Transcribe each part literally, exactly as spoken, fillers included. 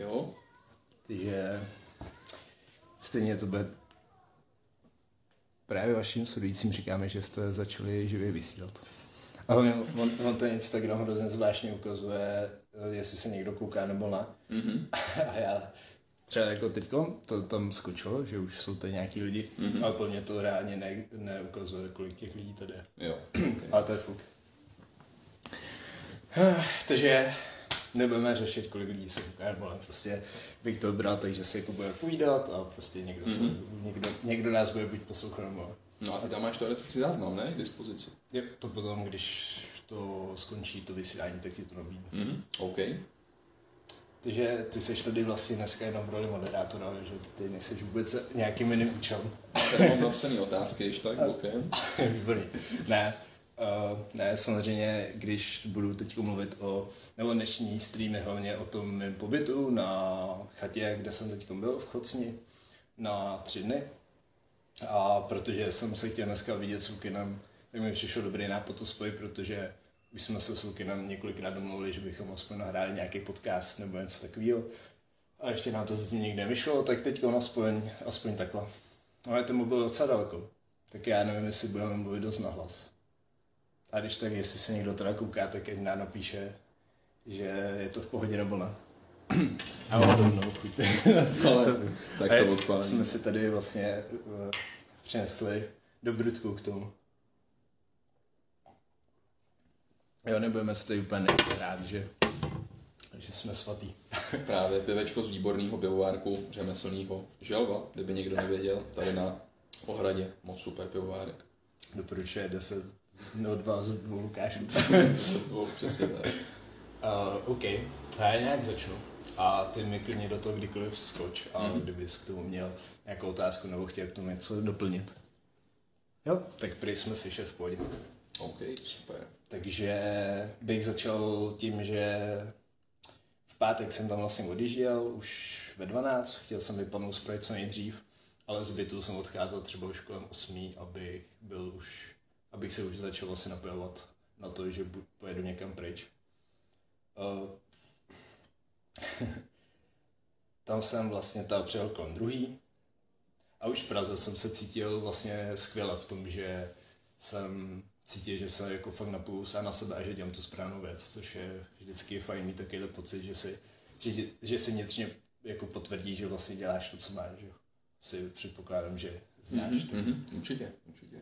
jo. Takže stejně to bude. Právě vašim sledujícím říkáme, že jste začali živě vysílat. A on, on, on ten Instagram hrozně zvláštně ukazuje, jestli se někdo kouká nebo ne. Mm-hmm. A já třeba jako teďko to tam skočilo, že už jsou tady nějaký lidi, mm-hmm. ale pro mě to reálně ne, neukazuje, kolik těch lidí tady je. Jo. Ale to je fuk. Takže nebudeme řešit, kolik lidí se kouká, nebo prostě bych to bral tak, že si jako bude povídat a prostě někdo, mm-hmm. se, někdo, někdo nás bude buď poslouchat nebo... No a ty tam máš teoreticky záznam, ne? K dispozici. Jo, to potom, když to skončí to vysílání, tak ti to nabídne. Mm-hmm. OK. Takže ty seš tady vlastně dneska jenom v roli moderátora, že ty nejseš vůbec nějakým jiným účelem. Tady mám napsaný otázky, ještě tak, OK. Výborný. Ne, uh, ne, samozřejmě, když budu teď mluvit o, nebo dnešní streamy hlavně o tom mém pobytu na chatě, kde jsem teď byl v Chocni na tři dny. A protože jsem se chtěl dneska vidět s Lukinem, tak mi přišel dobrý nápad to spojit, protože už jsme se s Lukinem několikrát domluvili, že bychom aspoň nahráli nějaký podcast nebo něco takového. A ještě nám to zatím nikde vyšlo, tak teď on aspoň, aspoň takhle. Ale ten mobil docela daleko, tak já nevím, jestli budeme mluvit dost nahlas. A když tak, jestli se někdo teda kouká, tak ať nám napíše, že je to v pohodě nebo ne. A ono to mnou chuť. Ale tak to odpálí. Jsme si tady vlastně uh, přinesli dobrutku k tomu. Jo, nebudeme se tady úplně rád, že, že jsme svatý. Právě pivečko z výborného pivovárku řemeslného Želva, kdyby někdo nevěděl, tady na Ohradě, moc super pivovárek. Doporučuje deset od vás dvou Lukášů. Přesně tak. Uh, OK, a já nějak začnu. A ty mi klidně do toho kdykoliv skoč, a mm. kdybys k tomu měl nějakou otázku nebo chtěl k tomu něco doplnit. Jo, tak prý jsme slyšeli v pohodě. OK, super. Takže bych začal tím, že v pátek jsem tam vlastně odjížděl, už ve dvanáct, chtěl jsem vypadnout z proje co nejdřív, ale z bytu jsem odcházel třeba už kolem osmi, abych byl už, abych se už začal vlastně napojovat na to, že pojedu někam pryč. Uh, tam jsem vlastně ta přijel kolem druhý a už v Praze jsem se cítil vlastně skvěle v tom, že jsem cítil, že se jako fakt napoju sám na sebe a že dělám tu správnou věc, což je vždycky fajn mít takovýhle pocit, že si, že, že si vnitřně jako potvrdí, že vlastně děláš to, co máš, že si předpokládám, že znáš. Mm-hmm, mm-hmm, určitě, určitě.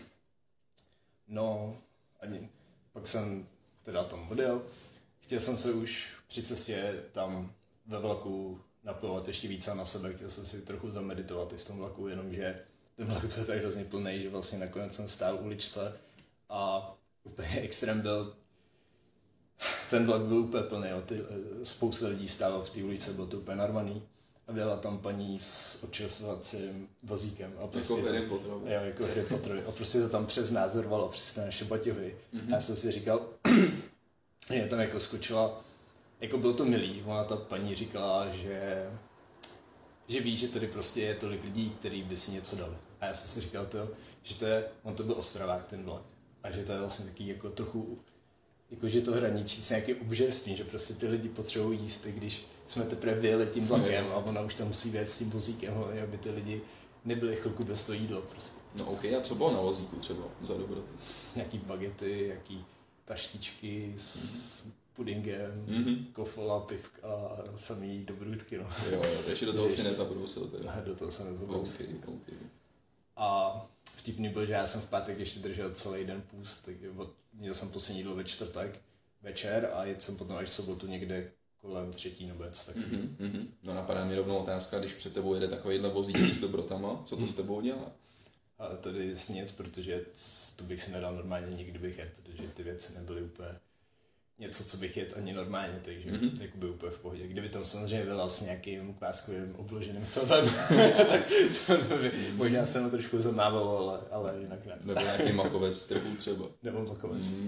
No, ani, pak jsem teda tam odjel, chtěl jsem se už při cestě tam ve vlaku napojovat ještě více na sebe, chtěl jsem si trochu zameditovat i v tom vlaku, jenomže ten vlak byl tak hrozně plný, že vlastně nakonec jsem stál u uličce a úplně extrém byl, ten vlak byl úplně plný, jo. Ty, spousta lidí stálo v té ulici, bylo to úplně narvaný a byla tam paní s odčasovacím vozíkem. A prostě jako Harry Potter. Jo, jako Harry Potter. A prostě to tam přes nás zrvalo, přes naše baťohy. Mm-hmm. A já jsem si říkal, že tam jako skočila, jako bylo to milý, ona ta paní říkala, že že ví, že tady prostě je tolik lidí, kteří by si něco dali. A já jsem si říkal to, že to je, on to byl Ostravák ten vlak, a že to je vlastně taky jako trochu, jako že to hraničí s nějakým obžerstvím, že prostě ty lidi potřebují jíst, když jsme teprve vyjeli tím vlakem a ona už tam musí jet s tím vozíkem, aby ty lidi nebyli chvilku bez toho jídlo prostě. No OK, a co bylo na vozíku třeba za dobrotu? Nějaký bagety, nějaký taštičky s pudingem, mm-hmm. kofola, pivka a samý dobrutky, no. Jo, jo, ještě do toho si nezabrousil teda. Do toho jsem nezabrousil. Okay, okay. A vtipný byl, že já jsem v pátek ještě držel celý den půst, tak měl jsem poslední jídlo ve čtvrtek večer a jet jsem potom až v sobotu někde kolem třetí nebo něco takového. Mm-hmm. No napadá mi rovnou otázka, když před tebou jede takovýhle vozíček s dobrotama, co to s tebou dělá? Ale tady s nic, protože to bych si nedal normálně nikdy bych jet, protože ty věci nebyly úplně něco, co bych jet ani normálně, takže mm-hmm. jakoby úplně v pohodě. Kdyby tam samozřejmě byla s nějakým kváskovým obloženým chlebem, tak to by, možná se mu trošku zamávalo, ale, ale jinak ne. Nebo nějaký makovec z trhu třeba. Nebo makovec. Mm.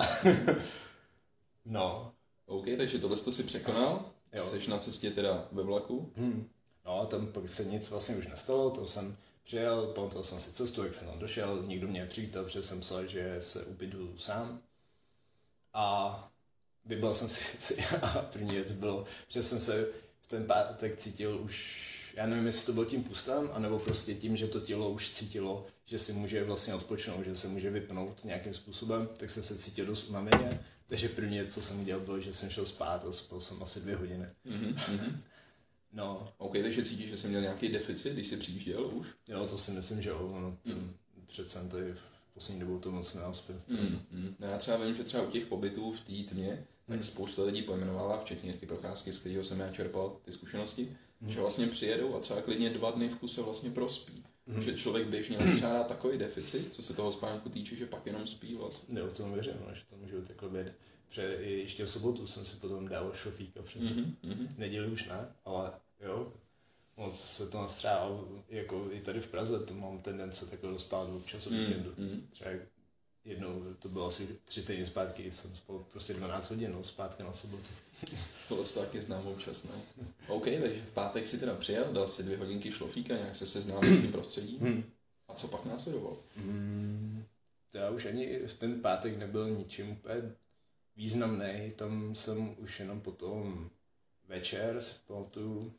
No. OK, takže tohle to si překonal, jo. Jsi na cestě teda ve vlaku. Hmm. No, tam pak se nic vlastně už nestalo, to jsem přijel, pamatoval jsem si cestu, jak jsem tam došel, nikdo mě nepřivítal, protože jsem myslel, že se ubydu sám. A vybral jsem si věci a první věc bylo, že jsem se v ten pátek cítil už, já nevím, jestli to bylo tím pustem, anebo prostě tím, že to tělo už cítilo, že si může vlastně odpočnout, že se může vypnout nějakým způsobem, tak jsem se cítil dost unaveně. Takže první, co jsem udělal, bylo, že jsem šel spát a spal jsem asi dvě hodiny. Mm-hmm. No. OK, takže cítíš, že jsi měl nějaký deficit, když jsi přijížděl už? Jo, to si myslím, že jo, no, ten mm. přece tady v poslední dobou to moc nenaspím. Mm-hmm. No já třeba vím, že třeba u těch pobytů v té tmě, tak mm. spousta lidí pojmenovává, včetně Jirky Procházky, z kterého jsem já čerpal ty zkušenosti, mm. že vlastně přijedou a třeba klidně dva dny v kuse vlastně prospí. Mm. Že člověk běžně nastřádá takový deficit, co se toho spánku týče, že pak jenom spí vlastně. Jo, to věřím, no, že to můžu takhle být. Protože ještě v sobotu jsem si potom dal šlofíka před mm-hmm. neděli už ne, ale jo, moc se to nastřádal, jako i tady v Praze, to mám tendence takhle dospát občas o víkendu. Mm. Třeba jednou, to bylo asi tři týdny zpátky, jsem spal prostě dvanáct hodin, no, zpátky na sobotu. To to taky znám občas, no. OK, takže v pátek si teda přijel, dal si dvě hodinky šlofíka, nějak se seznámil s tím prostředí. Hmm. A co pak následovalo? Hmm, to já už ani v ten pátek nebyl ničím úplně významný, tam jsem už jenom potom večer si pamatuju,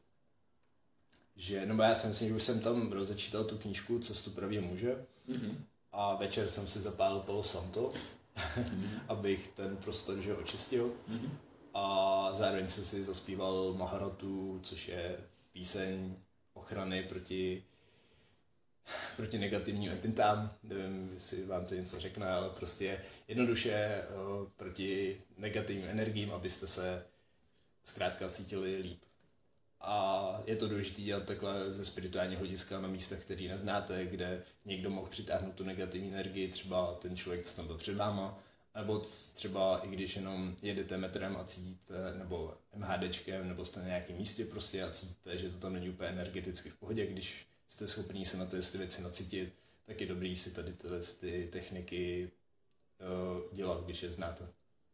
že, no já jsem si, že už jsem tam rozečítal tu knížku Cestu pravého muže. Mm-hmm. A večer jsem si zapálil Palo Santo, mm-hmm. abych ten prostor že očistil. Mm-hmm. A zároveň jsem si zaspíval Maharatu, což je píseň ochrany proti, proti negativním entitám. Nevím, jestli vám to něco řekne, ale prostě jednoduše uh, proti negativním energiím, abyste se zkrátka cítili líp. A je to důležité dělat takhle ze spirituálního hlediska na místech, který neznáte, kde někdo mohl přitáhnout tu negativní energii, třeba ten člověk, co tam byl před váma, nebo třeba i když jenom jedete metrem a cítíte, nebo MHDčkem, nebo jste na nějakém místě prostě a cítíte, že to tam není úplně energeticky v pohodě, když jste schopní se na ty věci nacítit, tak je dobrý si tady tyhle ty techniky uh, dělat, když je znáte.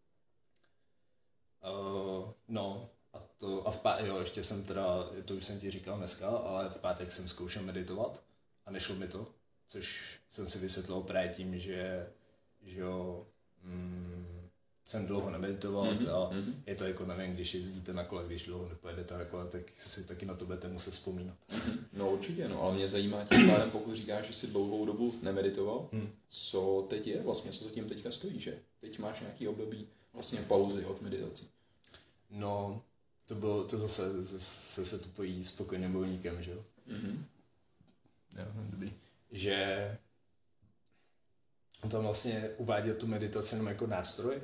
Uh, no, A, to, a v pátek, jo, ještě jsem teda, to už jsem ti říkal dneska, ale v pátek jsem zkoušel meditovat a nešlo mi to, což jsem si vysvětlil právě tím, že, že jo, mm, jsem dlouho nemeditoval mm-hmm. a mm-hmm. je to jako, nevím, když jezdíte na kole, když dlouho nepojedete na kole, tak si taky na to budete muset vzpomínat. Mm-hmm. No určitě, no, ale mě zajímá tím pádem, pokud říkáš, že jsi dlouhou dobu nemeditoval, mm. co teď je vlastně, co za tím teďka stojí, že teď máš nějaký období vlastně pauzy od meditace. No, To bylo, to zase, zase se to pojí s pokojným bojovníkem, že jo? Mm-hmm. Jo, dobrý. Že on tam vlastně uváděl tu meditaci jenom jako nástroj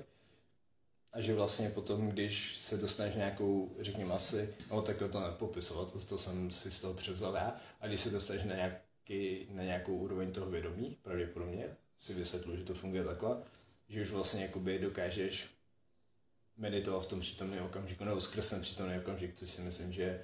a že vlastně potom, když se dostaneš nějakou, řekněme asi, no takhle to nepopisovat, to, to jsem si z toho převzal já, a když se dostaneš na, nějaký, na nějakou úroveň toho vědomí, pravděpodobně, si vysvětluji, že to funguje takhle, že už vlastně jakoby dokážeš meditovat v tom přítomném okamžiku, nebo skrz ten přítomný okamžik, což si myslím, že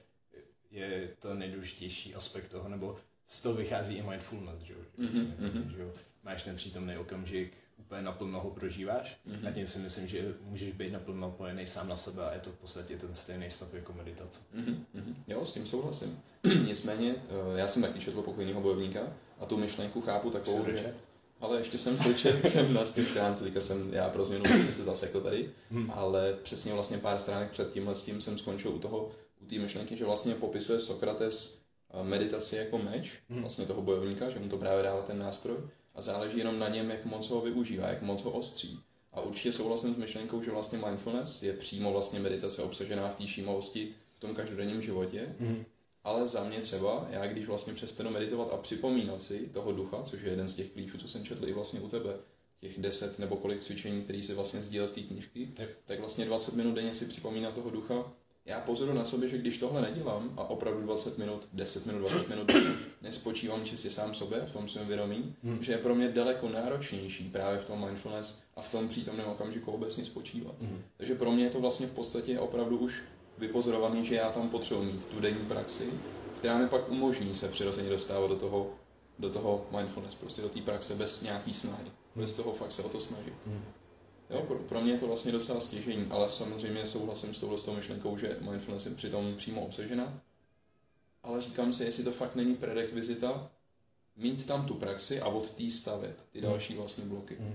je to nejdůležitější aspekt toho, nebo z toho vychází i mindfulness, že jo? Mm-hmm. Vlastně, že jo? Máš ten přítomný okamžik, úplně naplno ho prožíváš, mm-hmm. a tím si myslím, že můžeš být naplno napojený sám na sebe a je to v podstatě ten stejný stav jako meditace. Mm-hmm. Jo, s tím souhlasím. Nicméně, já jsem taky četl Pokojného bojovníka a tu myšlenku chápu takovou, že... Ale ještě jsem počet, jsem na té stránce, teďka jsem, já pro změnu vlastně se zasekl tady, hmm. ale přesně vlastně pár stránek před tímhle s tím jsem skončil u toho, u té myšlenky, že vlastně popisuje Sokrates meditaci jako meč, hmm. vlastně toho bojovníka, že mu to právě dává ten nástroj a záleží jenom na něm, jak moc ho využívá, jak moc ho ostří. A určitě souhlasím s myšlenkou, že vlastně mindfulness je přímo vlastně meditace obsažená v té všímavosti v tom každodenním životě. Hmm. Ale za mě třeba, já když vlastně přestanu meditovat a připomínat si toho ducha, což je jeden z těch klíčů, co jsem četl i vlastně u tebe, těch deset nebo kolik cvičení, který si vlastně sdílel z té knížky, tak. tak vlastně dvacet minut denně si připomínat toho ducha. Já pozoruju na sobě, že když tohle nedělám a opravdu dvacet minut, deset minut, dvacet minut nespočívám čistě sám sobě v tom svém vědomí, hmm. že je pro mě daleko náročnější právě v tom mindfulness a v tom přítomném okamžiku obecně spočívat. Hmm. Takže pro mě je to vlastně v podstatě opravdu už vypozorovaný, že já tam potřebuji mít tu denní praxi, která mi pak umožní se přirozeně dostávat do toho, do toho mindfulness, prostě do té praxe bez nějaký snahy, hmm. bez toho fakt se o to snažit. Hmm. Jo, pro, pro mě je to vlastně docela stěžení, ale samozřejmě souhlasím s touhle myšlenkou, že mindfulness je přitom přímo obsažena, ale říkám si, jestli to fakt není prerekvizita, mít tam tu praxi a od té stavět ty další vlastně bloky. Hmm.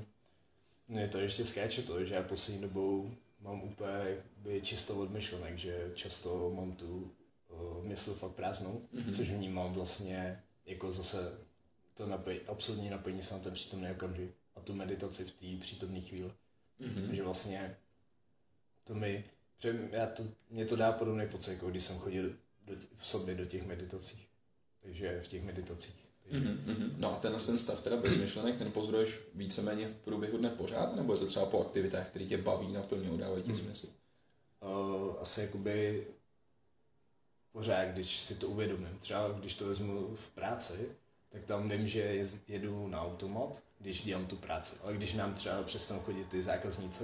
Mně to ještě skáče to, že já poslední dobou mám úplně čistou od myšlenek, že často mám tu mysl fakt prázdnou, mm-hmm. což vnímám vlastně jako zase to napoj, absolutní napojení se na ten přítomný okamžik a tu meditaci v té přítomné chvíli. Mm-hmm. Že vlastně to mi, já to, mě to dá podobný pocit, jako když jsem chodil do, v sobě do těch meditací. Takže v těch meditacích. Takže... Mm-hmm. No a tenhle ten stav teda bez myšlenek, ten pozoruješ víceméně v průběhu dne pořád, nebo je to třeba po aktivitách, které tě baví, naplňují, dávají ti smysl? Uh, asi jakoby pořád, když si to uvědomím. Třeba když to vezmu v práci, tak tam vím, že jedu na automat, když dělám tu práci. Ale když nám třeba přestanou chodit ty zákazníci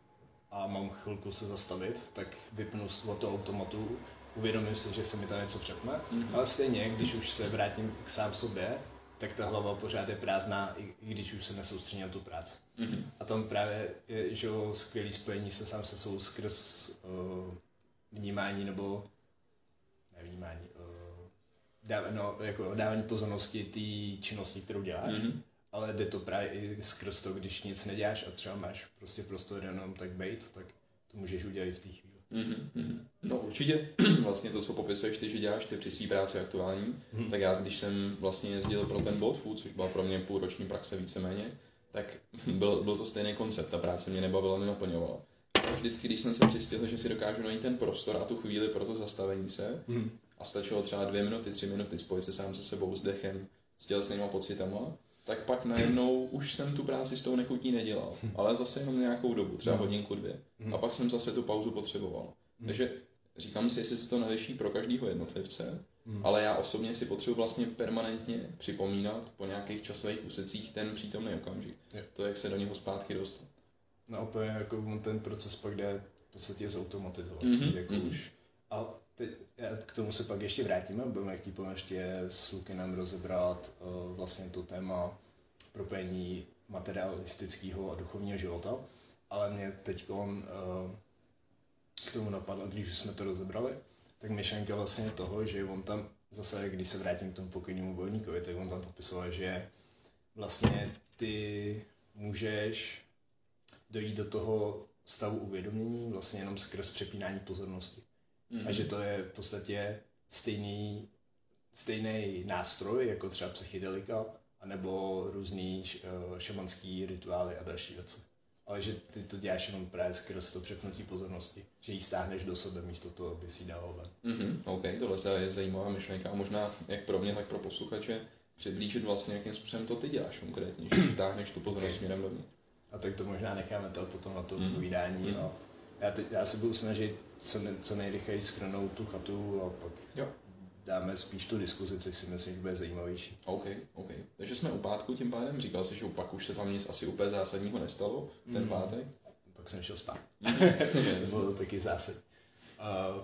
a mám chvilku se zastavit, tak vypnu od toho automatu, uvědomím si, že se mi tam něco přepne, mm-hmm. ale stejně, když už se vrátím k sám sobě, tak ta hlava pořád je prázdná, i, i když už se nesoustředím na tu práci. Mm-hmm. A tam právě je, že skvělý spojení se sám se sebou skrz uh, vnímání nebo nevnímání, uh, dáv, no, jako dávání pozornosti té činnosti, kterou děláš, mm-hmm. ale jde to právě i skrz to, když nic neděláš a třeba máš prostě prostor jenom tak bejt, tak to můžeš udělat i v té chvíli. Mm-hmm. No určitě, vlastně to, co popisuješ ty, že děláš ty při své práci aktuální, mm-hmm. tak já, když jsem vlastně jezdil pro ten Bolt Food, což byla pro mě půlroční praxe víceméně, tak byl, byl to stejný koncept, ta práce mě nebavila, nenaplňovala. A vždycky, když jsem se přistihl, že si dokážu najít ten prostor a tu chvíli pro to zastavení se, mm-hmm. a stačilo třeba dvě minuty, tři minuty spojit se sám se sebou, s dechem, s tělesnýma pocitama, tak pak najednou už jsem tu práci s tou nechutí nedělal, ale zase jenom nějakou dobu, třeba hodinku, dvě. A pak jsem zase tu pauzu potřeboval. Takže říkám si, jestli se to neliší pro každého jednotlivce, ale já osobně si potřebuji vlastně permanentně připomínat po nějakých časových úsecích ten přítomný okamžik. To, jak se do něho zpátky dostat. No opět jako ten proces pak jde v podstatě zautomatizovat. Mm-hmm. Jako mm-hmm. už. A teď, k tomu se pak ještě vrátíme, budeme chtít potom ještě s Lukinem rozebrat uh, vlastně to téma propojení materialistického a duchovního života, ale mě teď uh, k tomu napadlo, když už jsme to rozebrali, tak myšlenka vlastně toho, že on tam zase, když se vrátím k tomu pokojnímu bojovníkovi, tak on tam popisoval, že vlastně ty můžeš dojít do toho stavu uvědomění vlastně jenom skrz přepínání pozornosti. Mm-hmm. A že to je v podstatě stejný, stejný nástroj, jako třeba psychedelika, anebo různý uh, šamanský rituály a další věci. Ale že ty to děláš jenom právě skrz to přepnutí pozornosti, že ji stáhneš do sebe místo toho, aby si ji dával ven. Mm-hmm. OK, tohle je zajímavá myšlenka a možná jak pro mě, tak pro posluchače přiblížit vlastně, jakým způsobem to ty děláš konkrétně, že vtáhneš tu pozornost okay. směrem dovnitř. A tak to možná necháme to potom na to mm-hmm. povídání. Mm-hmm. A já, te, já se budu snažit co, ne, co nejrychleji shrnout tu chatu a pak jo. dáme spíš tu diskuzi, což si myslím, že bude zajímavější. OK, OK. Takže jsme u pátku tím pádem, říkal jsi, že pak už se tam nic asi úplně zásadního nestalo, ten mm. pátek. Pak jsem šel spát. To bylo taky zásad. Uh,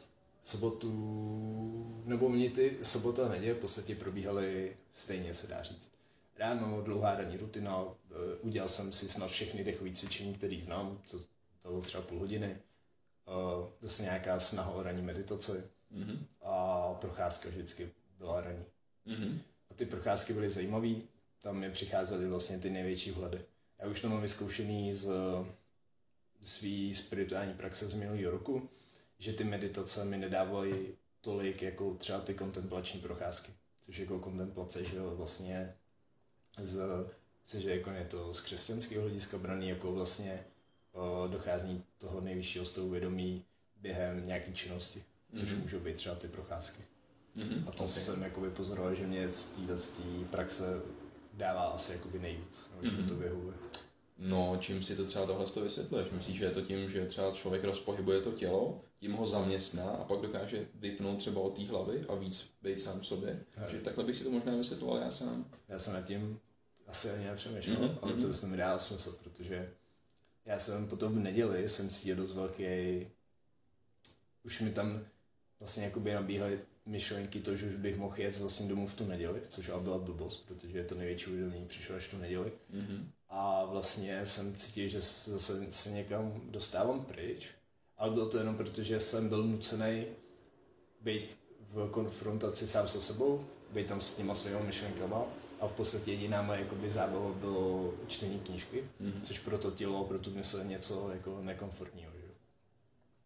sobotu, nebo mě ty sobota a neděle v podstatě probíhaly stejně, se dá říct. Ráno, dlouhá ranní rutina, uh, udělal jsem si snad všechny dechové cvičení, které znám, co to bylo třeba půl hodiny. Uh, zase nějaká snaha o ranní meditaci. Mm-hmm. A procházka vždycky byla ranní. Mm-hmm. A ty procházky byly zajímavý, tam mi přicházely vlastně ty největší hlady. Já už to mám vyzkoušený z svý spirituální praxe z minulého roku, že ty meditace mi nedávají tolik jako třeba ty kontemplační procházky. Což jako kontemplace, že vlastně z, že jako je to z křesťanského hlediska braný jako vlastně o, dochází toho nejvyššího stavu vědomí během nějaké činnosti. Což mm-hmm. můžou být třeba ty procházky. Mm-hmm. A to okay. jsem jakoby pozoroval, že mě z této praxe dává asi jakoby nejvíc. No, mm-hmm. to vyhovuje. No, čím si to třeba tohle vysvětluješ? Myslíš, že je to tím, že třeba člověk rozpohybuje to tělo, tím ho zaměstná a pak dokáže vypnout třeba od té hlavy a víc být sám v sobě? Hej. Že takhle bych si to možná vysvětloval já sám. Já jsem nad tím asi ani nepřemýšlel, mm-hmm. ale to, to mi dává smysl, protože já jsem potom v neděli jsem cítil dost velký, už mi tam vlastně jakoby nabíhaly myšlenky to, že už bych mohl jet vlastně domů v tu neděli, což ale byla blbost, protože to největší uvědomění přišlo až tu neděli. Mm-hmm. A vlastně jsem cítil, že zase se někam dostávám pryč, ale bylo to jenom proto, že jsem byl nucený být v konfrontaci sám se sebou, být tam s těma svýma myšlenkama a v podstatě jediná moje jakoby zábava bylo čtení knížky, mm-hmm. což pro to tělo, pro tu mysl něco jako nekomfortního. Že?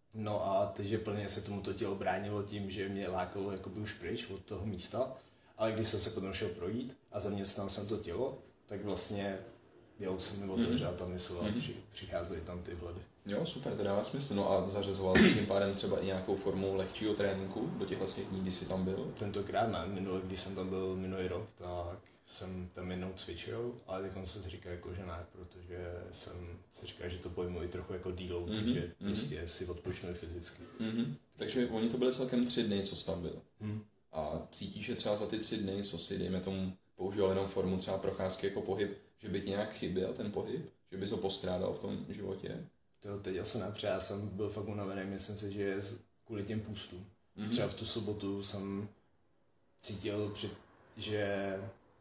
No a takže plně se tomu to tělo bránilo tím, že mě lákalo jakoby už pryč od toho místa, ale když jsem se potom šel projít a zaměstnal jsem to tělo, tak vlastně jo, se mi otevřela ta mysl a mm-hmm. přicházely tam ty hlady. Jo, super, to dává smysl. No a zařazoval jsi tím pádem třeba i nějakou formou lehčího tréninku do těch vlastně dní, kdy jsi tam byl? Tentokrát ne, minule, když jsem tam byl minulý rok, tak jsem tam jednou cvičil, ale teď jsem si říkal, jako, že ne, protože jsem si říkal, že to pojmu i trochu jako deload, mm-hmm. takže mm-hmm. prostě si odpočnu fyzicky. Mm-hmm. Takže oni to byly celkem tři dny, co jsi tam byl. Mm. A cítíš, že třeba za ty tři dny, co si, dejme tomu, používal jenom formu třeba procházky jako pohyb, že by ti nějak chyběl ten pohyb? Že bys ho postrádal v tom životě? To teď asi ne, já jsem byl fakt unavený, myslím si, že kvůli těm půstům. Mm-hmm. Třeba v tu sobotu jsem cítil, že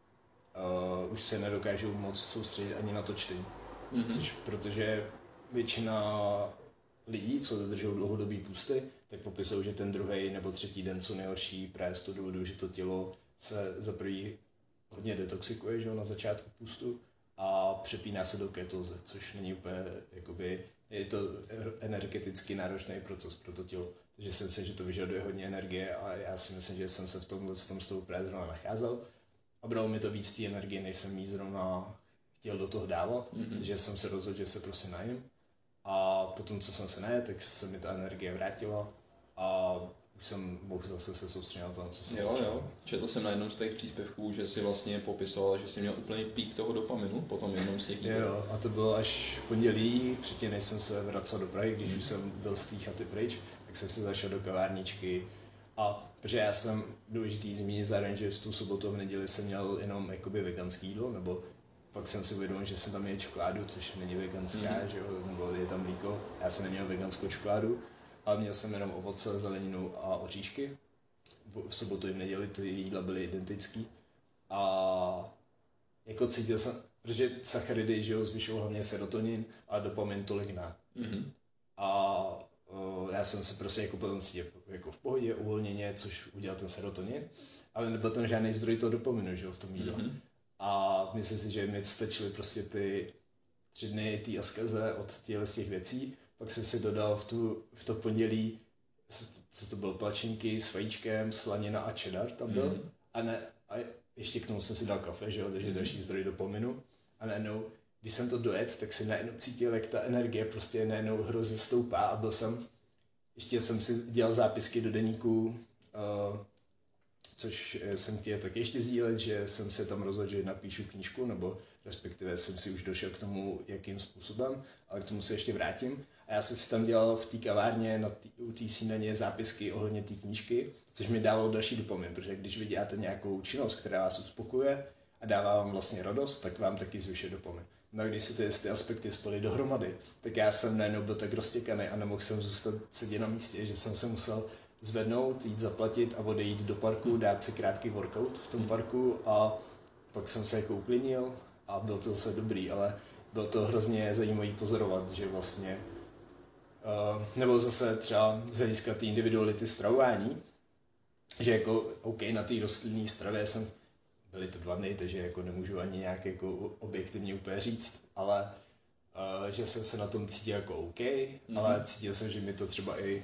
uh, už se nedokážu moc soustředit ani na to čtení. Mm-hmm. Což protože většina lidí, co dodržují dlouhodobý půsty, tak popisují, že ten druhý nebo třetí den jsou nejhorší právě z toho důvodu, že to tělo se za prvý hodně detoxikuje, že, na začátku půstu a přepíná se do ketózy, což není úplně, jakoby, je to energeticky náročný proces pro to tělo. Takže si myslím, že to vyžaduje hodně energie a já si myslím, že jsem se v tomhle s tom stavu právě zrovna nacházel. A bralo mi to víc té energie, než jsem jí zrovna chtěl do toho dávat, mm-hmm. takže jsem se rozhodl, že se prostě najím. A potom, co jsem se najedl, tak se mi ta energie vrátila a už jsem mohl zase se soustředit na to, co jsem Jo, jo. Četl jsem na jednom z těch příspěvků, že si vlastně popisoval, že jsi měl úplný pík toho dopaminu po tom jednom z těch dní. Jo, a to bylo až v pondělí, předtím než jsem se vracel do Prahy, když mm. už jsem byl z té chaty pryč, tak jsem si zašel do kavárničky. A protože já jsem důležitý zmínit zároveň, že v tu sobotu a v neděli jsem měl jenom jakoby veganský jídlo, nebo pak jsem si uvědomil, že jsem tam měl čokoládu, což není veganská, mm. že jo, nebo je tam mlíko. Já jsem neměl veganskou čokoládu, ale měl jsem jenom ovoce, zeleninu a oříšky. V sobotu i v neděli ty jídla byly identický. A jako cítil jsem, protože sacharidy, že jo, zvyšují hlavně serotonin a dopamin tolik ne. Mm. A o, já jsem se prostě jako potom cítil jako v pohodě, uvolněně, což udělal ten serotonin, ale nebyl tam žádný zdroj toho dopaminu, že jo, v tom jídle. Mm. A myslím si, že mi stačily prostě ty tři dny té askeze od těchto z těch věcí. Pak jsem si dodal v, tu, v to pondělí, co to bylo, plačinky s vajíčkem, slanina a cheddar tam byl. Mm. A, ne, a ještě k tomu jsem si dal kafe, že jo, takže mm. další zdroj dopaminu. A najednou, když jsem to dojet, tak si najednou cítil, jak ta energie prostě najednou hrozně stoupá a byl jsem, ještě jsem si dělal zápisky do deníku, uh, což jsem chtěl tak ještě sdílet, že jsem se tam rozhodl, že napíšu knížku, nebo respektive jsem si už došel k tomu, jakým způsobem, ale k tomu se ještě vrátím. A já jsem si tam dělal v té kavárně na tý, u té snídaně zápisky ohledně té knížky, což mi dávalo další dopamin, protože když vy děláte nějakou činnost, která vás uspokojuje a dává vám vlastně radost, tak vám taky zvyšuje dopamin. No a když se ty, ty aspekty spojily dohromady, tak já jsem najednou byl tak roztěkaný a nemohl jsem zůstat sedět na místě, že jsem se musel zvednout, jít zaplatit a odejít do parku, dát si krátký workout v tom parku a pak jsem se jako uklidnil a byl to zase dobrý, ale bylo to hrozně zajímavý pozorovat, že vlastně uh, nebo zase třeba z hlediska té individuality stravování, že jako OK, na té rostlinné stravě jsem, byly to dva dny, takže jako nemůžu ani nějak jako objektivně úplně říct, ale uh, že jsem se na tom cítil jako OK, mm-hmm. ale cítil jsem, že mi to třeba i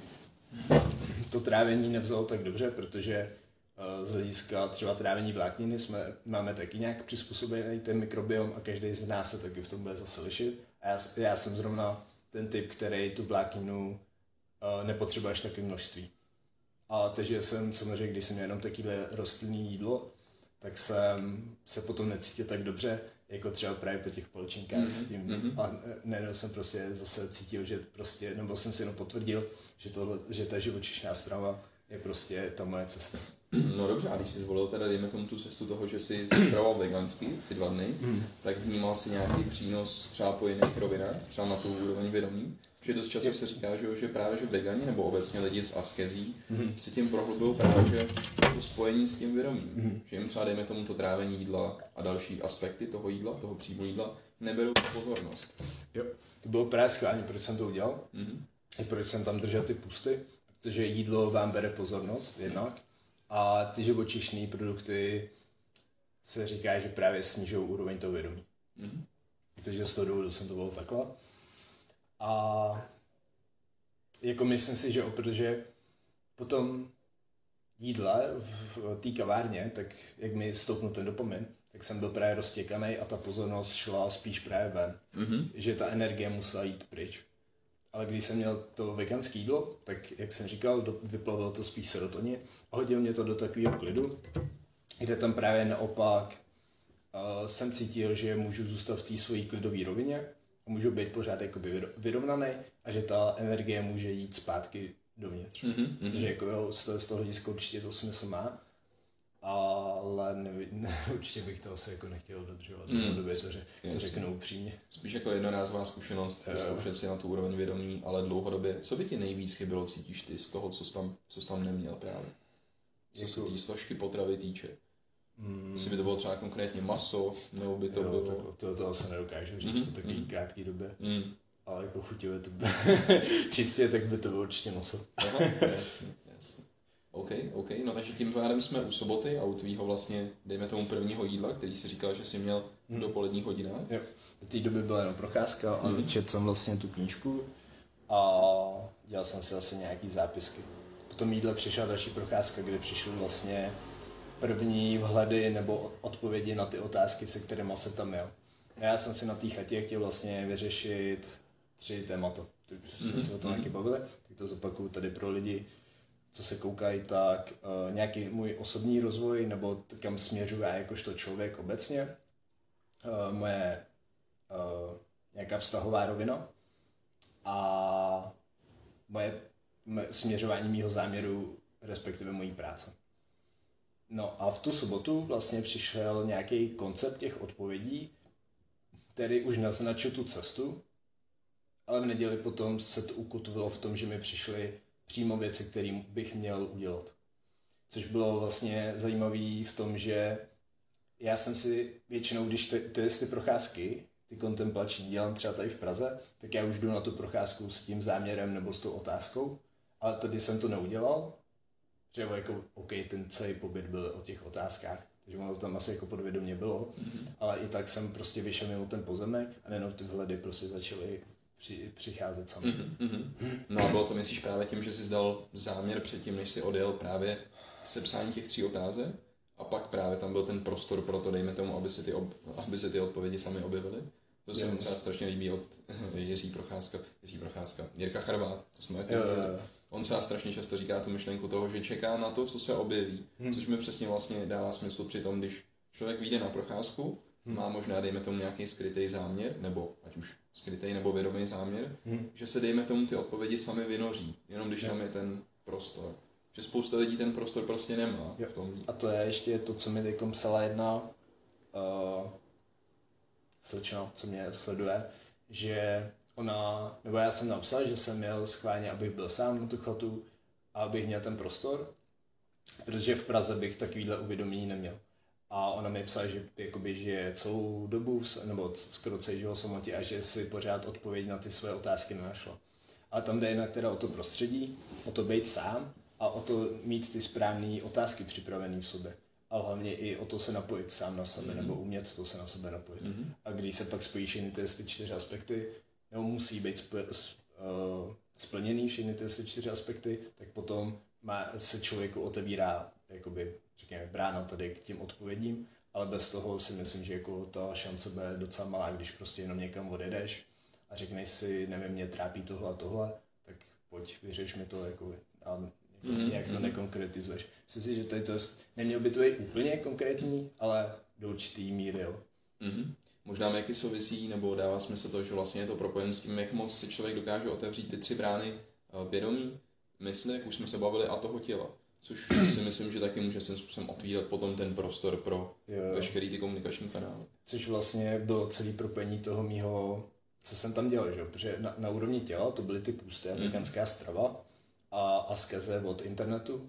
to trávení nevzalo tak dobře, protože uh, z hlediska třeba trávení vlákniny jsme, máme taky nějak přizpůsobený ten mikrobiom a každý z nás se taky v tom bude zase lišit. A já, já jsem zrovna ten typ, který tu vlákninu uh, nepotřebuje až takové množství. A takže jsem samozřejmě, když jsem měl jenom takové rostlinné jídlo, tak jsem se potom necítil tak dobře, jako třeba právě po těch palačinkách mm-hmm. s tím. Mm-hmm. A najednou jsem prostě zase cítil, že prostě, nebo jsem si jenom potvrdil, že, tohle, že ta živočišná strava je prostě ta moje cesta. No dobře, a když jsi zvolil teda, dejme tomu tu cestu toho, že jsi stravoval vegansky ty dva dny, mm. tak vnímal jsi nějaký přínos třeba po jiných rovinách, třeba na tu úroveň vědomí? Protože dost často se říká, že, že právě že vegani nebo obecně lidi s askezí mm. si tím prohlubují právě že to spojení s tím vědomím. Mm. Že jim třeba dejme tomu to trávení jídla a další aspekty toho jídla, toho příjmu jídla, neberou pozornost. Jo, to bylo právě schválně, proč jsem to udělal. Mm. I proč jsem tam držel ty pusty, protože jídlo vám bere pozornost jednak. A ty živočišné produkty se říká, že právě snižují úroveň toho vědomí. Mm. Takže z toho důvodu jsem to byl takhle. A jako myslím si, že protože potom jídle v, v té kavárně, tak jak mi stoupnul ten dopamin, tak jsem byl právě roztěkaný a ta pozornost šla spíš právě ven. Mm-hmm. Že ta energie musela jít pryč. Ale když jsem měl to veganské jídlo, tak jak jsem říkal, do, vyplavilo to spíš serotonin a hodil mě to do takového klidu, kde tam právě naopak uh, jsem cítil, že můžu zůstat v té svojí klidové rovině a můžu být pořád jakoby vyrovnaný a že ta energie může jít zpátky dovnitř. Mm-hmm. Takže jako jo, z toho, z toho hlediska určitě to smysl má, ale neví, ne, určitě bych to asi jako nechtěl dodržovat. Mm. Době, to, že, to řeknu upřímně. Spíš jako jednorázová zkušenost, zkoušet si na tu úroveň vědomí, ale dlouhodobě. Co by ti nejvíc chybělo, cítíš ty z toho, co jsi tam, co jsi tam neměl právě? Co jako... se tí složky potravy týče? Mm. Jestli by to bylo třeba konkrétně maso, nebo by to jo, bylo... To, to, to asi nedokážu říct mm. v takové mm. krátké době. Mm. Ale jako chutivé to by čistě, tak by to bylo určitě maso. Aha, jasně, jasně. OK, OK, no takže tím pádem jsme u soboty a u tvýho vlastně, dejme tomu prvního jídla, který si říkal, že jsi měl hmm. do poledních hodinách. Jo, do té doby byla jenom procházka a hmm. četl jsem vlastně tu knížku a dělal jsem si asi nějaký zápisky. Po tom jídle přišla další procházka, kde přišly vlastně první vhledy nebo odpovědi na ty otázky, se kterými se tam jel. Já jsem si na té chatě chtěl vlastně vyřešit tři témata. Tak jsme mm-hmm. se o tom nějaký bavili, tak to zopakuju tady pro lidi, co se koukají, tak uh, nějaký můj osobní rozvoj, nebo kam směřuji já jakožto člověk obecně, uh, moje uh, nějaká vztahová rovina a moje, moje směřování mýho záměru, respektive mojí práce. No a v tu sobotu vlastně přišel nějaký koncept těch odpovědí, který už naznačil tu cestu, ale v neděli potom se to ukotvilo v tom, že mi přišly přímo věci, které bych měl udělat. Což bylo vlastně zajímavé v tom, že já jsem si většinou, když ty, ty, ty procházky, ty kontemplační dělám třeba tady v Praze, tak já už jdu na tu procházku s tím záměrem nebo s tou otázkou, ale tady jsem to neudělal, že jako, OK, ten celý pobyt byl o těch otázkách, takže ono to tam asi jako podvědomě bylo, mm-hmm. ale i tak jsem prostě vyšel mimo ten pozemek a nejenom ty vhledy prostě začaly při, přicházet sami. Mm-hmm. No a bylo to, myslíš, právě tím, že jsi dal záměr předtím, než jsi odjel právě sepsání těch tří otázek a pak právě tam byl ten prostor pro to, dejme tomu, aby se ty, ob, aby se ty odpovědi sami objevily? To se mi třeba strašně líbí od Jiří Procházka, Jiří Procházka, Jirka Charvát, to jsme taky zvěděli. On třeba strašně často říká tu myšlenku toho, že čeká na to, co se objeví, hmm. což mi přesně vlastně dává smysl při tom, když člověk vyjde na procházku, hmm. má možná, dejme tomu, nějaký skrytý záměr, nebo ať už skrytý nebo vědomý záměr, hmm. že se, dejme tomu, ty odpovědi sami vynoří, jenom když tam je ten prostor. Že spousta lidí ten prostor prostě nemá. V tom. A to je ještě to, co mi teďkom psala jedna uh, slečna, co mě sleduje, že ona, nebo já jsem napsal, že jsem měl schválně, abych byl sám na tu chatu a abych měl ten prostor, protože v Praze bych takovýhle uvědomění neměl. A ona mi psala, že jakoby žije celou dobu, nebo skoro celý život v samotě a že si pořád odpověď na ty své otázky nenašla. Ale tam jde jinak teda o to prostředí, o to být sám a o to mít ty správné otázky připravené v sobě. Ale hlavně i o to se napojit sám na sebe, mm-hmm. nebo umět to se na sebe napojit. Mm-hmm. A když se pak spojíš jen ty, ty čtyři aspekty, nebo musí být sp, uh, splněný všechny ty čtyři aspekty, tak potom má, se člověku otevírá jakoby, řekněme, brána tady k těm odpovědím, ale bez toho si myslím, že jako ta šance bude docela malá, když prostě jenom někam odjedeš a řekneš si, nevím, mě trápí tohle a tohle, tak pojď, vyřeš mi to, jako, a mm-hmm. nějak to nekonkretizuješ. Myslím si, že tady to nemělo by to být úplně konkrétní, ale do určitý míry, jo. Mm-hmm. Možná mi jaký souvisí, nebo dává smysl to, že vlastně je to propojen s tím, jak moc si člověk dokáže otevřít ty tři brány vědomí, mysli, jak už jsme se bavili, a toho těla. Což si myslím, že taky může svým způsobem otvírat potom ten prostor pro jo. veškerý ty komunikační kanály. Což vlastně bylo celý propojení toho mýho, co jsem tam dělal, že? Protože na, na úrovni těla to byly ty pusté, mm. veganská strava a askeze od internetu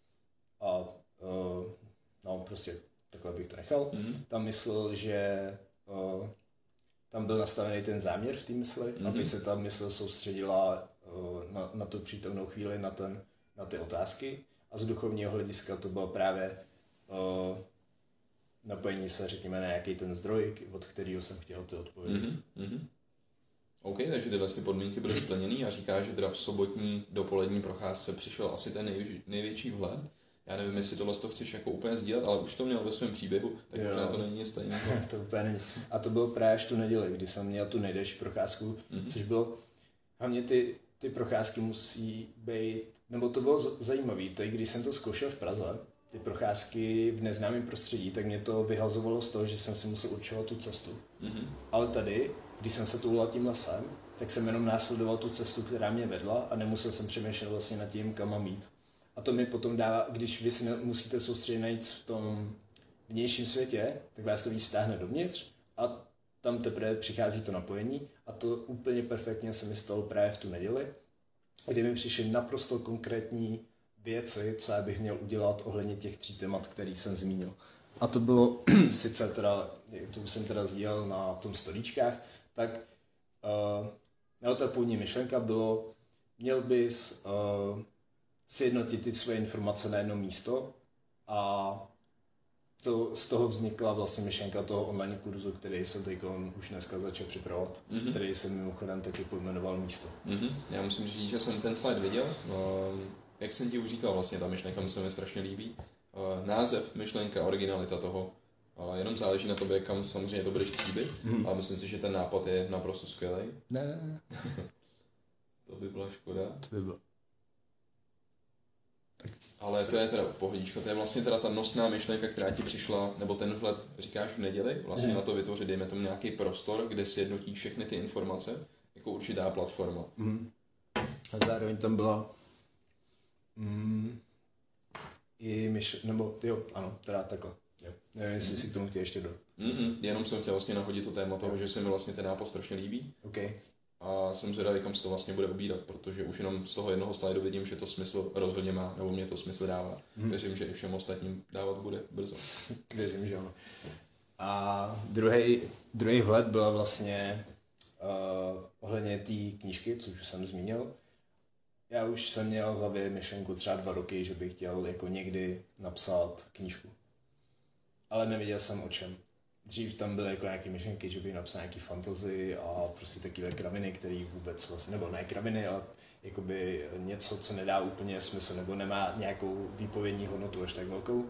a uh, no prostě takhle bych to nechal. Mm. Tam myslel, že uh, tam byl nastavený ten záměr v té mysli, mm. aby se ta mysl soustředila uh, na, na tu přítomnou chvíli, na, ten, na ty otázky. A z duchovního hlediska to bylo právě uh, napojení se, řekněme, na nějaký ten zdroj, od kterého jsem chtěl ty odpovědi. Mm-hmm. OK, takže tyhle ty podmínky byly splněný a říká, že teda v sobotní dopolední procházce přišel asi ten největší, největší vhled. Já nevím, jestli tohle to chceš jako úplně sdílet, ale už to měl ve svém příběhu, tak už na to není nic stejného. To úplně není. A to bylo právě až tu neděli, kdy jsem měl tu nejdelší procházku, mm-hmm. což bylo, hlavně ty, ty procházky musí být, nebo to bylo zajímavé, teď když jsem to zkoušel v Praze, ty procházky v neznámém prostředí, tak mě to vyhazovalo z toho, že jsem si musel určovat tu cestu. Mm-hmm. Ale tady, když jsem se toulal tím lesem, tak jsem jenom následoval tu cestu, která mě vedla a nemusel jsem přemýšlet vlastně nad tím, kam mám jít. A to mi potom dává, když vy si musíte soustředit najít v tom vnějším světě, tak vás to víc stáhne dovnitř a tam teprve přichází to napojení a to úplně perfektně se mi stalo právě v tu neděli, kdy mi přišly naprosto konkrétní věci, co já bych měl udělat ohledně těch tří témat, který jsem zmínil. A to bylo sice teda, to už jsem teda sdílel na tom storíčkách, tak uh, no, ta původní myšlenka bylo, měl bys uh, sjednotit ty své informace na jedno místo a to, z toho vznikla vlastně myšlenka toho online kurzu, který jsem teď už dneska začal připravovat, mm-hmm. který jsem mimochodem taky pojmenoval místo. Mm-hmm. Já musím říct, že jsem ten slide viděl. Uh, jak jsem ti už říkal, vlastně ta myšlenka mi se mi strašně líbí. Uh, název, myšlenka, originalita toho. Uh, jenom záleží na tobě, kam samozřejmě to budeš tříbit, mm-hmm. ale myslím si, že ten nápad je naprosto skvělý. Ne. To by byla škoda. To by bylo. Tak ale se... to je teda pohodička, to je vlastně teda ta nosná myšlenka, která ti přišla, nebo ten vhled říkáš v neděli, vlastně mm. na to vytvořit, dejme tomu nějaký prostor, kde sjednotíš všechny ty informace, jako určitá platforma. Mm. A zároveň tam byla mm, i myš... nebo jo, ano, teda takhle. Jo. Nevím, jestli mm. si k tomu chtěl ještě dodat. Mm-mm. Jenom jsem chtěl vlastně nahodit to téma toho, že se mi vlastně ten nápad strašně líbí. Okay. A jsem zvědavý, kam se to vlastně bude ubírat, protože už jenom z toho jednoho slajdu vidím, že to smysl rozhodně má, nebo mě to smysl dává. Hmm. Věřím, že i všem ostatním dávat bude brzo. Věřím, že ano. A druhý, druhý vhled byl vlastně uh, ohledně té knížky, což už jsem zmínil. Já už jsem měl v hlavě myšlenku třeba dva roky, že bych chtěl jako někdy napsat knížku. Ale nevěděl jsem o čem. Dřív tam byly jako nějaké myšlenky, že bych napsal nějaký fantasy a prostě takové kraviny, které vůbec vlastně, nebo ne kraviny, ale jakoby něco, co nedá úplně smysl, nebo nemá nějakou výpovědní hodnotu až tak velkou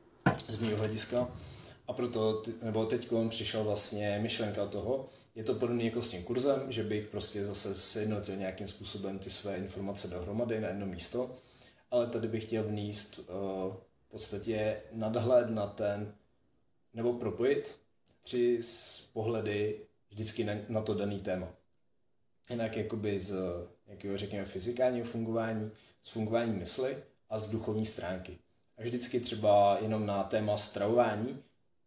z mého hlediska. A proto, nebo teď přišel vlastně myšlenka toho, je to podobné jako s tím kurzem, že bych prostě zase sjednotil nějakým způsobem ty své informace dohromady na jedno místo, ale tady bych chtěl vníst uh, v podstatě nadhled na ten, nebo propojit tři pohledy vždycky na, na to daný téma. Jinak jakoby z nějakého, řekněme, fyzikálního fungování, z fungování mysli a z duchovní stránky. A vždycky třeba jenom na téma stravování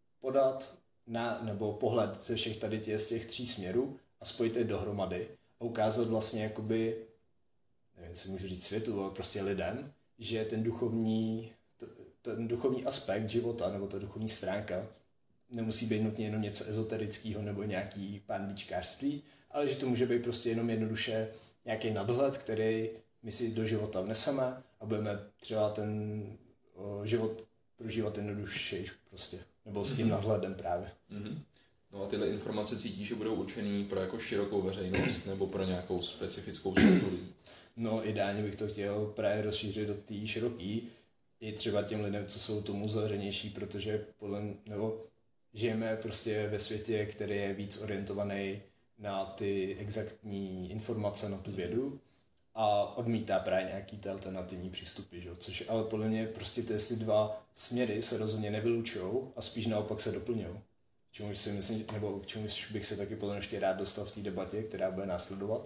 podat na, nebo pohled ze všech tady těch, z těch tří směrů a spojit je dohromady a ukázat vlastně jakoby, nevím, jestli můžu říct světu, ale prostě lidem, že ten duchovní, ten duchovní aspekt života nebo ta duchovní stránka nemusí být nutně jenom něco ezoterického nebo nějaký pánvíčkářství, ale že to může být prostě jenom jednoduše nějaký nadhled, který my si do života vneseme a budeme třeba ten o, život prožívat jednodušeji prostě, nebo s tím mm-hmm. nadhledem právě. Mm-hmm. No a tyhle informace cítíš, že budou určený pro jako širokou veřejnost nebo pro nějakou specifickou skupinu lidí? No ideálně bych to chtěl právě rozšířit do té široký, i třeba těm lidem, co jsou tomu zavřenější, protože podle, nebo žijeme prostě ve světě, který je víc orientovaný na ty exaktní informace, na tu vědu a odmítá právě nějaký ty alternativní přístupy, že? Což ale podle mě prostě ty dva směry se rozhodně nevylučujou a spíš naopak se doplňují. Čemuž si myslím, nebo k čemuž bych se taky podle mě ještě rád dostal v té debatě, která bude následovat,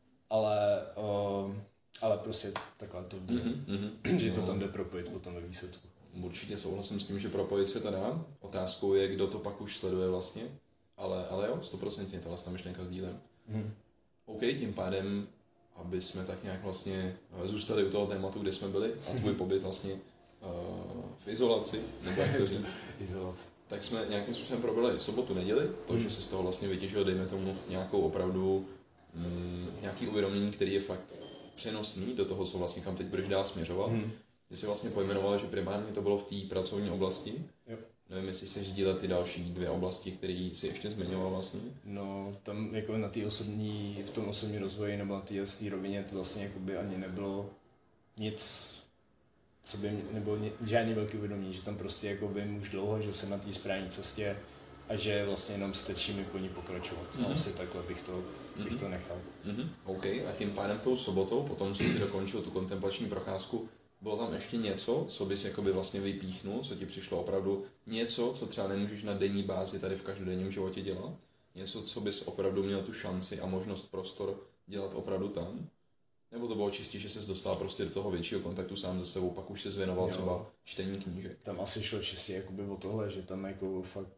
ale, uh, ale prostě takhle to bude, mm-hmm. že to tam jde propojit potom ve výsledku. Určitě souhlasím s tím, že propojit se to dá. Otázkou je, kdo to pak už sleduje vlastně. Ale, ale jo, stoprocentně ta vlastně myšlenka sdílem. Mm. OK, tím pádem, aby jsme tak nějak vlastně zůstali u toho tématu, kde jsme byli, a tvůj pobyt vlastně uh, v izolaci, nebo jak to říct. Izolaci. Tak jsme nějakým způsobem probili sobotu, neděli, to, mm. že se z toho vlastně vytěžil, dejme tomu, nějakou opravdu mm, nějaký uvědomění, který je fakt přenosný do toho, co vlastně kam teď budeš dál směřovat. Mm. Ty jsi vlastně pojmenoval, že primárně to bylo v té pracovní oblasti. Jo. Nevím, jestli chceš sdílet ty další dvě oblasti, které si ještě zmiňoval vlastně. No, tam jako na té osobní, v tom osobním rozvoji nebo na té rovině to vlastně jakoby ani nebylo nic, co by, nebo žádný velký uvědomění, že tam prostě jako vím už dlouho, že jsem na té správné cestě a že vlastně jenom stačí mi po ní pokračovat. Mm-hmm. Asi takhle bych to, bych mm-hmm. to nechal. Mm-hmm. OK, a tím pádem tou sobotou, potom co si dokončil tu kontemplační procházku, bylo tam ještě něco, co bys jakoby vlastně vypíchnul, co ti přišlo opravdu něco, co třeba nemůžeš na denní bázi tady v každodenním životě dělat? Něco, co bys opravdu měl tu šanci a možnost, prostor dělat opravdu tam? Nebo to bylo čistě, že ses dostal prostě do toho většího kontaktu sám se sebou, pak už se zvěnoval třeba čtení knížek? Tam asi šlo čistě jakoby o tohle, že tam jako fakt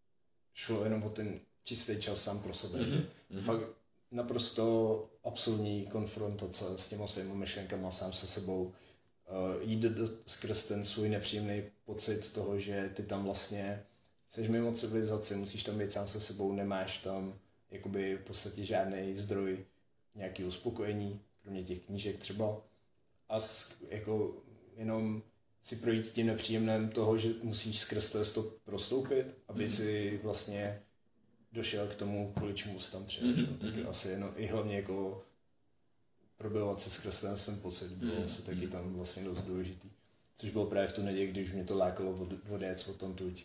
šlo jenom o ten čistý čas sám pro sebe. Mm-hmm. Fakt naprosto absolutní konfrontace s těma svými myšlenkama sám se sebou. Uh, jít do, skrz ten svůj nepříjemný pocit toho, že ty tam vlastně seš mimo civilizaci, musíš tam být sám se sebou, nemáš tam jakoby v podstatě žádný zdroj nějaký uspokojení, kromě těch knížek třeba. A sk, jako jenom si projít tím nepříjemným toho, že musíš skrz to prostoupit, aby mm. si vlastně došel k tomu, kvůli čemu si tam přijel. Mm-hmm. Tak asi jenom i hlavně jako probojovat se skrz ten, ten pocit bylo mm. se taky tam vlastně dost důležitý. Což bylo právě v tu neděli, když mě to lákalo odjet od tom tuď.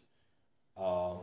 A,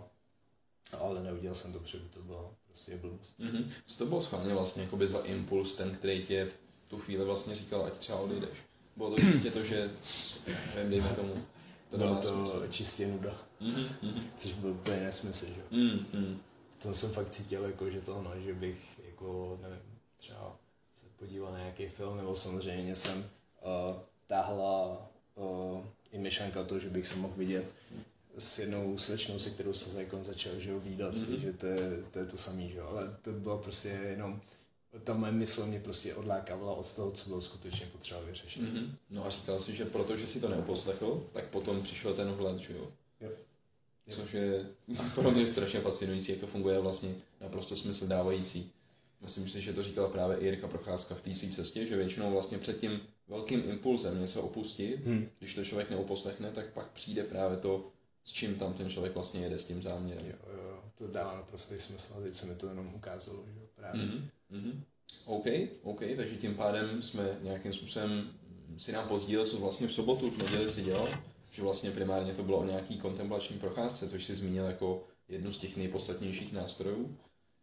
ale neudělal jsem to, protože to byla prostě blbost. Mm-hmm. Co to bylo schválně vlastně jakoby za impuls, ten, který tě v tu chvíli vlastně říkal, ať třeba odejdeš? Bylo to čistě to, že nevím, dejme tomu, to bylo to smysl. Čistě nuda. Mm-hmm. Což byl úplně nesmysl, že? Mm-hmm. To jsem fakt cítil, jako, že to, no, že bych, jako, nevím, třeba se podíval na nějaký film, nebo samozřejmě jsem uh, táhla uh, i myšlenka to, že bych se mohl vidět s jednou slečnou, se kterou jsem jako začal, že ho výdat, mm-hmm. takže to je, to je to samý, že? Ale to bylo prostě jenom, ta moje mysl mě prostě odlákávala od toho, co bylo skutečně potřeba vyřešit. Mm-hmm. No a říkal si, že protože si to neoposlechl, tak potom přišel ten vhled, že jo? Jo. Což je pro mě strašně fascinující, jak to funguje vlastně naprosto smysl dávající. Myslím si, že to říkala právě i Jirka Procházka v té své cestě, že většinou vlastně před tím velkým impulzem něco opustit, hmm. když to člověk neuposlechne, tak pak přijde právě to, s čím tam ten člověk vlastně jede s tím záměrem. Jo, jo, to dává naprostý smysl a teď se mi to jenom ukázalo, že právě. Mm-hmm. Mm-hmm. OK, OK, takže tím pádem jsme nějakým způsobem si nám pozdílel, co vlastně v sobotu, v neděli si dělal, že vlastně primárně to bylo o nějaký kontemplační procházce, což si zmínil jako jednu z těch nejpodstatnějších nástrojů.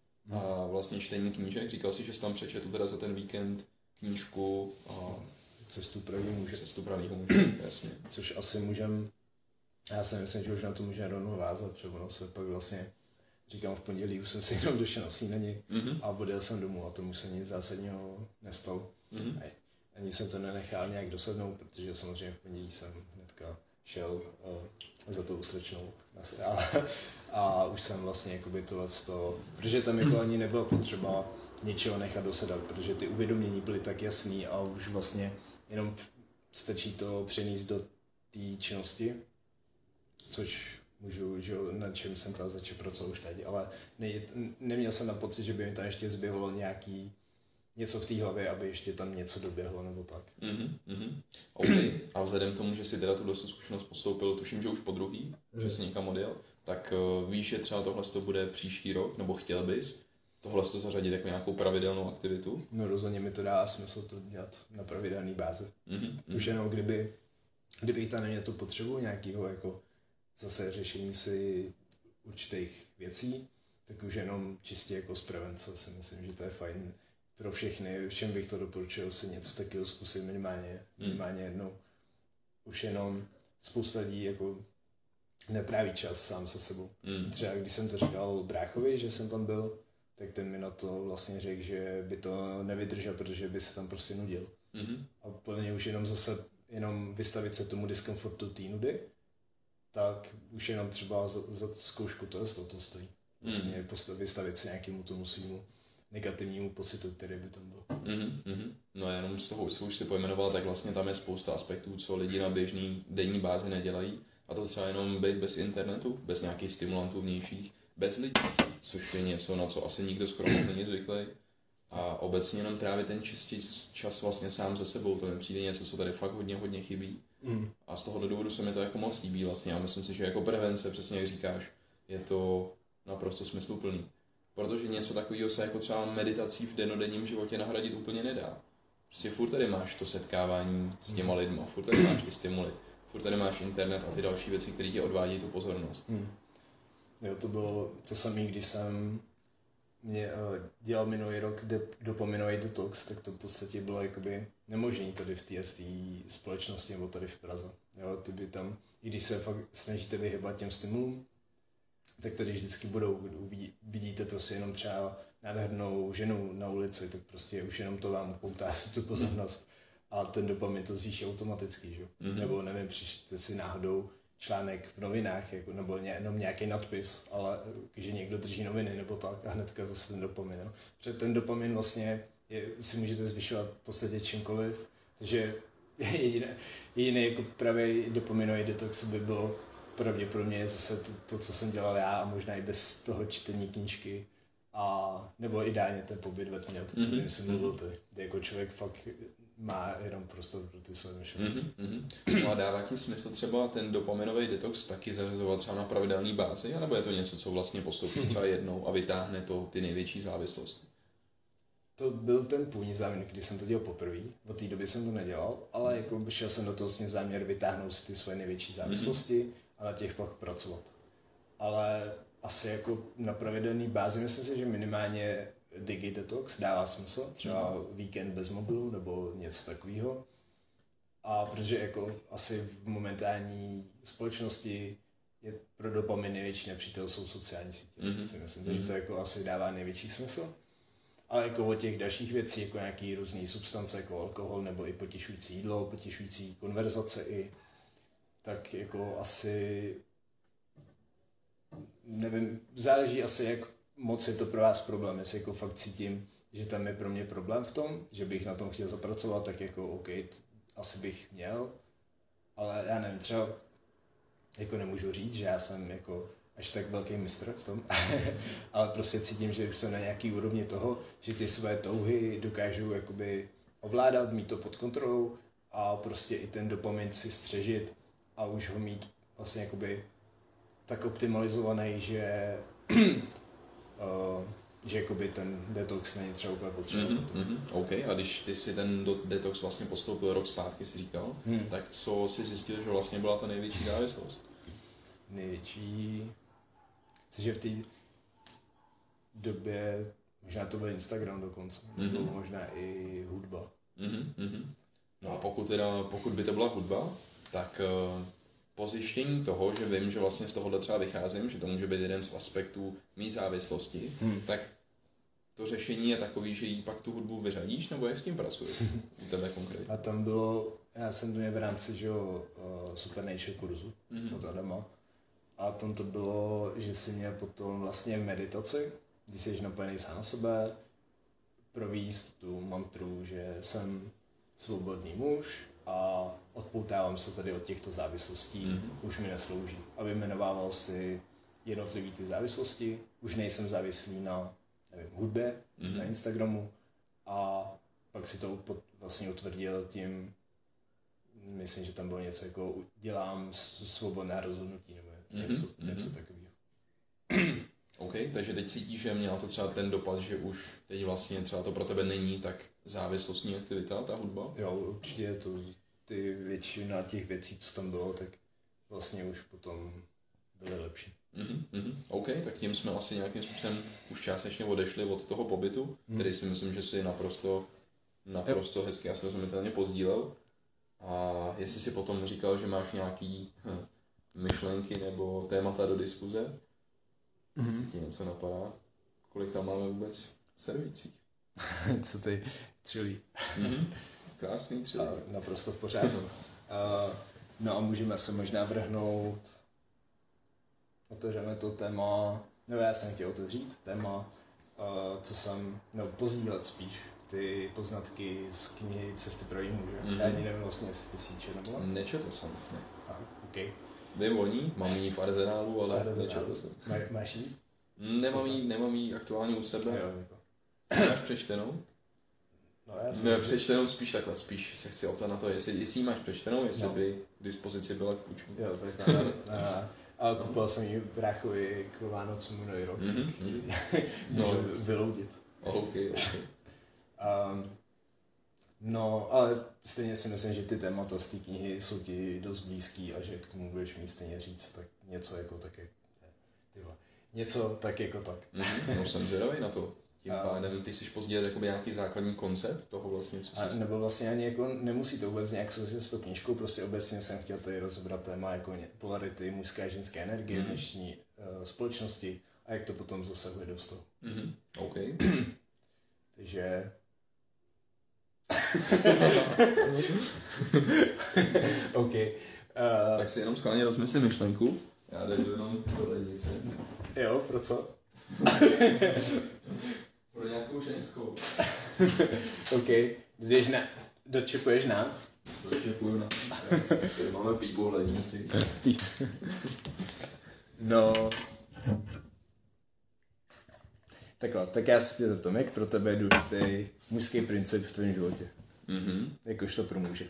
A vlastně čtení knížek, říkal si, že jsi tam přečetl teda za ten víkend knížku a Cestu pravýho muže. Cestu pravýho muže, jasně. Což asi můžem, já si myslím, že už na to můžeme rovnou vázat, protože ono se pak vlastně, říkám, v pondělí už jsem si jenom došel na snídani mm-hmm. a odjel jsem domů a tomu se nic zásadního nestalo. Mm-hmm. Ani jsem to nenechal nějak dosednout, protože samozřejmě v pondělí jsem hnedka šel uh, za tou slečnou a, a už jsem vlastně jakoby tohleto, protože tam jako ani nebylo potřeba něčeho nechat dosedat, protože ty uvědomění byly tak jasný a už vlastně jenom stačí to přenést do té činnosti, což můžu, že na čem jsem tam začal pracovat už teď, ale ne, neměl jsem na pocit, že by mi tam ještě zběhlo nějaký něco v té hlavě, aby ještě tam něco doběhlo nebo tak. Mm-hmm, mm-hmm. OK. A vzhledem k tomu, že si teda tu dost zkušenost postoupil, tuším, že už po druhý, mm. že jsi někam odjel, tak uh, víš, že třeba tohle to bude příští rok, nebo chtěl bys tohle to zařadit jako nějakou pravidelnou aktivitu? No rozhodně mi to dá smysl to dělat na pravidelné bázi. Mm-hmm. Už jenom kdyby, kdybych tam neměl tu potřebu nějakého jako zase řešení si určitých věcí, tak už jenom čistě jako z prevence si myslím, že to je fajn pro všechny. Všem bych to doporučil si něco takového zkusit minimálně, minimálně jednou. Už jenom spousta lidí jako netráví čas sám se sebou. Mm. Třeba když jsem to říkal bráchovi, že jsem tam byl, tak ten mi na to vlastně řekl, že by to nevydržel, protože by se tam prostě nudil. Mm-hmm. A plně už jenom zase jenom vystavit se tomu diskomfortu té nudy, tak už jenom třeba za, za zkoušku to je to stojí. Vlastně mm. vystavit se nějakému tomu svýmu negativnímu pocitu, který by tam byl. Mm-hmm. No jenom z toho už si pojmenoval, tak vlastně tam je spousta aspektů, co lidi na běžný denní bázi nedělají. A to třeba jenom být bez internetu, bez nějakých stimulantů vnějších, bez lidí, což je něco, na co asi nikdo skoro není zvyklý. A obecně jenom trávit ten čistý čas vlastně sám se sebou, to mi přijde něco, co tady fakt hodně, hodně chybí. Mm. A z tohohle důvodu se mi to jako moc líbí vlastně. Já myslím si, že jako prevence, přesně jak říkáš, je to naprosto smysluplný. Protože něco takového se jako třeba meditací v dennodenním životě nahradit úplně nedá. Prostě furt tady máš to setkávání s těma lidma, furt tady máš ty stimuly, furt tady máš internet a ty další věci, které ti odvádí tu pozornost. Hmm. Jo, to bylo to samé, když jsem mě, uh, dělal minulý rok de, dopaminový detox, tak to v podstatě bylo jakoby nemožné tady v té společnosti nebo tady v Praze. Jo, ty by tam, i když se fakt snažíte vyhybat těm stimulům, tak tady vždycky budou, uvidí, vidíte prostě jenom třeba nádhernou ženu na ulici, tak prostě už jenom to vám upoutá tu pozornost a ten dopamin to zvýší automaticky, že? Mm-hmm. Nebo nevím, přišli si náhodou článek v novinách, jako, nebo ně, jenom nějaký nadpis, ale že někdo drží noviny nebo tak a hnedka zase ten dopamin. No. Protože ten dopamin vlastně je, si můžete zvyšovat v podstatě čímkoliv, takže jediný, jediný jako pravý dopaminový detox by bylo pravděpodobně zase to, to, co jsem dělal já a možná i bez toho čtení knížky a nebo ideálně ten pobyt ve tmě, o kterém mm-hmm. jsem mluvil ty, kde jako člověk fakt má jenom prostor pro ty své myšlenky. Mm-hmm. No a dává ti smysl třeba ten dopaminový detox taky zařazovat třeba na pravidelné bázi, anebo je to něco, co vlastně postoupí třeba jednou a vytáhne to ty největší závislosti? To byl ten původní záměr, když jsem to dělal poprvé. Od té doby jsem to nedělal, ale jako šel jsem do toho vlastně záměr vytáhnout si ty svoje největší závislosti mm-hmm. a na těch pak pracovat. Ale asi jako na pravidelné bázi myslím si, že minimálně Digi Detox dává smysl, třeba mm-hmm. víkend bez mobilu nebo něco takového. A protože jako asi v momentální společnosti je pro dopamin největší nepřítel jsou sociální sítě. Mm-hmm. Si myslím, mm-hmm. že to jako asi dává největší smysl. Ale jako od těch dalších věcí, jako nějaký různý substance, jako alkohol, nebo i potěšující jídlo, potěšující konverzace i, tak jako asi, nevím, záleží asi, jak moc je to pro vás problém, jestli jako fakt cítím, že tam je pro mě problém v tom, že bych na tom chtěl zapracovat, tak jako OK, t- asi bych měl, ale já nevím, třeba jako nemůžu říct, že já jsem jako až tak velký mistr v tom, ale prostě cítím, že už jsem na nějaký úrovni toho, že ty své touhy dokážu jakoby ovládat, mít to pod kontrolou a prostě i ten dopamin si střežit a už ho mít vlastně jakoby tak optimalizovaný, že uh, že jakoby ten detox není třeba úplně potřeba. Mm-hmm, mm-hmm, OK, a když ty si ten do, detox vlastně postoupil rok zpátky, si říkal, hmm. tak co si zjistil, že vlastně byla ta největší závislost? Největší... že v té době, možná to byl Instagram dokonce, mm-hmm. nebo možná i hudba. Mm-hmm. No a pokud, teda, pokud by to byla hudba, tak uh, po zjištění toho, že vím, že vlastně z tohohle třeba vycházím, že to může být jeden z aspektů mý závislosti, mm. tak to řešení je takový, že jí pak tu hudbu vyřadíš, nebo jak s tím pracuješ? U tebe konkrétně. A tam bylo, já jsem to měl v rámci, že jo, uh, Supernature kurzu mm-hmm. od Adama. A tam to bylo, že si měl potom vlastně meditaci, když jsi napojený sám na sebe, províst tu mantru, že jsem svobodný muž a odpoutávám se tady od těchto závislostí, mm-hmm. už mi neslouží. A vyjmenovával si jednotlivý ty závislosti, už nejsem závislý na nevím, hudbě, mm-hmm. na Instagramu a pak si to pod, vlastně utvrdil tím, myslím, že tam bylo něco jako dělám svobodné rozhodnutí, nebo mm-hmm. něco, něco takového. OK, takže teď cítíš, že měla to třeba ten dopad, že už teď vlastně třeba to pro tebe není tak závislostní aktivita, ta hudba? Jo, určitě to, ty většina těch věcí, co tam bylo, tak vlastně už potom byly lepší. Mm-hmm. OK, tak tím jsme asi nějakým způsobem už částečně odešli od toho pobytu, mm. který si myslím, že si naprosto, naprosto hezky a srozumitelně pozdílel. A jestli si potom říkal, že máš nějaký hm, myšlenky nebo témata do diskuze, mm-hmm. jestli ti něco napadá, kolik tam máme vůbec servící. Co ty třilí. Mm-hmm. Krásný třilí. Naprosto v pořádku. uh, no a můžeme se možná vrhnout, otevřeme to téma, no já jsem chtěl otevřít téma, uh, co jsem, no pozdílet spíš, ty poznatky z knihy Cesty pro jí muže. Mm-hmm. Já ani nevím vlastně, jestli ty si ji četl. Nečetl jsem, ne. Aha, okay. Vím o ní, mám ji v arzenálu, ale Arzenálu. Nečetl jsem. Má, máš ji? Nemám jí, nemám jí aktuálně u sebe. Jo, jako. Máš přečtenou? No, já jsem ne, přečtenou spíš takhle, spíš se chci optat na to, jestli, jestli jí máš přečtenou, jestli no. by k dispozici byla k půjčku. Jo, tak ne, ne. A koupil jsem ji bráchovi k Vánocům minulý rok, mm-hmm. tak můžu no, vyloudit. Ok, ok. Um, no, ale stejně si myslím, že ty témata z té knihy jsou ti dost blízký a že k tomu budeš mít stejně říct tak něco jako tak, jak, tyhle, něco tak jako tak. Mm-hmm. No jsem zvědavý na to. Tím pádem ty jsi později jakoby nějaký základní koncept toho vlastně, co jsi... Nebo vlastně ani jako nemusí to vůbec nějak souviset s tou knížkou, prostě obecně jsem chtěl tady rozebrat téma jako polarity mužské a ženské energie mm-hmm. dnešní uh, společnosti a jak to potom zasahuje do vztahu. Mm-hmm. OK. Takže... OK. Uh... Tak si jenom skláně rozmyslím myšlenku. Já jdu jenom do lednice. Jo, pro co? Pro nějakou ženskou. OK. Jdeš na... Dočepuješ na? Dočepuju na. Tady máme pípu v lednici. No... Takhle, tak já se tě zeptám, jak pro tebe je důležitý mužský princip v tvém životě? Mm-hmm. Jakož to pro muže?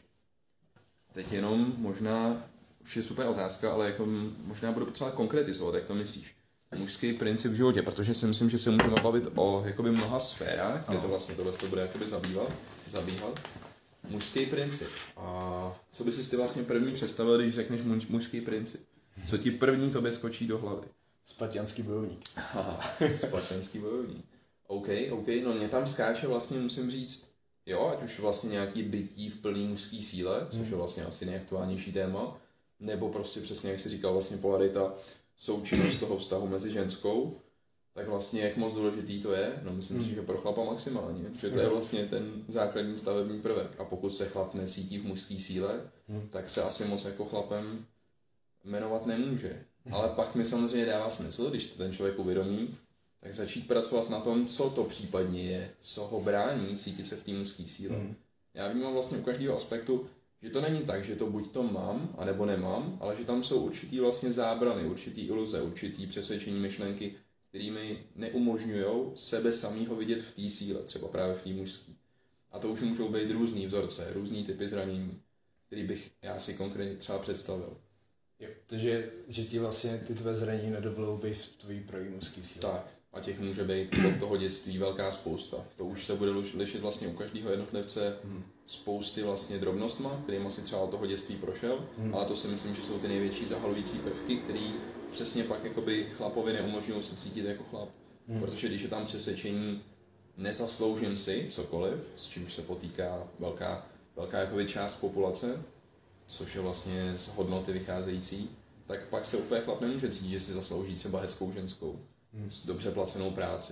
Teď jenom možná, už je super otázka, ale jako možná budu potřebovat konkretizovat, jak to myslíš. Mužský princip v životě, protože si myslím, že se můžeme bavit o jakoby mnoha sférách, kde to vlastně tohle to bude jakoby zabývat, zabíhat. Mužský princip. A co by si ty vlastně první představil, když řekneš muž, mužský princip? Co ti první tobě skočí do hlavy? Spartanský bojovník. Haha, spartanský bojovník. OK, OK, no mě tam skáče vlastně, musím říct, jo, ať už vlastně nějaký bytí v plný mužský síle, což je vlastně asi nejaktuálnější téma, nebo prostě přesně, jak jsi říkal, vlastně polarita, součinnost toho vztahu mezi ženskou, tak vlastně jak moc důležitý to je, no myslím si, že pro chlapa maximálně, že to je vlastně ten základní stavební prvek. A pokud se chlap necítí v mužské síle, tak se asi moc jako chlapem jmenovat nemůže. Ale pak mi samozřejmě dává smysl, když to ten člověk uvědomí, tak začít pracovat na tom, co to případně je, co ho brání cítit se v té mužské síle. Mm. Já vnímám vlastně u každého aspektu, že to není tak, že to buď to mám, anebo nemám, ale že tam jsou určitý vlastně zábrany, určitý iluze, určitý přesvědčení myšlenky, kterými neumožňují sebe samýho vidět v té síle, třeba právě v té mužské. A to už můžou být různý vzorce, různý typy zranění, který bych já si konkrétně třeba představil. Jo, takže že ti vlastně ty tvé zranění nedovolou být v tvojí první mužské síle. Tak, a těch může být od toho dětství velká spousta. To už se bude lišit vlastně u každého jednotlivce hmm. spousty vlastně drobnostma, kterým asi třeba od toho dětství prošel, hmm. ale to si myslím, že jsou ty největší zahalující prvky, které přesně pak jakoby chlapovi neumožňují se cítit jako chlap. Hmm. Protože když je tam přesvědčení nezasloužím si cokoliv, s čímž se potýká velká, velká jakoby část populace, což je vlastně z hodnoty vycházející, tak pak se úplně chlap nemůže cítit, že si zaslouží třeba hezkou ženskou, hmm. s dobře placenou práci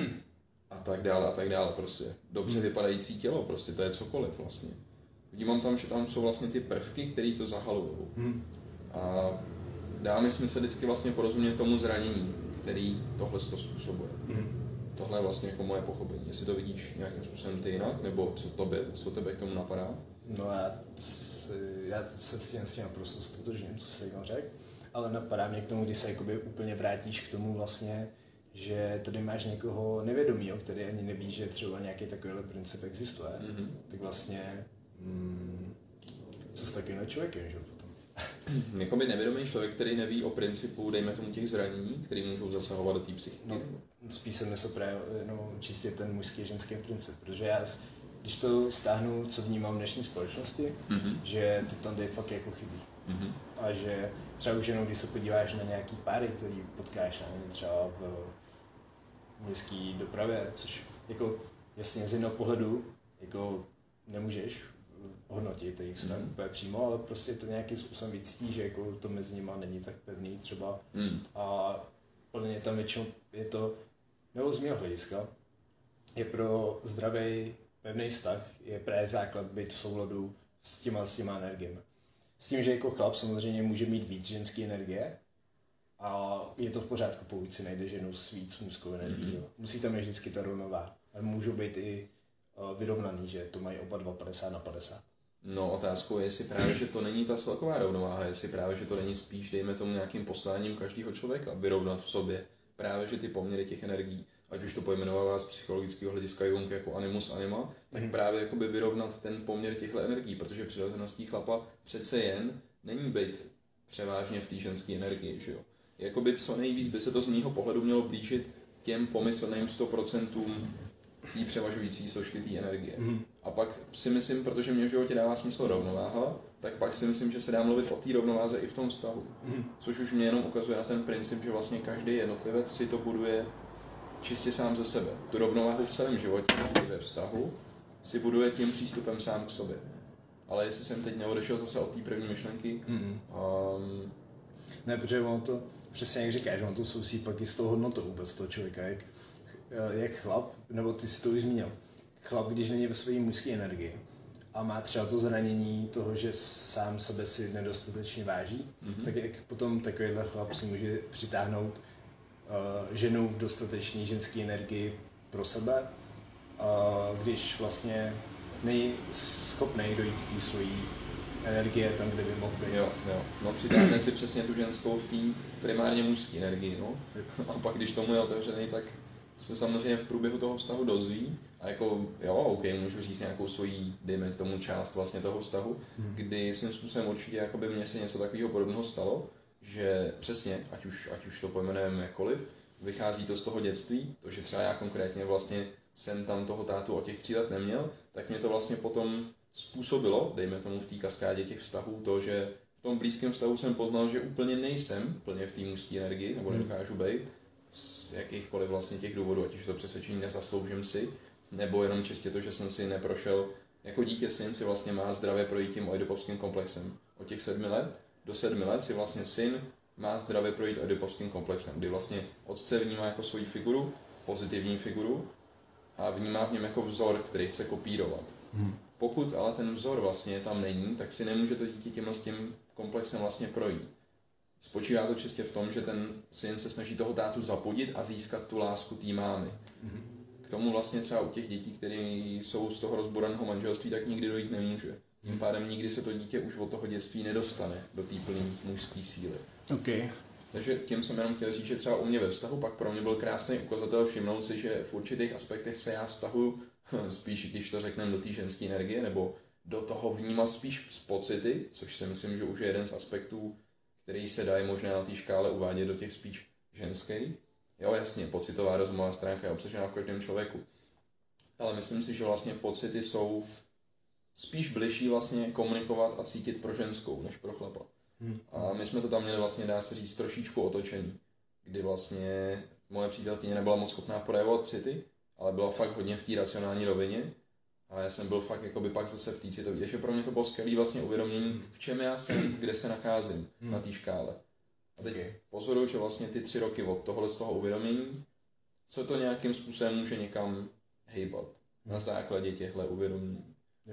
a tak dále a tak dále, prostě dobře vypadající tělo, prostě to je cokoliv vlastně. Vnímám tam, že tam jsou vlastně ty prvky, které to zahalujou. Hmm. A dá mi smysl vždycky vlastně porozumět tomu zranění, který tohle to způsobuje. Hmm. Tohle je vlastně jako moje pochopení. Jestli to vidíš nějakým způsobem ty jinak, nebo co, tobě, co tebe k tomu napadá? No já, si, já se s tím, s tím naprosto stotožním, co jsi jenom řekl, ale napadá mě k tomu, když se jakoby úplně vrátíš k tomu vlastně, že tady máš někoho nevědomího, který ani neví, že třeba nějaký takovýhle princip existuje, mm-hmm. tak vlastně mm, co s takovým člověkem, že potom? Jakoby nevědomý člověk, který neví o principu, dejme tomu těch zranění, které můžou zasahovat do té psychiky. No, spíš se mysl právě no, čistě ten mužský a ženský princip, protože já když to stáhnu, co vnímám v dnešní společnosti, mm-hmm. že to tam jde fakt jako chybí. Mm-hmm. A že třeba už jenom, když se podíváš na nějaký páry, který potkáš na třeba v městské dopravě, což jako jasně z jednoho pohledu jako nemůžeš hodnotit jejich vztah mm. úplně přímo, ale prostě to nějakým způsobem vycítí, že jako to mezi nima není tak pevný třeba. Mm. A podle mě tam většinou je to, nebo z mého hlediska, je pro zdravý pevný vztah je právě základ být v souladu s těma, s těma energiemi. S tím, že jako chlap samozřejmě může mít víc ženské energie a je to v pořádku, pokud si najde ženu s víc mužskou energií. Mm-hmm. Musí tam je vždycky ta rovnováha. Ale můžou být i uh, vyrovnaný, že to mají oba dva padesát na padesát. No otázkou je, jestli právě, že to není ta celková rovnováha, jestli právě, že to není spíš, dejme tomu nějakým posláním každého člověka, vyrovnat v sobě právě, že ty poměry těch energií. ať už to pojmenovává z psychologického hlediska Jung jako animus anima, tak mm. právě jakoby vyrovnat ten poměr těchto energií, protože přirozeností chlapa přece jen není být převážně v té ženské energii, že jo. Jakoby co nejvíc by se to z mýho pohledu mělo blížit těm pomyslným sto procent té převažující složky té energie. Mm. A pak si myslím, protože mě v životě dává smysl rovnováha, tak pak si myslím, že se dá mluvit o té rovnováze i v tom vztahu. Mm. Což už mě jenom ukazuje na ten princip, že vlastně každý jednotlivec si to buduje čistě sám ze sebe. Tu rovnováhu v celém životě i ve vztahu si buduje tím přístupem sám k sobě. Ale jestli jsem teď neodešel zase od té první myšlenky... Mm. Um, ne, protože on to, přesně jak říkáš, on to souvisí pak i s tou hodnotou vůbec toho člověka, jak, jak chlap, nebo ty si to už zmínil, chlap, když není ve své mužské energii a má třeba to zranění toho, že sám sebe si nedostatečně váží, mm-hmm. tak jak potom takovýhle chlap si může přitáhnout uh, ženu v dostatečné ženské energii pro sebe, uh, když vlastně není schopný dojít té svojí energie tam, kde by mohl být. Jo, jo. No přitáhne si přesně tu ženskou v té primárně mužské energii, no. A pak, když tomu je otevřený, tak se samozřejmě v průběhu toho vztahu dozví a jako, jo, ok, můžu říct nějakou svoji, dejme tomu část vlastně toho vztahu, hmm. kdy svým způsobem určitě jakoby mně se něco takového podobného stalo, že přesně, ať už, ať už to pojmenujeme jakkoliv, vychází to z toho dětství, to, že třeba já konkrétně vlastně jsem tam toho tátu od těch tří let neměl, tak mě to vlastně potom způsobilo, dejme tomu v té kaskádě těch vztahů, to, že v tom blízkém vztahu jsem poznal, že úplně nejsem plně v té mužské energii, nebo nedokážu být, z jakýchkoliv vlastně těch důvodů, ať už to přesvědčení nezasloužím si, nebo jenom čistě to, že jsem si neprošel, jako dítě syn si vlastně má zdravě projít tím oedipovským komplexem. Od těch sedmi let do sedmi let si vlastně syn má zdravě projít oedipovským komplexem, kdy vlastně otce vnímá jako svoji figuru, pozitivní figuru, a vnímá v něm jako vzor, který chce kopírovat. Hmm. Pokud ale ten vzor vlastně tam není, tak si nemůže to dítě tímhle s tím komplexem vlastně projít. Spočívá to čistě v tom, že ten syn se snaží toho tátu zapudit a získat tu lásku té mámy. Hmm. K tomu vlastně třeba u těch dětí, které jsou z toho rozboraného manželství, tak nikdy dojít nemůže. Tím pádem nikdy se to dítě už od toho dětství nedostane do té plné mužské síly. Okay. Takže tím jsem jenom chtěl říct, že třeba u mě ve vztahu pak pro mě byl krásný ukazatel všimnout si, že v určitých aspektech se já vztahuju spíš, když to řekneme, do té ženské energie, nebo do toho vnímat spíš z pocity, což si myslím, že už je jeden z aspektů, který se dají možná na té škále uvádět do těch spíš ženských. Jo, jasně, pocitová rozumová stránka je obsažená v každém člověku. Ale myslím si, že vlastně pocity jsou spíš bližší vlastně komunikovat a cítit pro ženskou, než pro chlapa. Hmm. A my jsme to tam měli vlastně, dá se říct, trošičku otočení, kdy vlastně moje přítelkyně nebyla moc schopná projevovat city, ale byla fakt hodně v té racionální rovině a já jsem byl fakt jakoby pak zase v té citové. Takže pro mě to bylo skvělé vlastně uvědomění, v čem já jsem, kde se nacházím hmm. na té škále. A teď okay. pozoruju, že vlastně ty tři roky od tohohle z toho uvědomění, co to nějakým způsobem může někam hejbat na základě těchto uvědomění.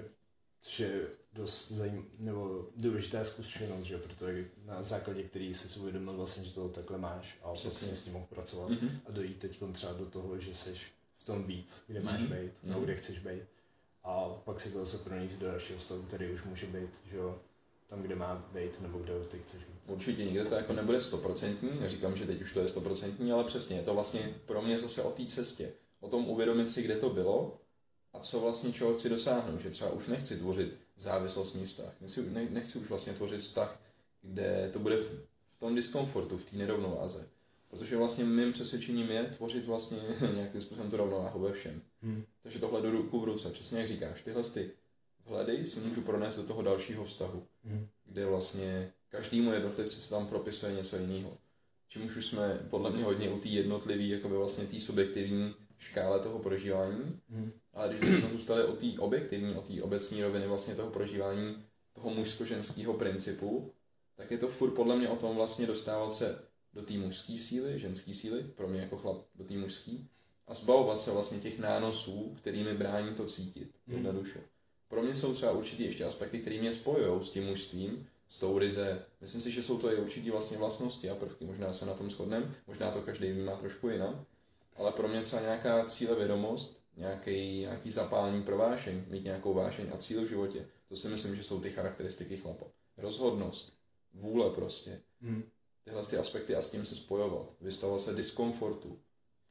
Což je dost zajímavé, nebo důležitá zkušenost, že? Protože na základě který jsi si uvědomil vlastně, že to takhle máš a vlastně s tím mohl pracovat mm-hmm. a dojít teď třeba do toho, že jsi v tom víc, kde máš mm-hmm. být, nebo kde chceš být. A pak si to zase pronést do dalšího stavu, který už může být, že jo, tam, kde má být, nebo kde ty chceš být. Určitě nikde to jako nebude stoprocentní, neříkám, že teď už to je stoprocentní, ale přesně, je to vlastně pro mě zase o té cestě, o tom uvědomit si, kde to bylo, a co vlastně čeho chci dosáhnout, že třeba už nechci tvořit závislostní vztah, nechci, ne, nechci už vlastně tvořit vztah, kde to bude v, v tom diskomfortu, v té nerovnováze. Protože vlastně mým přesvědčením je tvořit vlastně nějakým způsobem tu rovnováhu ve všem. Hmm. Takže tohle do ruku v ruce, přesně jak říkáš, tyhle ty vhledy si můžu pronést do toho dalšího vztahu, hmm. kde vlastně každému jednotlivci se tam propisuje něco jiného. Čímž už jsme podle mě hodně u té jednotlivé, jakoby vlastně té subjektivní škále toho prožívání. Hmm. Ale když bychom zůstali o té objektivní, o té obecní roviny vlastně toho prožívání toho mužsko-ženského principu, tak je to furt podle mě o tom vlastně dostávat se do té mužské síly, ženské síly, pro mě jako chlap do té mužské, a zbavovat se vlastně těch nánosů, kterými brání to cítit jednoduše. Hmm. Pro mě jsou třeba určitý ještě aspekty, které mě spojují s tím mužstvím, s tou ryze. Myslím si, že jsou to i určitý vlastně vlastnosti a prvky, možná se na tom shodneme, možná to každý vnímá trošku jinak. Ale pro mě třeba nějaká cílevědomost, nějaký, nějaký zapálení pro vášeň, mít nějakou vášeň a cíl v životě, to si myslím, že jsou ty charakteristiky chlapa. Rozhodnost, vůle prostě, hmm. tyhle ty aspekty a s tím se spojovat, vystavovat se diskomfortu,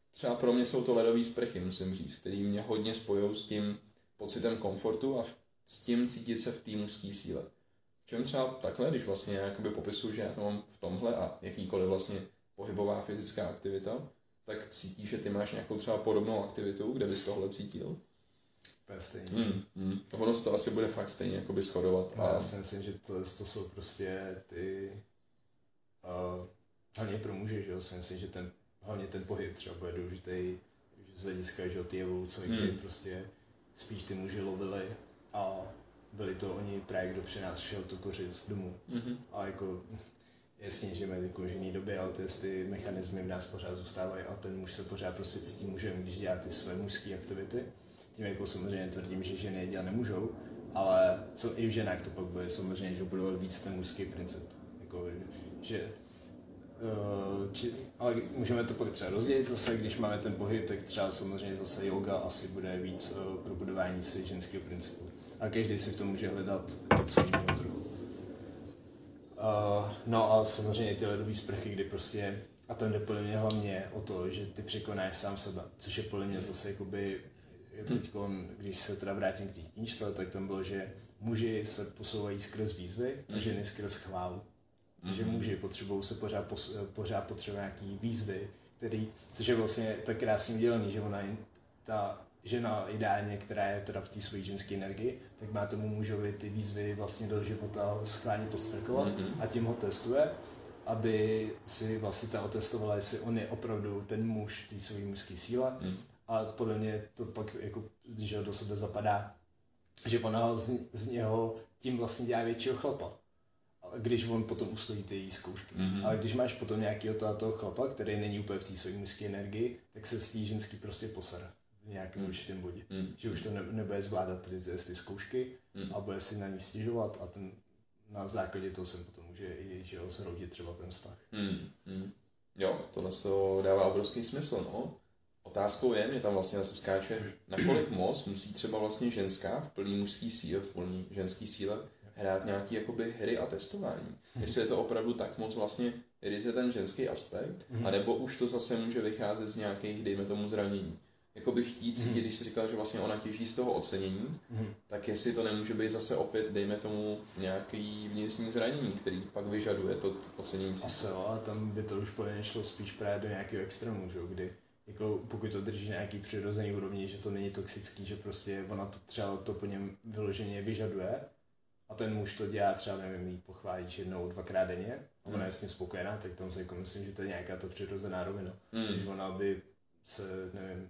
třeba pro mě jsou to ledové sprchy, musím říct, který mě hodně spojují s tím pocitem komfortu a s tím cítit se v té mužské síle. Čím třeba takhle, když vlastně já jakoby popisuju, že já to mám v tomhle a jakýkoliv vlastně pohybová fyzická aktivita, tak cítíš, že ty máš nějakou třeba podobnou aktivitu, kde bys tohle cítil? Úplně stejně. Mm, mm. Ono se to asi bude fakt stejně jakoby shodovat. A... Já si myslím, že to, to jsou prostě ty... Uh, hlavně pro muže, že jo, si myslím, že ten, hlavně ten pohyb třeba bude důležitý z hlediska, že jo, ty evoluce, mm. kdy prostě spíš ty muži lovili a byli to oni právě, kdo přinášel tu kořist domů. Mm-hmm. A jako jasně, že mají jako žený doby, ale ty, ty mechanismy v nás pořád zůstávají a ten muž se pořád prostě cítí mužem, když dělá ty své mužské aktivity. Tím jako samozřejmě tvrdím, že ženy je dělat nemůžou, ale co, i v ženách to pak bude samozřejmě, že budou víc ten mužský princip. Jako, že, uh, či, ale můžeme to pak třeba rozdělit zase, když máme ten pohyb, tak třeba samozřejmě zase yoga asi bude víc uh, pro budování si ženského principu. A každý si v tom může hledat něco jiného trochu. Uh, no a samozřejmě ty ledové sprchy, kdy prostě, a tam jde podle mě hlavně o to, že ty překonáš sám sebe, což je podle mě zase jakoby, teďko, když se teda vrátím k té knížce, tak tam bylo, že muži se posouvají skrz výzvy a ženy skrz chválu. Takže muži potřebují se pořád, pos, pořád potřebují nějaký výzvy, který, což je vlastně tak krásně udělaný, že ona, ta žena ideálně, která je teda v té své ženské energii, tak má tomu mužovi ty výzvy vlastně do života skláně podstrkovat mm-hmm. a tím ho testuje, aby si vlastně ta otestovala, jestli on je opravdu ten muž té své mužské síle. Mm. A podle mě to pak jako, když ho do sebe zapadá, že ona z, z něho tím vlastně dělá většího chlapa. Když on potom ustojí ty její zkoušky. Mm-hmm. Ale když máš potom nějakého toho, toho chlapa, který není úplně v té své mužské energii, tak se z té ženský prostě posere v nějakém mm. určitém bodě. Mm. Že už to ne, nebude zvládat ty, ty zkoušky mm. a bude si na ní stěžovat a ten, na základě toho se potom může i že ho zhroutit třeba ten vztah. Mm. Mm. Jo, tohle to dává obrovský smysl, no. Otázkou je, mě tam vlastně zase skáče, nakolik moc musí třeba vlastně ženská v plný mužský síle, v plný ženský síle hrát nějaký jakoby hry a testování. Jestli je to opravdu tak moc vlastně ryze ten ženský aspekt, anebo už to zase může vycházet z nějakých, dejme tomu, zranění. Jakoby chtít cítit, když jsi říkal, že vlastně ona těží z toho ocenění, tak jestli to nemůže být zase opět, dejme tomu, nějaký vnitřní zranění, který pak vyžaduje to ocenění. Asi jo, a tam by to už podle šlo spíš právě do nějakého extrému, že? Kdy jako pokud to drží nějaký přirozený úrovni, že to není toxický, že prostě ona to třeba to po něm vyloženě vyžaduje a ten muž to dělá třeba, nevím, jí pochválíš jednou, dvakrát denně a ona je s tím spokojená, tak tomu si jako myslím, že to je nějaká ta přirozená rovina. Mm. Když ona by se, nevím,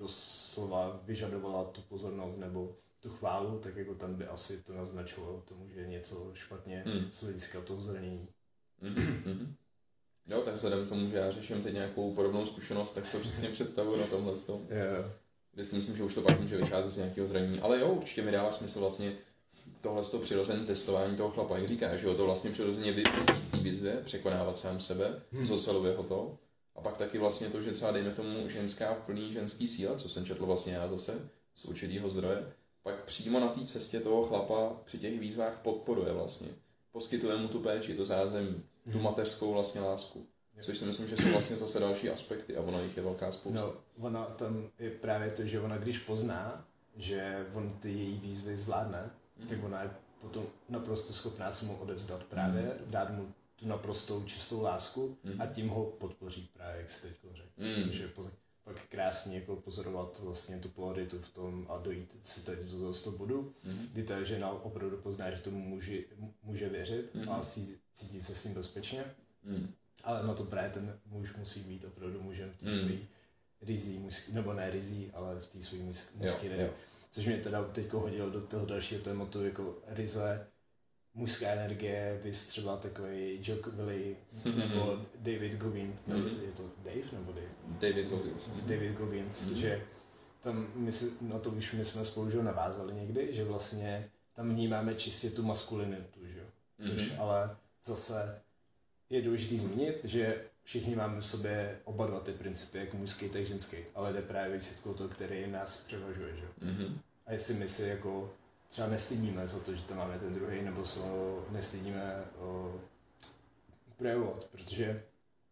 doslova vyžadovala tu pozornost nebo tu chválu, tak jako tam by asi to naznačovalo tomu, že je něco špatně mm. z hlediska toho zranění. Mm-hmm. Jo, tak vzhledem k tomu, že já řeším teď nějakou podobnou zkušenost, tak si to přesně představuji na tomhle tom. Yeah. Kde si myslím, že už to pak může vycházet z nějakého zranění. Ale jo, určitě mi dává smysl vlastně tohle to přirozené testování toho chlapa. Jak říkáš, že jo, to vlastně přirozeně vypízí v té výzvě, překonávat sám sebe, hmm. zocelově ho to. A pak taky vlastně to, že třeba dejme tomu ženská v plný ženský síle, co jsem četl vlastně já zase z určitýho zdroje, pak přímo na té cestě toho chlapa při těch výzvách podporuje vlastně. Poskytuje mu tu péči, to zázemí, tu hmm. mateřskou vlastně lásku. Což si myslím, že jsou vlastně zase další aspekty a ono jich je velká spousta. No, ona tam je právě to, že ona když pozná, že on ty její výzvy zvládne, mm. tak ona je potom naprosto schopná se mu odevzdat právě, mm. dát mu tu naprostou čistou lásku mm. a tím ho podpoří právě, jak si teď řekl. Mm. Což je pak krásně jako pozorovat vlastně tu polaritu v tom a dojít si teď do toho bodu, mm. kdy ta žena opravdu pozná, že tomu může, může věřit mm. a cítit se s ním bezpečně. Mm. Ale na to právě ten muž musí být opravdu mužem v té mm. své rizí, nebo ne rizí, ale v té své mužské energie. Což mě teda teď hodilo do toho dalšího tématu, jako ryze, mužská energie, vys třeba takový Jock Willy, mm-hmm. nebo David Goggins, mm-hmm. nebo je to Dave, nebo Dave? David Goggins. David Goggins, mm-hmm. že tam my si, na to už my jsme spolu navázali někdy, že vlastně tam vnímáme čistě tu maskulinitu, že jo, což mm-hmm. ale zase je důležité zmínit, že všichni máme v sobě oba dva ty principy, jak mužský, tak ženský, ale jde právě výsledkou to, který nás převažuje, že? Mm-hmm. A jestli my si jako třeba nestydíme za to, že tam máme ten druhý, nebo se nestydíme o, projevovat, protože třeba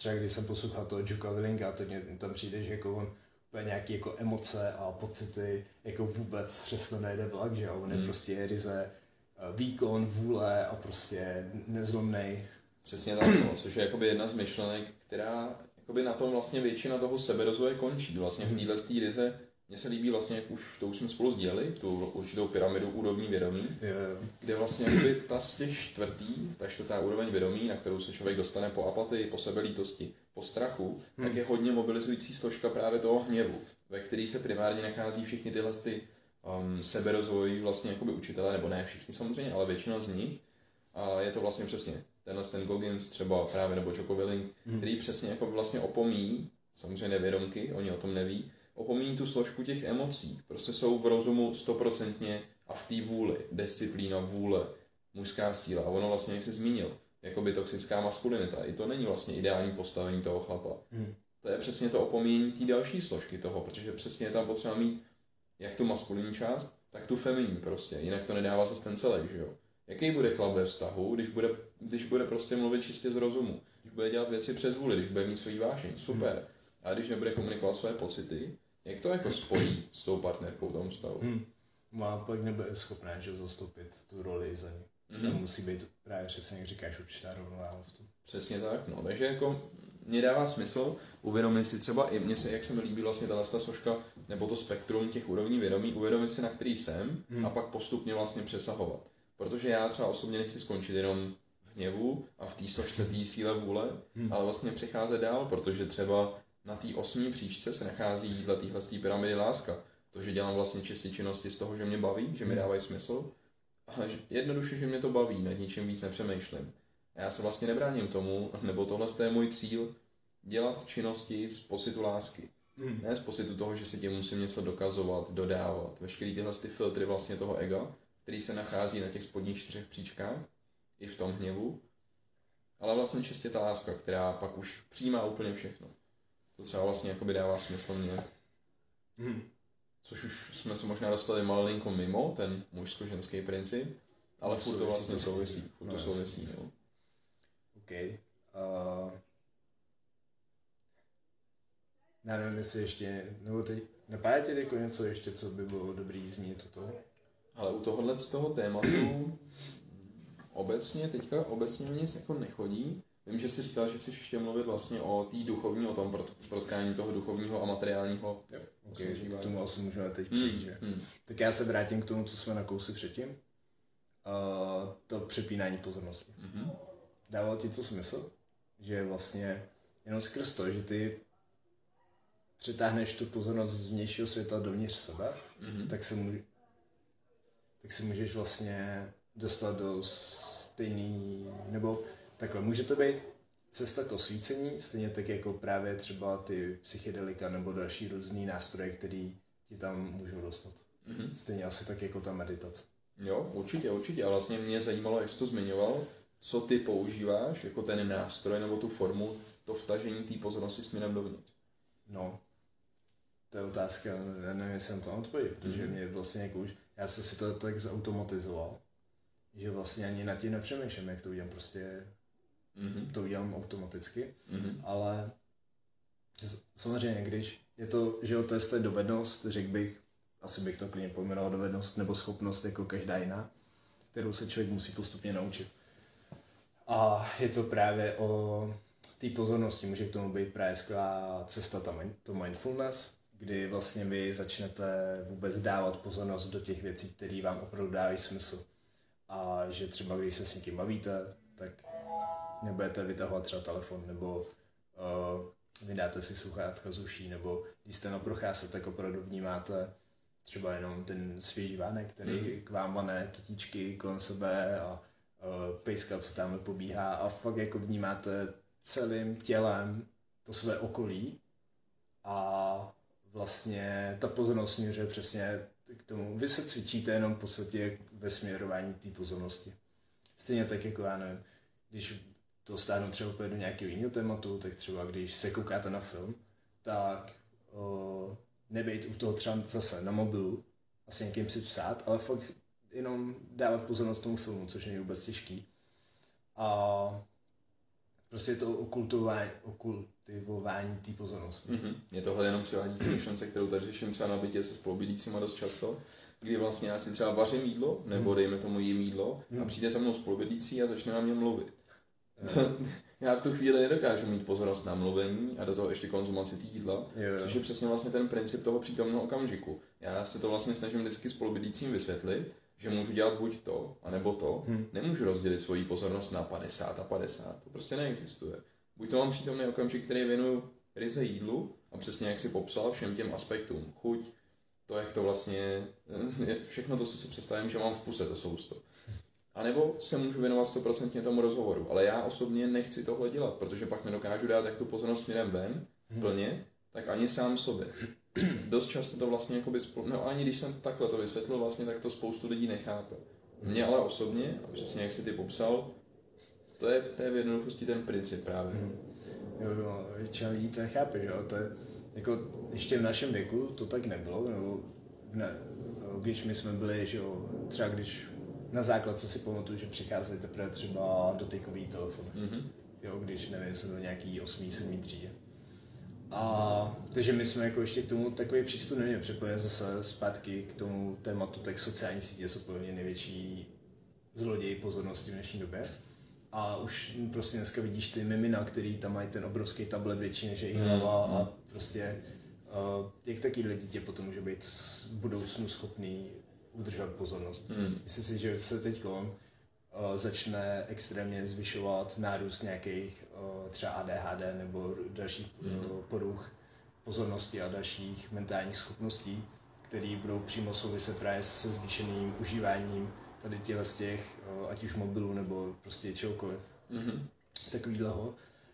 třeba když jsem poslouchal toho Jocka Willinga, tak mě tam přijde, že jako on úplně nějaký jako emoce a pocity jako vůbec přesně nejde vlak, že jo, on je hmm. prostě ryze výkon, vůle a prostě nezlomnej. Přesně tak, no, což je jakoby jedna z myšlenek, která jakoby na tom vlastně většina toho seberozvoje končí. Vlastně v téhle tý ryze mně se líbí vlastně, jak už to už jsme spolu sdělili, tu určitou pyramidu úrovní vědomí, yeah. kde vlastně jakoby ta z těch čtvrtý, ta čtvrtá úroveň vědomí, na kterou se člověk dostane po apatii, po sebelítosti, po strachu, hmm. tak je hodně mobilizující složka právě toho hněvu, ve který se primárně nachází všichni tyhle ty um, seberozvojí vlastně jakoby učitelé, nebo ne všichni samozřejmě, ale většina z nich. A je to vlastně přesně tenhle ten Goggins třeba právě, nebo Jocko Willing, hmm. který přesně jako vlastně opomíjí, samozřejmě nevědomky, oni o tom neví, opomíjí tu složku těch emocí. Prostě jsou v rozumu stoprocentně a v té vůli. Disciplína, vůle, mužská síla. A ono vlastně, jak jsi zmínil, jakoby toxická maskulinita. I to není vlastně ideální postavení toho chlapa. Hmm. To je přesně to opomíjení té další složky toho, protože přesně je tam potřeba mít jak tu maskulinní část, tak tu feminní prostě. Jinak to nedává zase ten celek, že jo. Jaký bude chlap ve vztahu, když bude, když bude prostě mluvit čistě z rozumu, když bude dělat věci přes vůli, když bude mít svůj vášeň, super. Hmm. A když nebude komunikovat své pocity, jak to jako spojí s tou partnerkou v tom vztahu? Hmm. Má pak nebude schopná, že zastoupit tu roli za ní. Mm-hmm. Tam musí být právě přesně, jak říkáš, určitá rovnováha v tom. Přesně tak, no. Takže jako mě dává smysl uvědomit si třeba, i mně se, jak se mi líbí vlastně ta složka, nebo to spektrum těch úrovní vědomí, uvědomit si, na který jsem hmm. a pak postupně vlastně přesahovat. Protože já třeba osobně nechci skončit jenom v hněvu a v té složce té síle vůle, hmm. ale vlastně přecházet dál, protože třeba na té osmí příčce se nachází dle téhle pyramidy láska. To, že dělám vlastně čistě činnosti z toho, že mě baví, že mi dávají smysl, a jednoduše, že mě to baví, nad ničím víc nepřemýšlím. A já se vlastně nebráním tomu, nebo tohle je můj cíl, dělat činnosti z pocitu lásky. Hmm. Ne z pocitu toho, že si tím musím něco dokazovat, dodávat. Veškerý tyhle ty filtry vlastně toho ega, který se nachází na těch spodních čtyřech příčkách, i v tom hněvu, ale vlastně čistě ta láska, která pak už přijímá úplně všechno. To třeba vlastně jakoby dává smysl mě. Hmm. Což už jsme se možná dostali malinko mimo ten mužsko-ženský princip, ale no, furt to vlastně souvisí. Furt no, to souvisí, no. OK. Uh, já nevím, jestli ještě, nebo teď, napadá tě jako něco ještě, co by bylo dobrý zmínit u toho? Ale u tohohle z toho tématu obecně, teďka obecně mě nic jako nechodí. Vím, že jsi říkal, že chceš ještě mluvit vlastně o té duchovní, o tom protkání toho duchovního a materiálního. Jo, okay, k tomu asi můžeme teď přijít, hmm, že? Hmm. Tak já se vrátím k tomu, co jsme nakousli předtím. Uh, to přepínání pozornosti. Mm-hmm. Dávalo ti to smysl? Že vlastně jenom skrz to, že ty přetáhneš tu pozornost z vnějšího světa dovnitř sebe, mm-hmm. tak se může, tak se můžeš vlastně dostat do stejný, nebo takhle, může to být cesta k osvícení, stejně tak jako právě třeba ty psychedelika nebo další různý nástroje, který ti tam můžou dostat. Mm-hmm. Stejně asi tak jako ta meditace. Jo, určitě, určitě. A vlastně mě zajímalo, jak jsi to zmiňoval, co ty používáš jako ten nástroj nebo tu formu, to vtažení té pozornosti směrem dovnitř. No, to je otázka, já nevím, jestli jsem to odpověděl, protože mm-hmm. mě vlastně jako už, já jsem si to tak zautomatizoval, že vlastně ani na tím nepřemýšlím, jak to udělám, prostě mm-hmm. to udělám automaticky, mm-hmm. ale samozřejmě, když je to, že jo, to je dovednost, řekl bych, asi bych to klidně pojmenoval dovednost nebo schopnost jako každá jiná, kterou se člověk musí postupně naučit. A je to právě o té pozornosti, může k tomu být právě skvělá cesta, to mindfulness, kdy vlastně vy začnete vůbec dávat pozornost do těch věcí, které vám opravdu dávají smysl. A že třeba když se s někým bavíte, tak nebudete vytahovat třeba telefon, nebo uh, vydáte si sluchátka z uší, nebo když jste na procházce, tak opravdu vnímáte třeba jenom ten svěží vánek, který mm. k vám vane kytičky kolem sebe a uh, pejska, co tam pobíhá a fakt jako vnímáte celým tělem to své okolí a vlastně ta pozornost směřuje přesně k tomu. Vy se cvičíte jenom v podstatě ve směrování té pozornosti. Stejně tak jako já nevím, když to stáhnu třeba úplně do nějakého jiného tématu, tak třeba když se koukáte na film, tak uh, nebejt u toho třeba zase na mobilu a s někým si psát, ale fakt jenom dávat pozornost tomu filmu, což není vůbec těžký. A prostě to okultování, okultivování té pozornosti. Mm-hmm. Mě tohle jenom přivádí k myšlence, kterou tady řeším třeba na bytě se spolubydlícíma dost často, kdy vlastně já si třeba vařím jídlo, nebo dejme tomu jím jídlo, a přijde za mnou spolubydlící a začne na mě mluvit. To, já v tu chvíli nedokážu mít pozornost na mluvení a do toho ještě konzumaci té jídla, jo, jo. Což je přesně vlastně ten princip toho přítomného okamžiku. Já se to vlastně snažím vždycky spolubydlícím vysvětlit, že můžu dělat buď to, anebo to. Hmm. Nemůžu rozdělit svoji pozornost na padesát a padesát. To prostě neexistuje. Buď to mám přítomný okamžik, který věnuju ryze jídlu a přesně jak si popsal všem těm aspektům. Chuť, to, jak to vlastně, všechno to, co si představím, že mám v puse, to sousto. A nebo se můžu věnovat sto procent tomu rozhovoru. Ale já osobně nechci tohle dělat, protože pak nedokážu dát jak tu pozornost směrem ven, hmm. plně, tak ani sám sobě. Dost často to vlastně jakoby, no ani když jsem takhle to vysvětlil vlastně, tak to spoustu lidí nechápe. Mně ale osobně, a přesně jak jsi ty popsal, to je, to je v jednoduchosti ten princip právě. Hmm. Jo, jo, většina lidí to nechápe, že jo, to je, jako ještě v našem věku to tak nebylo, nebo ne, když my jsme byli, že jo, třeba když na základce si pamatuju, že přicházeli teprve třeba dotykový telefon, mm-hmm. jo, když nevím, jsem byl nějaký osmý, sedmý třídě. A takže my jsme jako ještě k tomu takový přístup neměli, připojíme zase zpátky k tomu tématu, tak sociální sítě jsou podle mě největší zloděj pozornosti v dnešní době. A už prostě dneska vidíš ty mimina, který tam mají ten obrovský tablet větší než jejich hlava mm. a prostě uh, jak takovýhle dítě potom může být v budoucnu schopný udržovat pozornost. Mm. Myslím si, že se teď uh, začne extrémně zvyšovat nárůst nějakých uh, třeba A D H D nebo dalších mm. uh, poruch pozornosti a dalších mentálních schopností, které budou přímo souviset právě se zvýšeným užíváním tady těchto z těch, uh, ať už mobilů nebo prostě čehokoliv. Mm. Takovýhleho.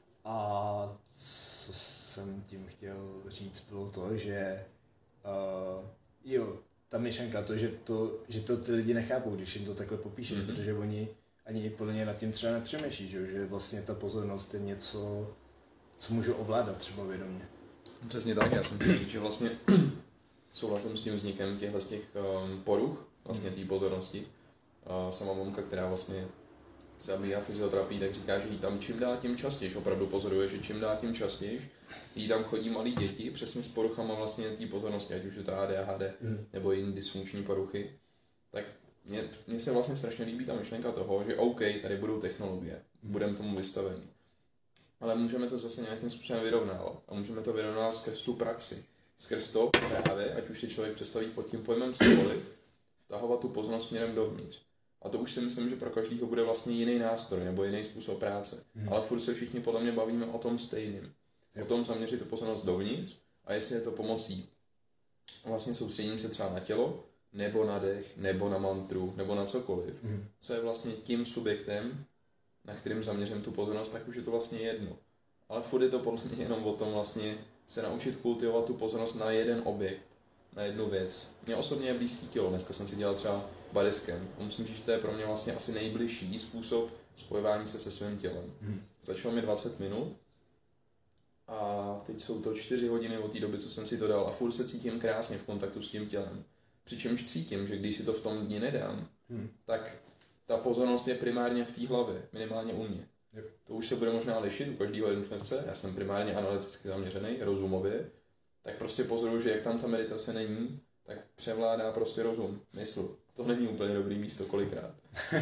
A co jsem tím chtěl říct, bylo to, že uh, jo, ta myšlenka, to, že to, že to ty lidi nechápou, když jim to takhle popíšeš, mm-hmm. protože oni ani podle mě nad tím třeba nepřemýšlí, že, že vlastně ta pozornost je něco, co můžu ovládat třeba vědomě. Přesně tak, já jsem chtěl říct, že vlastně souhlasím s tím vznikem těchto z těch um, poruch, vlastně té pozornosti. Uh, sama mamka, která vlastně se zabývá fyzioterapií, tak říká, že jí tam čím dál tím častěji, opravdu pozoruje, že čím dál tím častěji jí tam chodí malí děti, přesně s poruchama vlastně té pozornosti, ať už je to A D H D mm. nebo jiné dysfunkční poruchy, tak mně, mně se vlastně strašně líbí ta myšlenka toho, že OK, tady budou technologie, budeme tomu vystavení, ale můžeme to zase nějakým způsobem vyrovnávat a můžeme to vyrovnávat skrz tu praxi, skrz to právě, ať už si člověk představí pod tím pojmem cokoliv, vtahovat tu pozornost směrem dovnitř. A to už si myslím, že pro každého bude vlastně jiný nástroj nebo jiný způsob práce. Hmm. Ale furt se všichni podle mě bavíme o tom stejným. O tom zaměřit tu pozornost dovnitř a jestli je to pomocí vlastně soustředění se třeba na tělo, nebo na dech, nebo na mantru, nebo na cokoliv. Hmm. Co je vlastně tím subjektem, na kterým zaměřím tu pozornost, tak už je to vlastně jedno. Ale furt je to podle mě jenom o tom vlastně se naučit kultivovat tu pozornost na jeden objekt, na jednu věc. Mně osobně je blízký tělo, dneska jsem si dělal třeba bodyscan a musím říct, že to je pro mě vlastně asi nejbližší způsob spojování se se svým tělem. Hmm. Začalo mi dvacet minut a teď jsou to čtyři hodiny od té doby, co jsem si to dal a furt se cítím krásně v kontaktu s tím tělem. Přičemž cítím, že když si to v tom dni nedám, hmm. tak ta pozornost je primárně v té hlavě, minimálně u mě. Yep. To už se bude možná lišit u každého jednotlivce, já jsem primárně analyticky zaměřený, rozumově, tak prostě pozoruju, že jak tam ta meditace není, tak převládá prostě rozum, mysl. To není úplně dobrý místo kolikrát.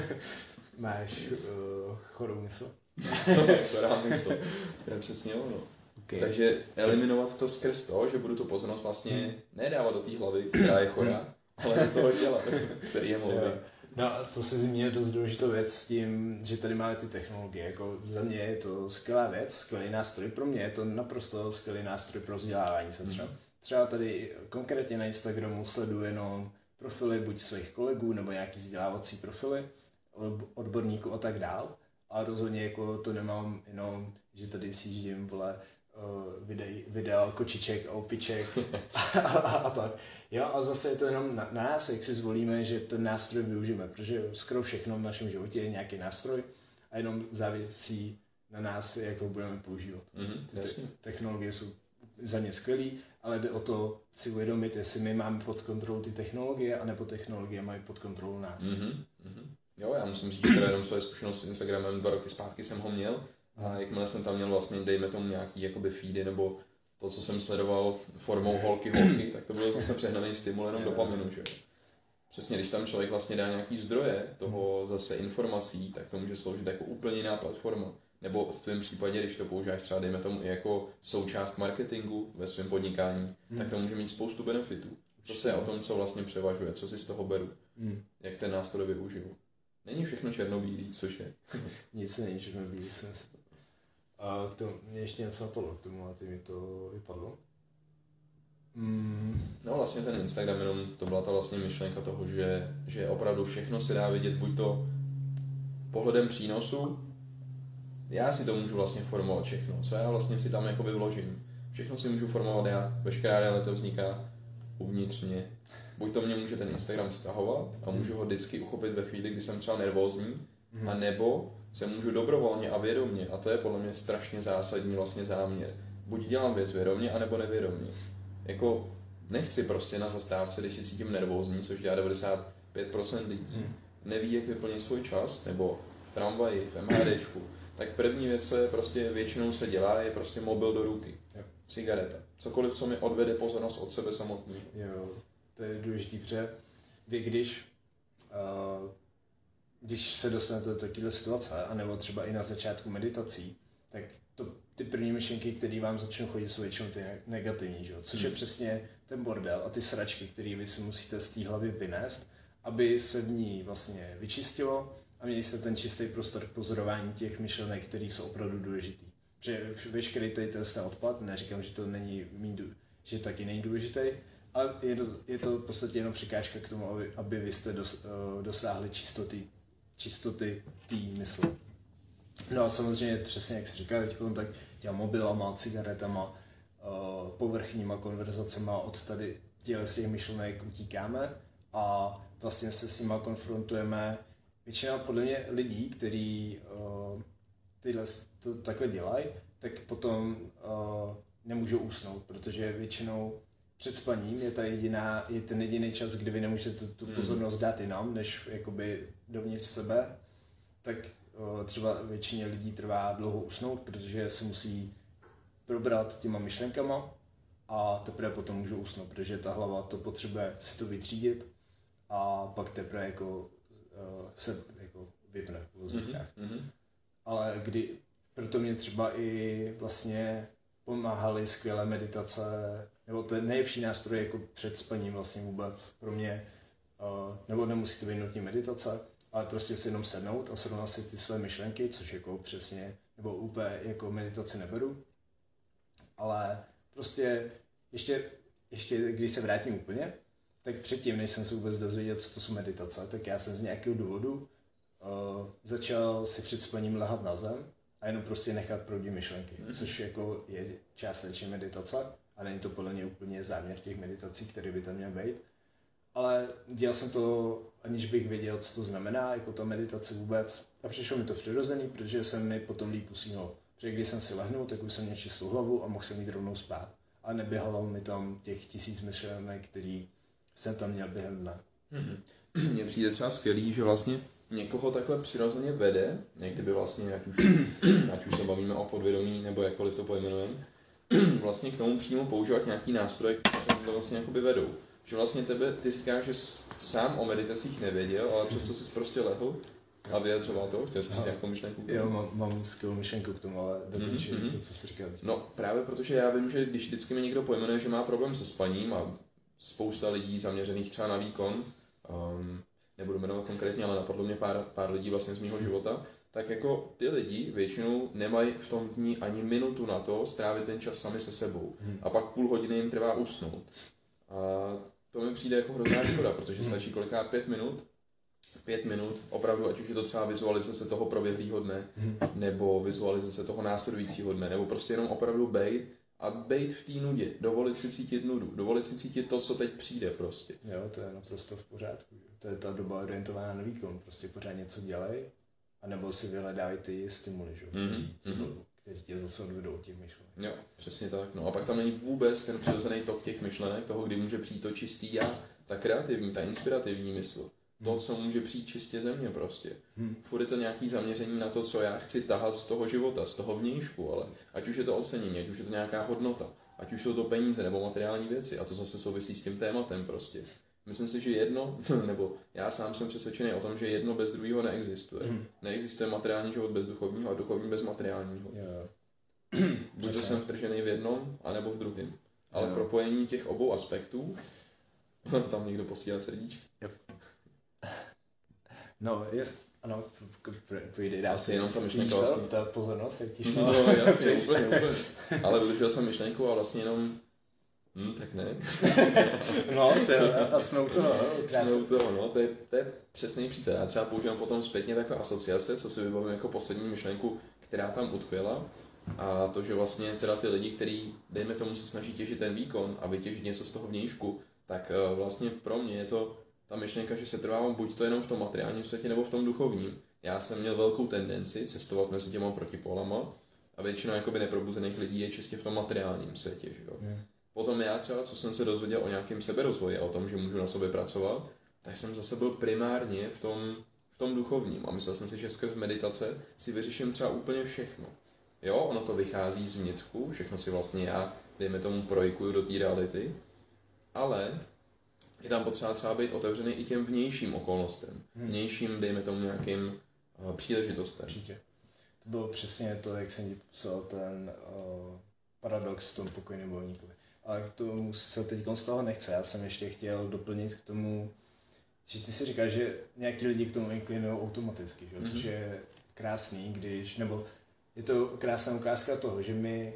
Máš uh, chorou mysl? Chorá mysl, to je přesně ono. Okay. Takže eliminovat to skrz to, že budu tu pozornost vlastně nedávat do té hlavy, která je chorá, ale do toho těla, který je mluví. No a to se zmínil dost důležitou věc s tím, že tady máme ty technologie. Jako za mě je to skvělá věc, skvělý nástroj. Pro mě je to naprosto skvělý nástroj pro vzdělávání se třeba. Třeba tady konkrétně na Instagramu sleduju jenom profily buď svých kolegů nebo nějaký vzdělávací profily, odborníků a tak dál. A rozhodně jako to nemám jenom, že tady si žijem, vole, uh, videj, videa kočiček a opiček a, a, a tak. Jo, a zase je to jenom na, na nás, jak si zvolíme, že ten nástroj využijeme, protože skoro všechno v našem životě je nějaký nástroj a jenom závisí na nás, jak ho budeme používat. Mm-hmm, Te- technologie jsou za ně skvělý, ale jde o to si uvědomit, jestli my máme pod kontrolou ty technologie, anebo technologie mají pod kontrolou nás. Mm-hmm, mm-hmm. Jo, já musím říct, že teda jenom své zkušenost s Instagramem dva roky zpátky jsem ho měl A jakmile jsem tam měl vlastně, dejme tomu nějaký jakoby feedy, nebo to, co jsem sledoval formou holky, holky, tak to bylo zase přehnaný stimul jenom dopaminu, že? Přesně, když tam člověk vlastně dá nějaký zdroje toho zase informací, tak to může sloužit jako úplně jiná platforma. Nebo v tvém případě, když to používáš třeba, dejme tomu, i jako součást marketingu ve svém podnikání, hmm. tak to může mít spoustu benefitů. Zase o tom, co vlastně převažuje, co si z toho beru, hmm. jak ten nástroj využiju. Není všechno černobílý, což je. Nic není černobílý, jsem si. A k tomu, mě ještě něco napadlo k tomu, a ty mi to vypadlo. Mm. No vlastně ten Instagram, jenom to byla ta vlastně myšlenka toho, že, že opravdu všechno se dá vidět buď to pohledem přínosu, já si to můžu vlastně formovat všechno, co já vlastně si tam jakoby vložím. Všechno si můžu formovat já, veškerá realita vzniká uvnitř mě. Buď to mě může ten Instagram stahovat a můžu ho vždycky uchopit ve chvíli, kdy jsem třeba nervózní, mm. a nebo se můžu dobrovolně a vědomně, a to je podle mě strašně zásadní vlastně záměr. Buď dělám věc vědomně, anebo nevědomně. Jako nechci prostě na zastávce, když si cítím nervózní, což dělá devadesát pět procent lidí, mm. neví, jak vyplnit svůj čas, nebo v tramvaji, v MHDčku, tak první věc, co je prostě většinou se dělá, je prostě mobil do ruky. Jo. Cigareta. Cokoliv, co mi odvede pozornost od sebe samotný. Jo, to je důležitý, protože vy když, uh, když se dostanete do takovéhle situace, anebo třeba i na začátku meditací, tak to, ty první myšlenky, které vám začnou chodit, jsou většinou ty negativní, že? Což hmm. je přesně ten bordel a ty sračky, které vy si musíte z té hlavy vynést, aby se v ní vlastně vyčistilo a měli jste ten čistý prostor k pozorování těch myšlenek, které jsou opravdu důležitý. Protože veškerý tady ten odpad, neříkám, že to není mít, že taky není důležitý, ale je to, je to v podstatě jenom překážka k tomu, aby, aby vy jste dos, uh, dosáhli čistoty, čistoty té mysli. No a samozřejmě přesně jak jsi říkal, teď tak těma mobilama, cigaretama, uh, povrchníma konverzacema od tady těchto těch myšlenek utíkáme a vlastně se s nima konfrontujeme. Většina podle mě lidí, kteří uh, tyhle to takhle dělají, tak potom uh, nemůžou usnout, protože většinou před spaním je, ta jediná, je ten jediný čas, kdy vy nemůžete tu pozornost dát jinam, než jakoby dovnitř sebe, tak uh, třeba většině lidí trvá dlouho usnout, protože se musí probrat těma myšlenkama a teprve potom můžou usnout, protože ta hlava to potřebuje si to vytřídit a pak teprve jako uh, se jako vypne v vozovkách. Mm-hmm. Ale kdy, proto mě třeba i vlastně pomáhaly skvělé meditace, nebo to je nejlepší nástroj jako před spaním vlastně vůbec pro mě, uh, nebo nemusí to být nutně meditace, ale prostě si jenom sednout a srovnat si ty své myšlenky, což jako přesně, nebo úplně jako meditaci neberu, ale prostě ještě, ještě když se vrátím úplně, tak předtím, než jsem se vůbec dozvěděl, co to jsou meditace, tak já jsem z nějakého důvodu uh, začal si před spaním lehat na zem a jenom prostě nechat proudit myšlenky, mm. což jako je částečně meditace a není to podle mě úplně záměr těch meditací, které by tam měl být. Ale dělal jsem to, aniž bych věděl, co to znamená, jako ta meditace vůbec. A přišlo mi to přirozený, protože jsem mi potom líp usínul. Protože když jsem si lehnul, tak už jsem měl čistou hlavu a mohl jsem jít rovnou spát. A neběhalo mi tam těch tisíc myšlenek, který jsem tam měl během dne. Mm-hmm. Mně přijde třeba skvělý, že vlastně někoho takhle přirozeně vede, někdy by vlastně, ať už, ať už se bavíme o podvědomí, nebo jakkoliv to pojmenujeme, vlastně k tomu přímo používat nějaký nástroje, které to vlastně jakoby vedou. Že vlastně tebe, ty říkáš, že sám o meditacích nevěděl, ale přesto jsi prostě lehl a vyjadřoval to, chtěl jsi si nějakou myšlenku? Jo, mám, mám skvělou myšlenku k tomu, ale dokončit mm-hmm. to, co jsi říkal. No právě protože já vím, že když vždycky mi někdo pojmenuje, že má problém se spaním a spousta lidí zaměřených třeba na výkon, um, nebudu jmenovat konkrétně, ale napadlo mě pár, pár lidí vlastně z mýho života, tak jako ty lidi většinou nemají v tom dní ani minutu na to strávit ten čas sami se sebou. Hmm. A pak půl hodiny jim trvá usnout. A to mi přijde jako hrozná škoda, protože stačí kolikrát pět minut, pět minut, opravdu, ať už je to třeba vizualizace toho proběhlého dne, hmm. nebo vizualizace toho následujícího dne, nebo prostě jenom opravdu bejt a bejt v té nudě, dovolit si cítit nudu, dovolit si cítit to, co teď přijde prostě. Jo, to je naprosto v pořádku. To je ta doba orientovaná na výkon, prostě pořád něco dělej, anebo si vyhledávají ty stimuly, že? Mm-hmm. Který, který tě zase odvedou těch myšlenek. Jo, přesně tak. No a pak tam není vůbec ten přirozený tok těch myšlenek, toho, kdy může přijít to čistý já, ta kreativní, ta inspirativní mysl. to, co může přijít čistě ze mě prostě. Hmm. Furt je to nějaký zaměření na to, co já chci tahat z toho života, z toho vnějšku, ale ať už je to ocenění, ať už je to nějaká hodnota, ať už jsou to peníze nebo materiální věci a to zase souvisí s tím tématem prostě. Myslím si, že jedno, nebo já sám jsem přesvědčený o tom, že jedno bez druhého neexistuje. Hmm. Neexistuje materiální život bez duchovního a duchovní bez materiálního. Yeah. Buď to jsem vtržený v jednom, anebo v druhém. Ale yeah. propojení těch obou aspektů, tam někdo posílá srdíčko. Yep. No, je, ano, půjde dál. Asi jenom ta myšlenka vlastně. Ta pozornost, jak ti šla. No, jasně, úplně, úplně. Ale dodržel jsem myšlenku a vlastně jenom Hm, tak ne. No, to je, a jsme u toho. Jsme u toho, no, to je, to je přesný příklad. Já třeba používám potom zpětně takové asociace, co si vybavím jako poslední myšlenku, která tam utkvěla. A to, že vlastně teda ty lidi, kteří, dejme tomu, se snaží těžit ten výkon a vytěžit něco z toho vnějšku, tak uh, vlastně pro mě je to ta myšlenka, že se trvám buď to jenom v tom materiálním světě, nebo v tom duchovním. Já jsem měl velkou tendenci cestovat mezi těma protipolama a většina jakoby neprobuzených lidí je čistě v tom materiálním světě, že jo. Hmm. Potom já třeba, co jsem se dozvěděl o nějakém seberozvoji a o tom, že můžu na sobě pracovat, tak jsem zase byl primárně v tom, v tom duchovním a myslel jsem si, že skrz meditace si vyřeším třeba úplně všechno. Jo, ono to vychází z vnitřku, všechno si vlastně já, dejme tomu, projikuju do té reality, ale je tam potřeba třeba být otevřený i těm vnějším okolnostem, hmm. vnějším, dejme tomu, nějakým uh, příležitostem. Určitě. To bylo přesně to, jak jsem ti popsal ten uh, paradox v tom pokojném bojovníkovi. Ale k tomu se teď z toho nechce. Já jsem ještě chtěl doplnit k tomu, že ty si říkáš, že nějaký lidi k tomu inklinují automaticky, že? Mm-hmm. Což je krásný, když, nebo je to krásná ukázka toho, že my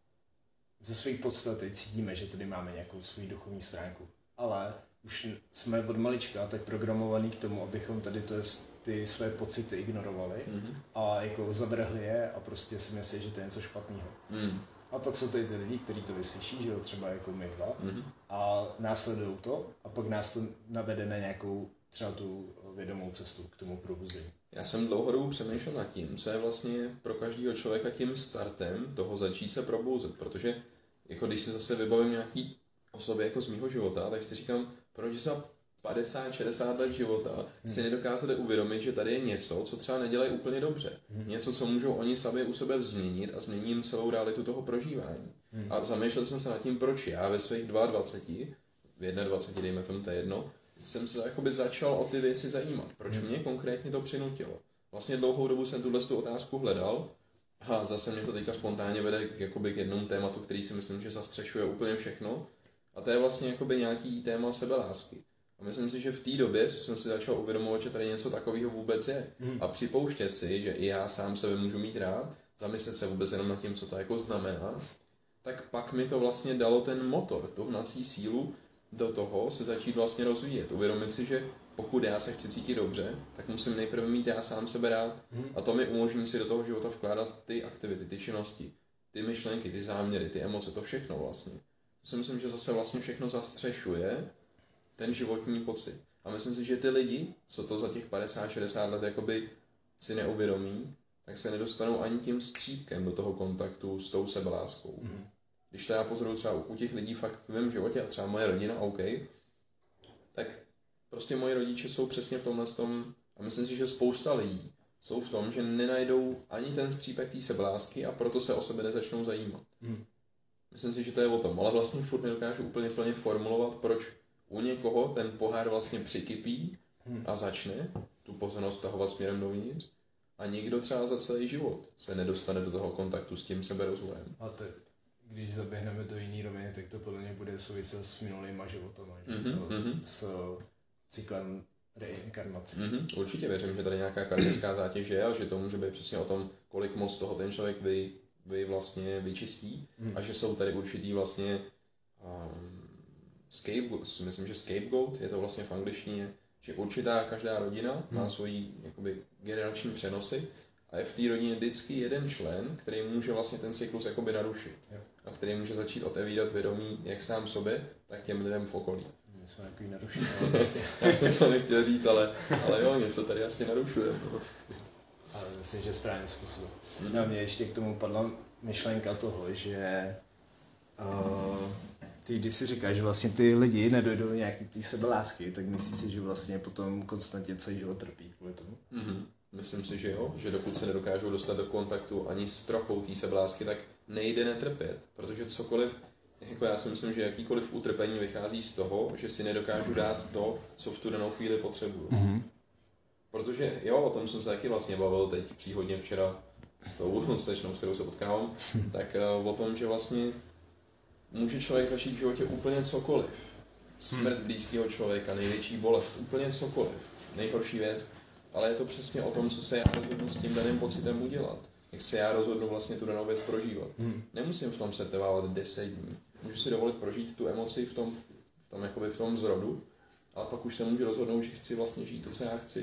ze své podstaty cítíme, že tady máme nějakou svou duchovní stránku. Ale už jsme od malička tak programovaný k tomu, abychom tady to, ty své pocity ignorovali mm-hmm. a jako zavrhli je a prostě si myslí, že to je něco špatného. Mm. A pak jsou tady ty lidi, kteří to vyslyší, že jo, třeba jako my dva, mm-hmm. a následují to a pak nás to navede na nějakou třeba tu vědomou cestu k tomu probuzení. Já jsem dlouhodobě přemýšlel nad tím, co je vlastně pro každého člověka tím startem toho začít se probouzet, protože jako když si zase vybavím nějaký osoby jako z mýho života, tak si říkám, proč za padesát šedesát let života hmm. si nedokázali uvědomit, že tady je něco, co třeba nedělají úplně dobře. Hmm. Něco, co můžou oni sami u sebe změnit a změní jim celou realitu toho prožívání. Hmm. A zamýšlel jsem se nad tím, proč já ve svých dvaceti dvou, v dvaceti jedné, dejme tomu, to je jedno, jsem se jakoby začal o ty věci zajímat. Proč hmm. mě konkrétně to přinutilo? Vlastně dlouhou dobu jsem tuhle tu otázku hledal a zase mě to teďka spontánně vede k, jakoby, k jednomu tématu, který si myslím, že zastřešuje úplně všechno. A to je vlastně jakoby nějaký téma sebelásky. A myslím si, že v té době, co jsem si začal uvědomovat, že tady něco takového vůbec je, hmm. a připouštět si, že i já sám sebe můžu mít rád, zamyslet se vůbec jenom nad tím, co to jako znamená, tak pak mi to vlastně dalo ten motor, tu hnací sílu do toho se začít vlastně rozvíjet. Uvědomit si, že pokud já se chci cítit dobře, tak musím nejprve mít já sám sebe rád hmm. a to mi umožní si do toho života vkládat ty aktivity, ty činnosti, ty myšlenky, ty záměry, ty emoce, to všechno vlastně. To si myslím, že zase vlastně všechno zastřešuje ten životní pocit. A myslím si, že ty lidi, co to za těch padesát šedesát let jakoby si neuvědomí, tak se nedostanou ani tím střípkem do toho kontaktu s tou sebeláskou. Mm. Když to já pozoruju třeba u těch lidí fakt v mém životě, a třeba moje rodina, OK, tak prostě moji rodiče jsou přesně v tomhle tom, a myslím si, že spousta lidí jsou v tom, že nenajdou ani ten střípek té sebelásky a proto se o sebe nezačnou zajímat. Mm. Myslím si, že to je o tom, ale vlastně furt nedokážu úplně plně formulovat, proč u někoho ten pohár vlastně přikypí a začne tu pozornost tahovat směrem dovnitř a někdo třeba za celý život se nedostane do toho kontaktu s tím seberozvojem. A te, když zaběhneme do jiný roviny, tak to podle mě bude souviset s minulýma životama, mm-hmm, mm-hmm. s cyklem reinkarnací. Mm-hmm. Určitě věřím, že tady nějaká karmická zátěž je a že to může být přesně o tom, kolik moc toho ten člověk vy, vy vlastně vyčistí mm. a že jsou tady určitý vlastně um, scapegoat, myslím, že scapegoat, je to vlastně v angličtině, že určitá každá rodina hmm. má svoji jakoby generační přenosy a je v té rodině vždycky jeden člen, který může vlastně ten cyklus jakoby narušit jo. a který může začít otevírat vědomí jak sám sobě, tak těm lidem v okolí. My jsme takový narušení. Já jsem to nechtěl říct, ale, ale jo, něco tady asi narušuje. Ale myslím, že správně způsobem. Hmm. No, mě ještě k tomu padla myšlenka toho, že uh, Ty, když si říkáš, že vlastně ty lidi nedojdou do nějaký té sebelásky, tak myslíš si, že vlastně potom konstantně celý život trpí kvůli tomu? Mm-hmm. Myslím si, že jo, že dokud se nedokážou dostat do kontaktu ani s trochou té sebelásky, tak nejde netrpět, protože cokoliv, jako já si myslím, že jakýkoliv utrpení vychází z toho, že si nedokážu dát to, co v tu danou chvíli potřebuju. Mm-hmm. Protože jo, o tom jsem se taky vlastně bavil teď příhodně včera s tou slečnou, s kterou se potkávám, tak uh, o tom, že vlastně může člověk začít v životě úplně cokoliv. Smrt blízkého člověka, největší bolest, úplně cokoliv, nejhorší věc, ale je to přesně o tom, co se já rozhodnu s tím daným pocitem udělat. Jak se já rozhodnu vlastně tu danou věc prožívat. Hmm. Nemusím v tom setrvávat deset dní. Můžu si dovolit prožít tu emoci v tom, v tom, jakoby v tom zrodu, ale pak už se můžu rozhodnout, že chci vlastně žít to, co já chci.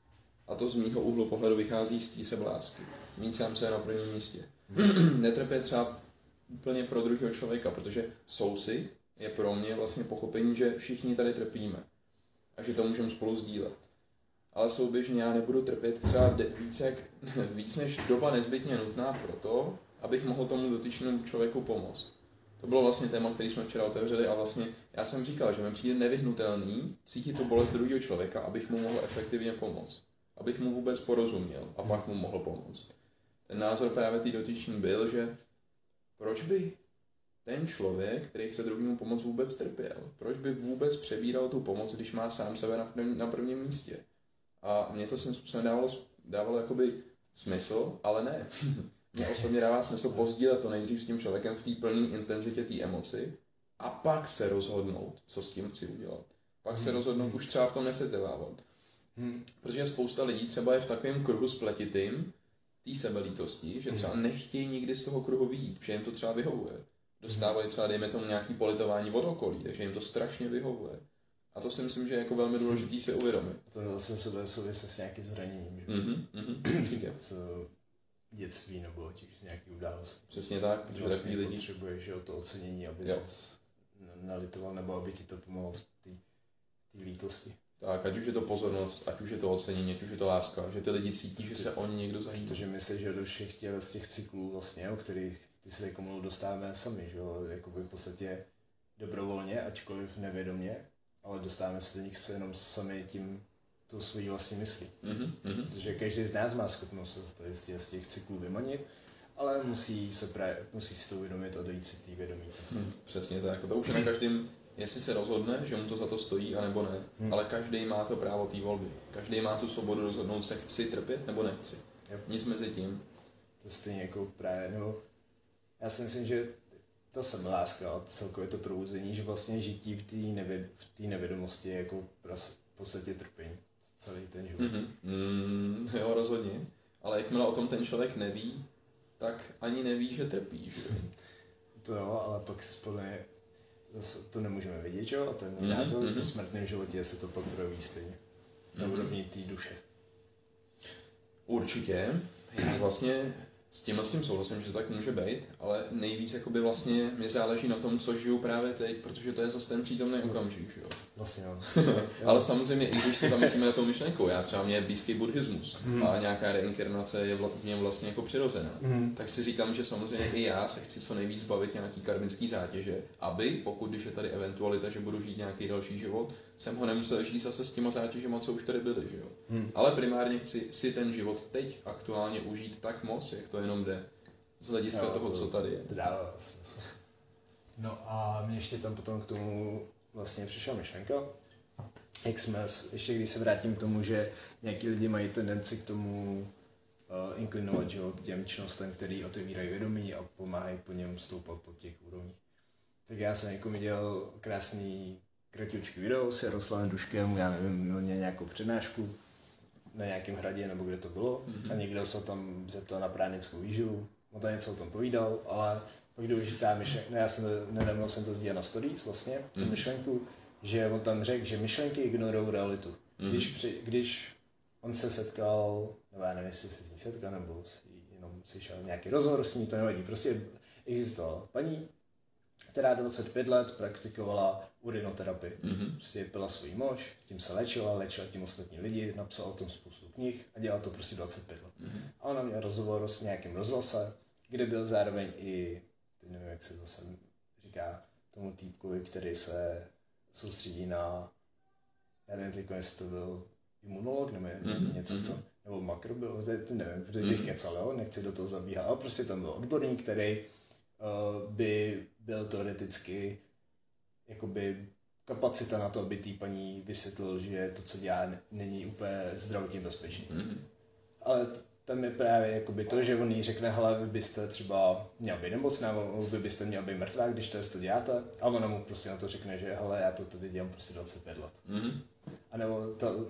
A to z mýho úhlu pohledu vychází z té sebelásky. Mít sám se na prvním místě. Hmm. Netrpět třeba úplně pro druhého člověka, protože soucit je pro mě vlastně pochopení, že všichni tady trpíme a že to můžeme spolu sdílet. Ale souběžně já nebudu trpět třeba de- víc, jak, víc než doba nezbytně nutná pro to, abych mohl tomu dotyčnému člověku pomoct. To bylo vlastně téma, který jsme včera otevřeli a vlastně já jsem říkal, že mi přijde nevyhnutelný cítit tu bolest druhého člověka, abych mu mohl efektivně pomoct. Abych mu vůbec porozuměl a pak mu mohl pomoct. Ten názor právě tý dotyčný byl, že proč by ten člověk, který chce druhému pomoct, vůbec trpěl? Proč by vůbec přebíral tu pomoc, když má sám sebe na, první, na prvním místě? A mně to svým způsobem dávalo, dávalo jakoby smysl, ale ne. Mně osobně dává smysl pozdílet to nejdřív s tím člověkem v té plné intenzitě té emoci a pak se rozhodnout, co s tím chci udělat. Pak se rozhodnout už třeba v tom nesetrvávat. Protože spousta lidí třeba je v takovém kruhu spletitým té sebelítosti, že třeba nechtějí nikdy z toho kruhu vyjít, že jim to třeba vyhovuje. Dostávají třeba, dejme tomu, nějaký politování od okolí, takže jim to strašně vyhovuje. A to si myslím, že je jako velmi důležitý si uvědomit. To zase se bude souviset s nějakým zraněním, že? Mhm, mhm, z dětství nebo těch z nějaký události. Přesně tak, protože vlastně takový lidi potřebuješ, že, to ocenění, aby se nalitoval nebo aby ti to pomohlo v té lítosti. Tak, ať už je to pozornost, ať už je to ocenění, ať už je to láska, že ty lidi cítí, že se o ně někdo zajímá. Protože my se, že do všech těch, z těch cyklů vlastně, o kterých ty se jako dostáváme sami, že jo, jakoby v podstatě dobrovolně, ačkoliv nevědomě, ale dostáváme se do nich se jenom sami tím, tou svojí vlastní myslí. Mm-hmm, mm-hmm. Protože každý z nás má schopnost se z těch cyklů vymanit, ale musí, se právě, musí si to uvědomit a dojít si té vědomí cesty. Mm, přesně tak, to už je na každém, jestli se rozhodne, že mu to za to stojí, anebo ne. Hmm. Ale každý má to právo té volby. Každý má tu svobodu rozhodnout se, chci trpět nebo nechci. Yep. Nic mezi tím. To stejně jako právě, nebo já si myslím, že ta sebeláska a celkově to prouzení, že vlastně žití v té nevěd, nevědomosti je jako v podstatě trpení. Celý ten život. Mm-hmm. Mm, jo, rozhodně. Ale jakmile o tom ten člověk neví, tak ani neví, že trpí, že? To jo, ale pak podle zase to nemůžeme vidět, jo? A ten mm-hmm. názor mm-hmm. po smrtném životě se to pak projeví stejně. Na úrovni té duše. Určitě. Já vlastně s tím s tím souhlasím, že to tak může být, ale nejvíc jakoby vlastně mi záleží na tom, co žiju právě teď, protože to je zase ten přítomný okamžik, že jo. Vlastně jo. Ale samozřejmě, i když se zamyslíme na tou myšlenkou, já třeba mě je blízký buddhismus mm. a nějaká reinkarnace je mě vlastně jako přirozená, mm. tak si říkám, že samozřejmě i já se chci co nejvíc bavit nějaký karmický zátěže, aby, pokud když je tady eventualita, že budu žít nějaký další život, jsem ho nemusel žít zase s těma zátěžema, co už tady byly, že jo. Mm. Ale primárně chci si ten život teď aktuálně užít tak moc, jak to jenom jde, z hlediska jo, toho, to, co tady je. To dává smysl. No a mě ještě tam potom k tomu vlastně přišla myšlenka, jak jsme, ještě když se vrátím k tomu, že nějaký lidi mají tendenci k tomu uh, inklinovat, že, k těm činnostem, který otevírají vědomí a pomáhají po něm stoupat po těch úrovních. Tak já jsem jako viděl krásný kratičký video s Jaroslavem Duškem, já nevím, měl nějakou přednášku na nějakém hradě, nebo kde to bylo, mm-hmm. a někdo se tam zeptal na právnickou výživu, on tam něco o tom povídal, ale pak důležitá myšlenka, no já jsem, nedávno jsem to sdílel na stories vlastně, tu mm-hmm. myšlenku, že on tam řekl, že myšlenky ignorují realitu. Mm-hmm. Když, při, když on se setkal, nebo já nevím, jestli se s ní setkal, nebo si jenom slyšel nějaký rozhovor s ní, to nevadí, prostě existovala paní, která dvacet pět let praktikovala urinoterapii. Mm-hmm. Prostě pila svůj moč, tím se léčila, léčila tím ostatní lidi, napsala o tom spoustu knih a dělala to prostě dvacet pět let. Mm-hmm. A ona měla rozhovor s nějakým rozhlase, kde byl zároveň i, teď nevím, jak se zase říká, tomu týpkovi, který se soustředí na, já nevím, teď, jestli to byl imunolog, nebo mm-hmm. něco v tom, nebo makrobiolog, to nevím, protože bych mm-hmm. kecal, jo? Nechci do toho zabíhat, ale prostě tam byl odborník, který uh, by byl teoreticky jakoby kapacita na to, aby tý paní vysvětlil, že to, co dělá, není úplně zdravotně bezpečný. Mm-hmm. Ale tam je právě jakoby to, že on jí řekne, hele, vy byste třeba měl být nemocná, vy byste měl být mrtvá, když to, to děláte. A ona mu prostě na to řekne, že hele, já to tady dělám prostě dvacet pět let. Mm-hmm. A nebo to, uh,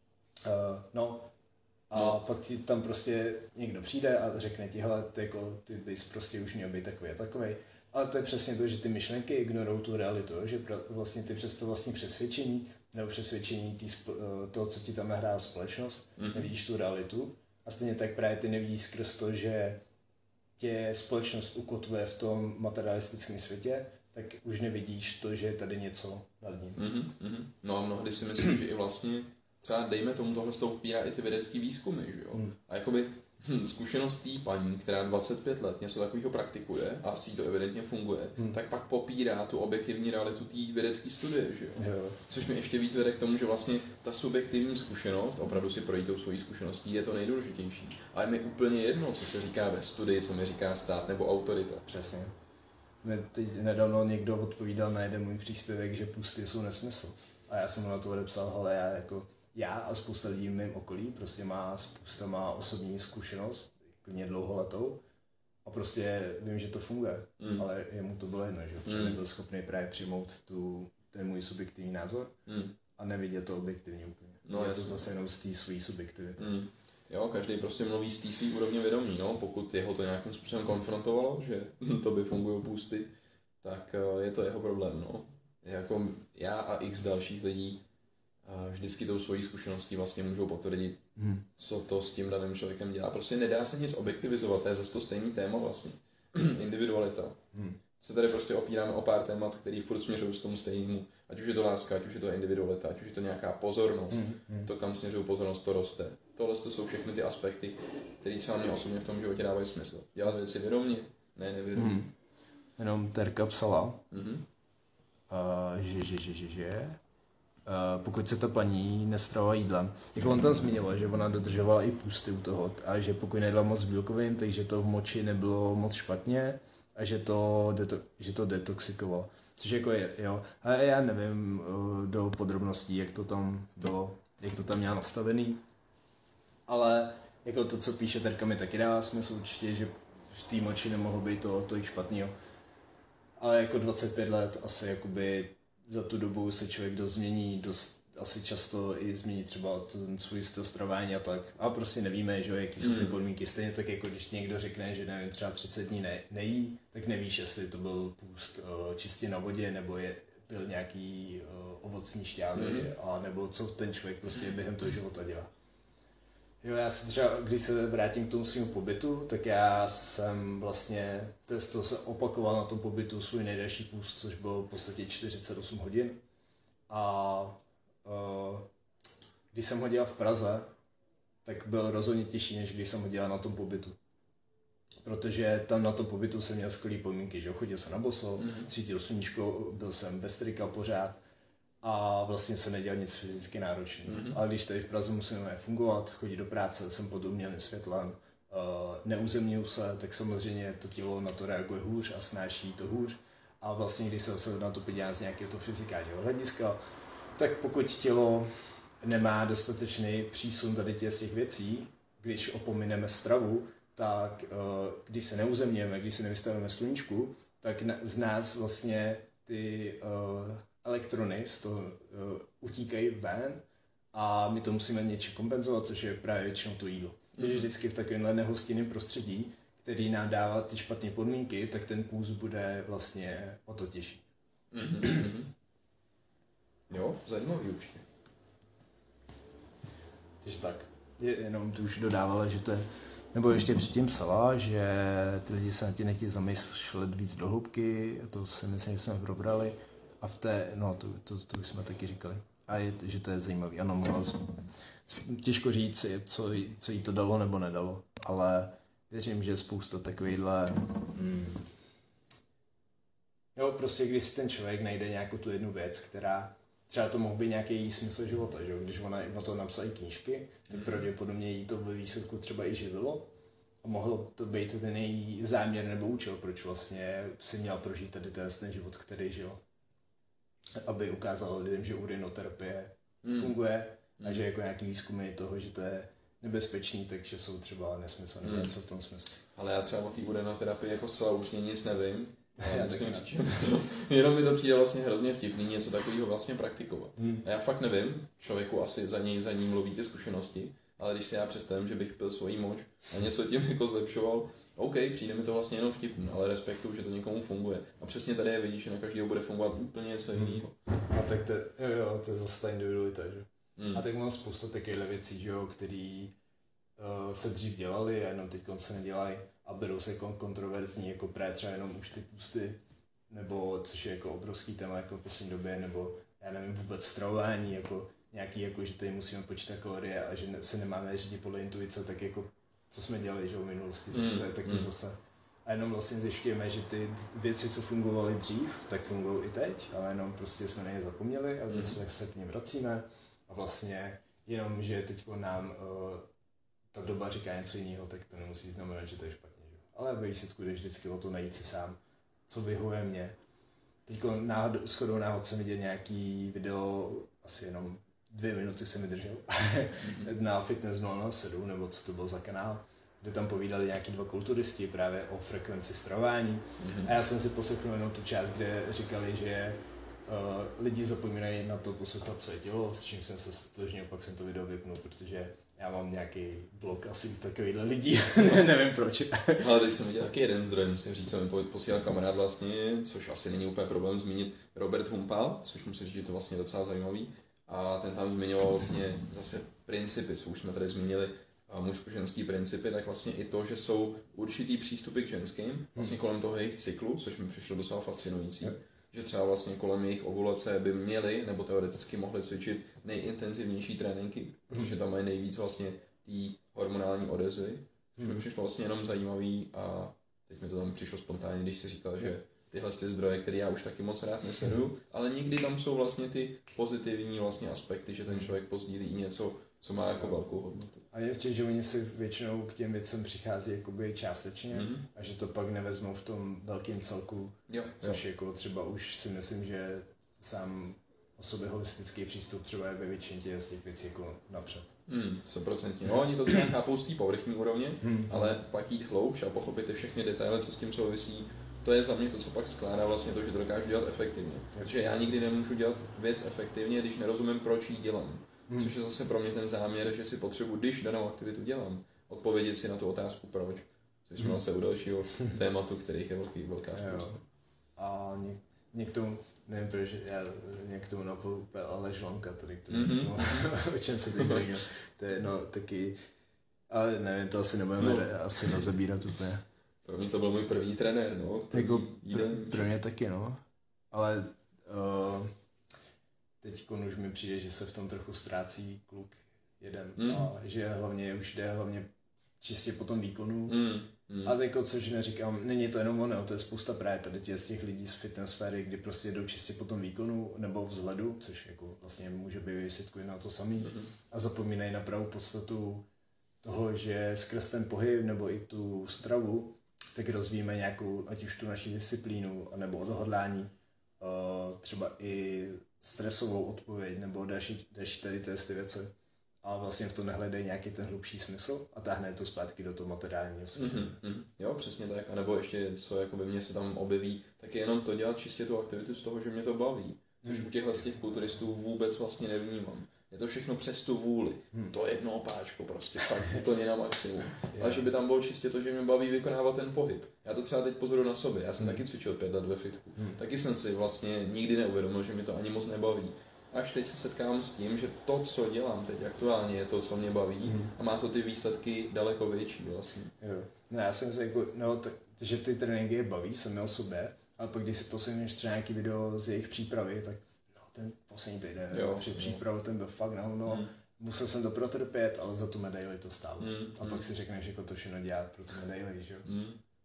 no, a no. Pak ti tam prostě někdo přijde a řekne ti, hele, ty, jako, ty bys prostě už měl být takový a takovej. Ale to je přesně to, že ty myšlenky ignorují tu realitu, že vlastně ty přes to vlastní přesvědčení nebo přesvědčení tý, toho, co ti tam nahrává společnost, mm-hmm. nevidíš tu realitu. A stejně tak právě ty nevidíš skrz to, že tě společnost ukotvuje v tom materialistickém světě, tak už nevidíš to, že je tady něco nad ním. Mm-hmm. No a mnohdy si myslím, že i vlastně třeba dejme tomu tohle z toho upírá i ty vědecký výzkumy, že jo? Mm. A jakoby hm, zkušenost té paní, která dvacet pět let něco takového praktikuje a asi to evidentně funguje, mm. tak pak popírá tu objektivní realitu té vědecké studie, že jo? jo? Což mi ještě víc vede k tomu, že vlastně ta subjektivní zkušenost, opravdu si projít tou svojí zkušeností, je to nejdůležitější. Ale mi úplně jedno, co se říká ve studii, co mi říká stát nebo autorita. Přesně. Mě teď nedávno někdo odpovídal na jeden můj příspěvek, že pusty jsou nesmysl. A já jsem mu na to odepsal, ale já jako já a spousta lidí v mém okolí prostě má spousta má osobní zkušenost, klidně dlouholetou a prostě vím, že to funguje, mm. ale jemu to bylo jedno, že mm. nebyl schopný právě přijmout tu, ten můj subjektivní názor mm. a nevidět to objektivně úplně. No, je to zase jenom z té své subjektivity. Mm. Jo, každý prostě mluví z té svý úrovně vědomí, no, pokud jeho to nějakým způsobem konfrontovalo, že to by fungují pusty, tak je to jeho problém, no. Jako já a x dalších lidí a vždycky tou svojí zkušeností vlastně můžou potvrdit, hmm. co to s tím daným člověkem dělá. Prostě nedá se nic objektivizovat, to je zase to stejný téma vlastně. Individualita. Hmm. Se tady prostě opíráme o pár témat, který furt směřují k tomu stejnému. Ať už je to láska, ať už je to individualita, ať už je to nějaká pozornost. Hmm. Hmm. To, kam směřují pozornost, to roste. Tohle to jsou všechny ty aspekty, které třeba mě osobně v tom životě dávají smysl. Dělat věci vědomě, ne nevědomě. Hmm. Jenom Terka psala, hmm. uh, že, že, že, že, že. Uh, pokud se ta paní nestravovala jídlem. Jako on tam zmiňoval, že ona dodržovala i půsty u toho a že pokud nejedla moc bílkovin, takže to v moči nebylo moc špatně a že to, deto- že to detoxikovalo. Což jako je, jo. A já nevím uh, do podrobností, jak to tam bylo, jak to tam měla nastavený, ale jako to, co píše Terka, mi taky dává smysl určitě, že v té moči nemohlo být to tolik špatného. Ale jako dvacet pět let asi jakoby za tu dobu se člověk dost změní, dost asi často i změní třeba ten svůj styl stravování a tak. A prostě nevíme, že jaký jsou ty podmínky. Stejně tak, jako když ti někdo řekne, že nevím, třeba třicet dní ne, nejí, tak nevíš, jestli to byl půst uh, čistě na vodě, nebo je, byl nějaký uh, ovocní šťávy, mm. a nebo co ten člověk prostě během toho života dělá. Jo, já se třeba, když se vrátím k tomu svému pobytu, tak já jsem vlastně, to se opakoval na tom pobytu svůj nejdelší půst, což bylo v podstatě čtyřicet osm hodin. A uh, když jsem ho dělal v Praze, tak byl rozhodně těžší, než když jsem ho dělal na tom pobytu. Protože tam na tom pobytu jsem měl skvělý podmínky, že chodil jsem na boso, mm-hmm. svítil sluníčko, byl jsem bez trika pořád. A vlastně jsem nedělal nic fyzicky náročného. Mm-hmm. Ale když tady v Praze musím fungovat, chodit do práce, jsem pod umělým světlem, uh, neuzemňuju se, tak samozřejmě to tělo na to reaguje hůř a snáší to hůř. A vlastně, když se zase na to podívám z nějakého to fyzikálního hlediska, tak pokud tělo nemá dostatečný přísun tady těch těch věcí, když opomineme stravu, tak uh, když se neuzemňujeme, když se nevystavíme sluníčku, tak na, z nás vlastně ty uh, elektrony z toho uh, utíkají ven a my to musíme něčím kompenzovat, což je právě většinou to jídlo. Takže mm. vždycky v takovémhle nehostinném prostředí, který nám dává ty špatné podmínky, tak ten půst bude vlastně o to těžší. Mm-hmm. Jo, zajímavý určitě. Takže tak. Je, jenom tu už dodávala, že to je, nebo ještě předtím psala, že ty lidi se na tě nechtějí zamýšlet víc do hloubky, to si myslím, že jsme probrali. A v té, no to, to, to už jsme taky říkali. A je, že to je zajímavý. Ano, mohla jsem, těžko říct, co, co jí to dalo nebo nedalo, ale věřím, že spousta takovýchhle hmm, Jo, prostě když si ten člověk najde nějakou tu jednu věc, která třeba to mohl být nějaký její smysl života, že? Když ona o to napsala knížky, tak pravděpodobně jí to ve výsledku třeba i živilo a mohlo to být ten její záměr nebo účel, proč vlastně si měl prožít tady ten, ten život, který žil. Aby ukázal lidem, že urinoterapie mm. funguje a že jako nějaký výzkumy toho, že to je nebezpečný, takže jsou třeba nesmysl nebo něco v tom smyslu. Ale já třeba o té urinoterapii jako zcela určitě nic nevím. Já musím říct, že to, jenom mi to přijde vlastně hrozně vtipný něco takového vlastně praktikovat. Hmm. A já fakt nevím, člověku asi za něj za ní mluví ty zkušenosti, ale když si já představím, že bych pil svoji moč a něco tím jako zlepšoval, OK, přijde mi to vlastně jenom vtipný, ale respektuju, že to někomu funguje. A přesně tady je vidíš, že na každého bude fungovat úplně něco jiného. A tak to, jo, jo, to je zase ta individualita, že? Hmm. A tak mám spoustu takových věcí, že jo, který uh, se dřív dělali a jenom teď se nedělají. A berou se jako kontroverzní, jako pré třeba jenom už ty pusty, nebo což je jako obrovský téma jako v poslední době, nebo já nevím vůbec stravování, jako nějaký, jako že tady musíme počítat kalorie a že se nemáme řídit podle intuice, tak jako co jsme dělali, že v minulosti, mm, tak to je taky mm. zase. A jenom vlastně zjišťujeme, že ty věci, co fungovaly dřív, tak fungují i teď, ale jenom prostě jsme na ně zapomněli a zase mm. se k nim vracíme a vlastně jenom, že teď nám uh, ta doba říká něco jiného, tak to nemusí znamenat, že to je špatně. Že? Ale ve výsledku jde vždycky o to najít si sám, co vyhovuje mě. Teď náhod, shodou náhod jsem viděl nějaký video, asi jenom dvě minuty jsem vydržel, na Fitness nula nula sedm, nebo co to byl za kanál, kde tam povídali nějaký dva kulturisti právě o frekvenci stravování. A já jsem si poslechnul jenom tu část, kde říkali, že uh, lidi zapomínají na to poslouchat své tělo, s čím jsem se stotožnil, pak jsem to video vypnul, protože já mám nějaký blok asi takovýhle lidí, nevím proč. Ale teď jsem viděl taky jeden zdroj, musím říct, jsem mi posílal kamarád vlastně, což asi není úplně problém zmínit, Robert Humpa, což musím říct, že to vlastně docela zajímavý. A ten tam zmiňoval vlastně zase principy, co už jsme tady zmínili, mužsko-ženský principy, tak vlastně i to, že jsou určitý přístupy k ženským, vlastně kolem toho jejich cyklu, což mi přišlo docela fascinující. Hmm. Že třeba vlastně kolem jejich ovulace by měli, nebo teoreticky mohli cvičit nejintenzivnější tréninky, protože tam mají nejvíc vlastně té hormonální odezvy, což mi přišlo vlastně jenom zajímavý a teď mi to tam přišlo spontánně, když si říkal, že tyhle ty zdroje, které já už taky moc rád nesleduju, ale někdy tam jsou vlastně ty pozitivní vlastně aspekty, že ten člověk pozdílí i něco, co má jako velkou hodnotu. A je včas, že oni si většinou k těm věcem přichází jakoby částečně mm-hmm. a že to pak nevezmou v tom velkém celku, jo, což jo. Jako třeba už si myslím, že sám o sobě holistický přístup třeba je ve většině těch, těch věcí jako napřed. Hmm, sto procent. No, oni to třeba chápou z té povrchní úrovně, hmm. ale pak jít hloubš a pochopit ty všechny detaily, co s tím souvisí, to je za mě to, co pak skládá vlastně to, že to dokážu dělat efektivně. Protože já nikdy nemůžu dělat věc efektivně, když nerozumím, proč ji dělám. Hmm. Což je zase pro mě ten záměr, že si potřebuji, když danou aktivitu dělám, odpovědět si na tu otázku proč. Což jsme zase u dalšího tématu, kterých je velký, velká spousta. A něk, někdo, nevím proč, já mě k tomu napadl Aleš Lanka, tady k tomu, mm-hmm. o čem se teď bavíme. To je no taky, ale nevím, to asi nebudeme no. asi nazabírat úplně. Pro mě to byl můj první trenér, no. Jako pro, pro mě taky, no. Ale uh, teď už mi přijde, že se v tom trochu ztrácí kluk jeden. Mm. A že hlavně už jde hlavně čistě po tom výkonu. Mm. Mm. A jako, což neříkám, není to jenom ono, to je spousta právě tady tě z těch lidí z fitness sféry, kdy prostě jdou čistě po tom výkonu nebo vzhledu, což jako vlastně může být výsledku na to samý. Mm. A zapomínají na pravou podstatu toho, že skrz ten pohyb nebo i tu stravu tak rozvíjíme nějakou, ať už tu naši disciplínu, nebo odhodlání, uh, třeba i stresovou odpověď, nebo další, další tady ty věci. A vlastně v tom nehledají nějaký ten hlubší smysl a táhne to zpátky do toho materiálního světa. Mm-hmm. Jo, přesně tak. A nebo ještě, co jako by mě se tam objeví, tak je jenom to dělat čistě tu aktivitu z toho, že mě to baví. Což u těchhle z těch kulturistů vůbec vlastně nevnímám. Je to všechno přes tu vůli. Hmm. To jedno opáčko prostě, fakt úplně na maximum. Yeah. Ale že by tam bylo čistě to, že mě baví vykonávat ten pohyb. Já to třeba teď pozoruju na sobě. Já jsem hmm. taky cvičil pět let ve fitku. Hmm. Taky jsem si vlastně nikdy neuvědomil, že mě to ani moc nebaví. Až teď se setkám s tím, že to, co dělám teď aktuálně, je to, co mě baví hmm. a má to ty výsledky daleko větší vlastně. Jo. No já jsem si jako, no, tak, že ty tréninky je baví sami o sobě, ale pak když si posledníš třeba nějaký video z jejich přípravy, tak ten poslední týden, při přípravu ten byl fakt na hovno, mm. musel jsem to protrpět, ale za tu medaili to stálo. Mm. A pak si řekneš, jako to všechno dělat pro tu medaili, že jo? Mm.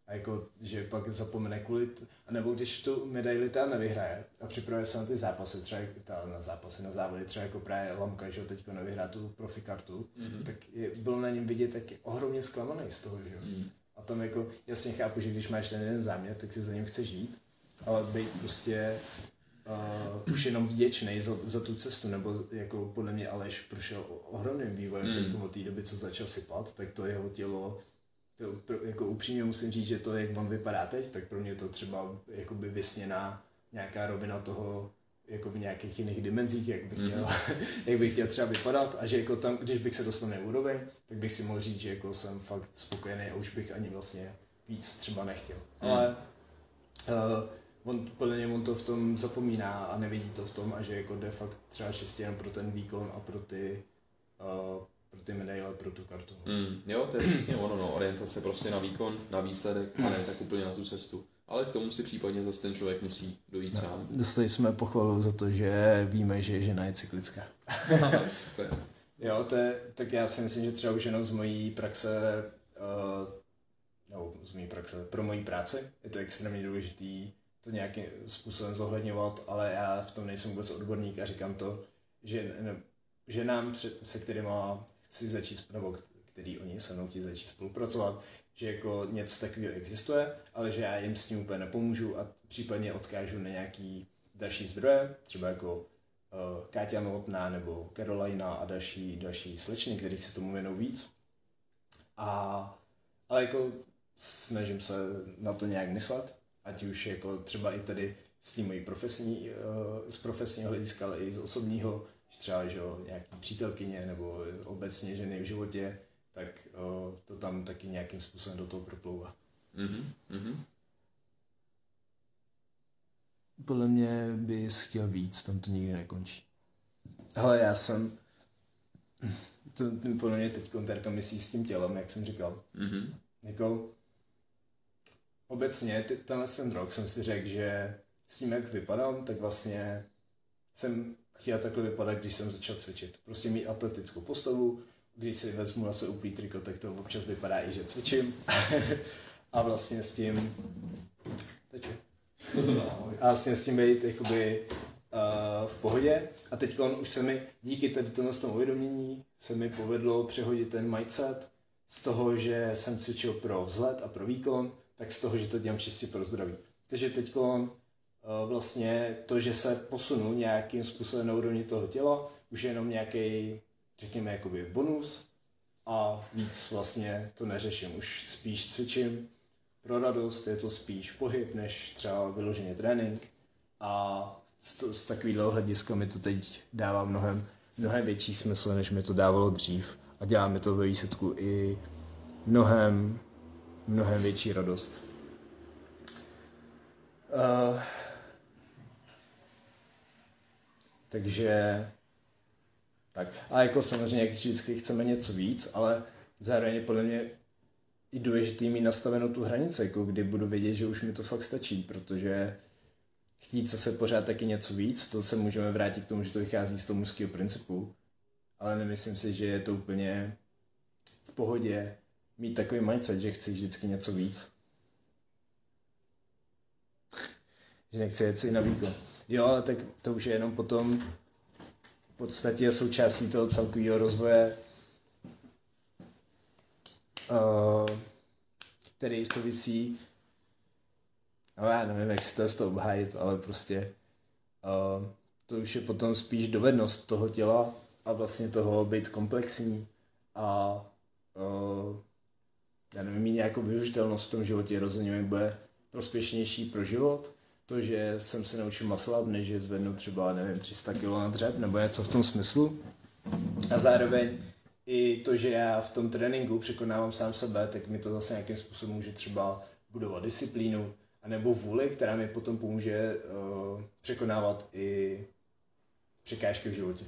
a jako, že pak zapomene kvůli, t- a nebo když tu medaili ta nevyhraje a připravuje se na ty zápasy, třeba ta, na zápasy, na závody, třeba jako právě Lamka, že teďko nevyhrá tu profikartu, mm-hmm. tak je, bylo na něm vidět taky ohromně zklamaný z toho, že jo. Mm. A tam jako jasně chápu, že když máš ten jeden záměr, tak si za ním chceš žít, ale být prostě uh, už jenom vděčný za, za tu cestu, nebo jako podle mě Aleš prošel ohromným vývojem mm. teď od té doby, co začal sypat, tak to jeho tělo, to, jako upřímně musím říct, že to, jak on vypadá teď, tak pro mě to třeba jakoby vysněná nějaká rovina toho, jako v nějakých jiných dimenzích, jak bych chtěl, mm. jak bych chtěl třeba vypadat, a že jako tam, když bych se dostal na úroveň, tak bych si mohl říct, že jako jsem fakt spokojený a už bych ani vlastně víc třeba nechtěl. Mm. Ale uh, on, podle mě on to v tom zapomíná a nevidí to v tom, a že jako jde fakt třeba čistě jen pro ten výkon a pro ty uh, pro ty medaile, pro tu kartu. Mm, jo, to je přesně ono, no, orientace prostě na výkon, na výsledek a ne tak úplně na tu cestu. Ale k tomu si případně zase ten člověk musí dojít no, sám. Dostali jsme pochvalu za to, že víme, že žena je cyklická. Super. Jo, to je, tak já si myslím, že třeba už jenom z mojí praxe, uh, no, z mojí praxe, pro mojí práci je to extrémně důležitý to nějakým způsobem zohledňovat, ale já v tom nejsem vůbec odborník a říkám to, že ne, ženám, se kterými chci začít, nebo který oni se mnou chtějí začít spolupracovat, že jako něco takového existuje, ale že já jim s tím úplně nepomůžu a případně odkážu na nějaký další zdroje, třeba jako uh, Káťa Novotná nebo Carolina a další, další slečny, kteří se tomu věnou víc. A, ale jako snažím se na to nějak myslet, ať už jako třeba i tady s tím mojí profesní, uh, z profesního hlediska, ale i z osobního, třeba že jo, nějaký přítelkyně nebo obecně ženy v životě, tak o, to tam taky nějakým způsobem do toho proplouvá. Mm-hmm. Podle mě bys chtěl víc, tam to nikdy nekončí. Ale já jsem, to podle mě teď Terka myslí s tím tělem, jak jsem říkal. Mm-hmm. Jako, obecně ty, tenhle ten rok jsem si řekl, že s tím, jak vypadám, tak vlastně jsem chtěl takhle vypadat, když jsem začal cvičit. Prostě mít atletickou postavu, když si vezmu na své úplný triko, tak to občas vypadá i, že cvičím. A vlastně s tím... A vlastně s tím být jakoby uh, v pohodě. A teď už se mi, díky tady tomu uvědomění, se mi povedlo přehodit ten mindset z toho, že jsem cvičil pro vzhled a pro výkon, tak z toho, že to dělám čistě pro zdraví. Takže teď vlastně to, že se posunu nějakým způsobem na úrovni toho těla, už je jenom nějaký, řekněme, jakoby bonus a víc vlastně to neřeším. Už spíš cvičím pro radost, je to spíš pohyb, než třeba vyloženě trénink, a z, z takového hlediska mi to teď dává mnohem, mnohem větší smysl, než mi to dávalo dřív, a dělá mi to ve výsledku i mnohem, mnohem větší radost. Uh, Takže, tak. A jako samozřejmě, jak vždycky chceme něco víc, ale zároveň je podle mě i důležitý mít nastavenou tu hranici, jako kdy budu vědět, že už mi to fakt stačí, protože chtít se pořád taky něco víc, to se můžeme vrátit k tomu, že to vychází z toho mužského principu, ale nemyslím si, že je to úplně v pohodě mít takový mindset, že chci vždycky něco víc. Že nechci jet si na výkon. Jo, ale tak to už je jenom potom v podstatě součástí toho celkového rozvoje, uh, který souvisí, no já nevím, jak si to z toho obhájit, ale prostě uh, to už je potom spíš dovednost toho těla a vlastně toho být komplexní a uh, já nevím, mít nějakou využitelnost v tom životě rozhodně mi bude prospěšnější pro život. To, že jsem se naučil muscle up, než je zvednu třeba, nevím, tři sta kilo na dřep, nebo něco v tom smyslu. A zároveň i to, že já v tom tréninku překonávám sám sebe, tak mi to zase nějakým způsobem může třeba budovat disciplínu, anebo vůli, která mi potom pomůže uh, překonávat i překážky v životě.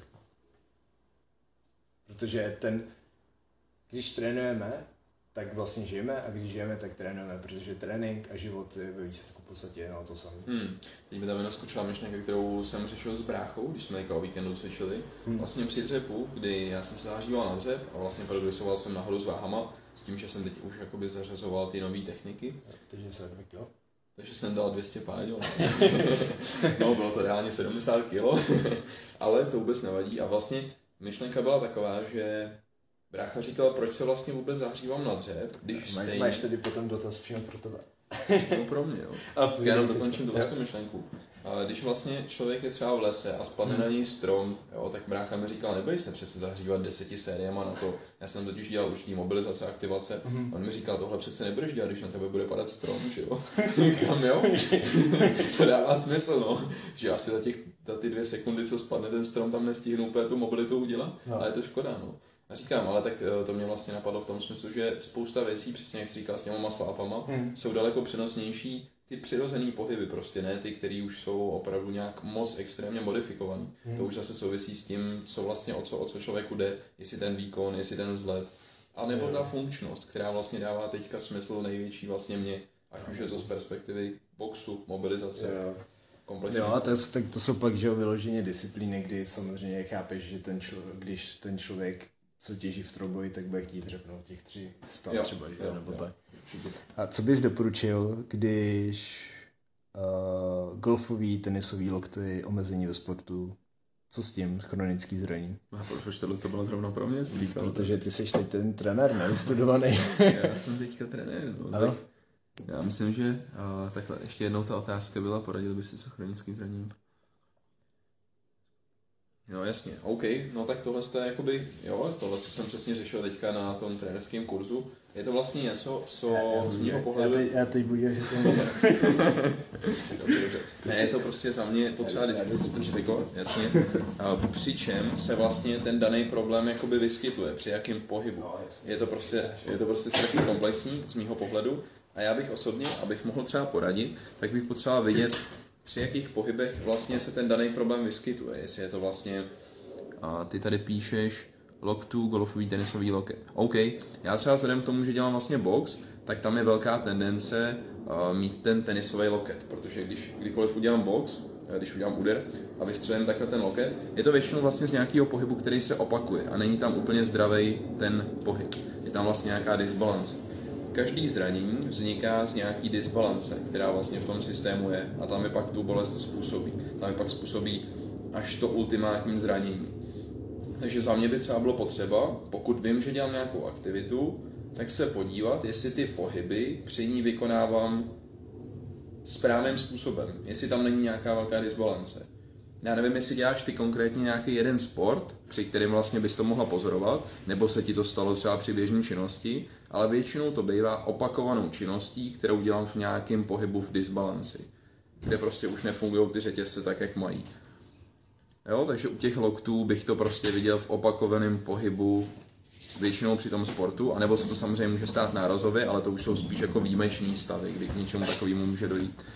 Protože ten, když trénujeme, tak vlastně žijeme, a když žijeme, tak trénujeme, protože trénink a život je ve výsledku v podstatě jenom to samé. Hmm. Teď mi tam jenom skočila myšlenka, kterou jsem řešil s bráchou, když jsme o víkendu cvičili. Hmm. Vlastně při dřepu, kdy já jsem se zažíval na dřep a vlastně progresoval jsem nahoru s váhama, s tím, že jsem teď už jakoby zařazoval ty nové techniky. Takže se dva kilo. Takže jsem dal dvě stě pádě. No, bylo to reálně sedmdesát kilo, ale to vůbec nevadí. A vlastně myšlenka byla taková, že brácha říkal, proč se vlastně vůbec zahřívám na dřev, když stejně... Máš tady potom dotaz přímo pro tebe. Přímo pro mě, jo. A já jenom dokončím tuhle tu myšlenku. Když vlastně člověk je třeba v lese a spadne hmm. na něj strom, jo, tak brácha mi říkal, neboj se přece zahřívat deseti sériema na to. Já jsem totiž dělal už tý mobilizace, aktivace. Hmm. On mi říkal, tohle přece nebudeš dělat, když na tebe bude padat strom, že jo. Říkám, jo. To dává smysl, no. Že asi za, těch, za ty dvě sekundy, co spadne ten strom, tam nestihnu úplně tu mobilitu udělat. No. Ale je to škoda, no. A říkám, ale tak to mě vlastně napadlo v tom smyslu, že spousta věcí, přesně jak jsi říkal s těma maslápama, hmm. jsou daleko přenosnější ty přirozený pohyby prostě, ne ty, které už jsou opravdu nějak moc extrémně modifikovaný. Hmm. To už zase souvisí s tím, co vlastně o co, o co člověku jde, jestli ten výkon, jestli ten vzhled, a nebo ta funkčnost, která vlastně dává teďka smysl největší vlastně mě, ať už je to z perspektivy boxu, mobilizace, jo. komplexní. Jo, a to, tak to jsou pak, že jo, vyloženě disciplíny, kdy samozřejmě chápeš, že ten člověk, když ten člověk co těží v trojboji, tak bude chtít řepnout těch tři sta třeba, jo, nebo jo, tak. Určitě. A co bys doporučil, když uh, golfový, tenisový lokty, omezení ve sportu, co s tím, chronický zranění? A proč tohle to bylo zrovna pro mě? Říkal, protože ty jsi teď ten trenér, nevystudovaný. Já jsem teďka trenér, no. Tak já myslím, že uh, takhle ještě jednou ta otázka byla, poradil bys si s chronickým zraněním? Jo, jasně, OK, no tak tohle je jakoby, jo, tohle jsem přesně řešil teďka na tom trenérském kurzu. Je to vlastně něco, co já, já z mého pohledu... Já teď, já teď budu, že to Dobře, dobře. Ne, je to prostě za mě potřeba vždycky spočít jako, jasně. Přičem se vlastně ten daný problém jakoby vyskytuje, při jakém pohybu. Je to prostě, je to prostě strašně komplexní z mého pohledu a já bych osobně, abych mohl třeba poradit, tak bych potřeboval vidět, při jakých pohybech vlastně se ten daný problém vyskytuje. Jestli je to vlastně, a ty tady píšeš loktů, golfový, tenisový loket. OK, já třeba vzhledem k tomu, že dělám vlastně box, tak tam je velká tendence uh, mít ten tenisový loket, protože když kdykoliv udělám box, když udělám úder a vystřelím takhle ten loket, je to většinou vlastně z nějakého pohybu, který se opakuje a není tam úplně zdravý ten pohyb. Je tam vlastně nějaká disbalance. Každý zranění vzniká z nějaký disbalance, která vlastně v tom systému je a tam je pak tu bolest způsobí. Tam je pak způsobí až to ultimátní zranění. Takže za mě by třeba bylo potřeba, pokud vím, že dělám nějakou aktivitu, tak se podívat, jestli ty pohyby při ní vykonávám správným způsobem, jestli tam není nějaká velká disbalance. Já nevím, jestli děláš ty konkrétně nějaký jeden sport, při kterém vlastně bys to mohla pozorovat, nebo se ti to stalo třeba při běžné činnosti, ale většinou to bývá opakovanou činností, kterou dělám v nějakém pohybu v disbalanci, kde prostě už nefungují ty řetězce tak, jak mají. Jo, takže u těch loktů bych to prostě viděl v opakovaném pohybu většinou při tom sportu, anebo se to samozřejmě může stát nárazově, ale to už jsou spíš jako výjimečný stavy, kdy k něčemu takovému může dojít.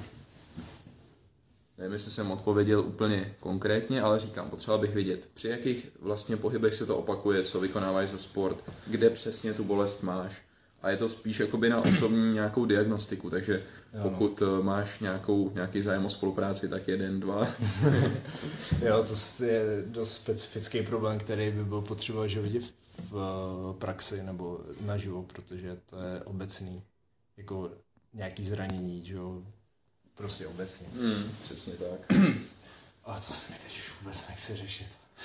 Nevím, jestli jsem odpověděl úplně konkrétně, ale říkám, potřeba bych vědět, při jakých vlastně pohybech se to opakuje, co vykonáváš za sport, kde přesně tu bolest máš. A je to spíš jakoby na osobní nějakou diagnostiku, takže pokud jo, no. máš nějakou, nějaký zájem o spolupráci, tak jeden, dva. Jo, to je dost specifický problém, který by byl potřeba že vidět v praxi nebo naživo, protože to je obecný, jako nějaký zranění, že jo, prostě obecně. Hmm, přesně tak. A co se mi teď už vůbec nechce řešit.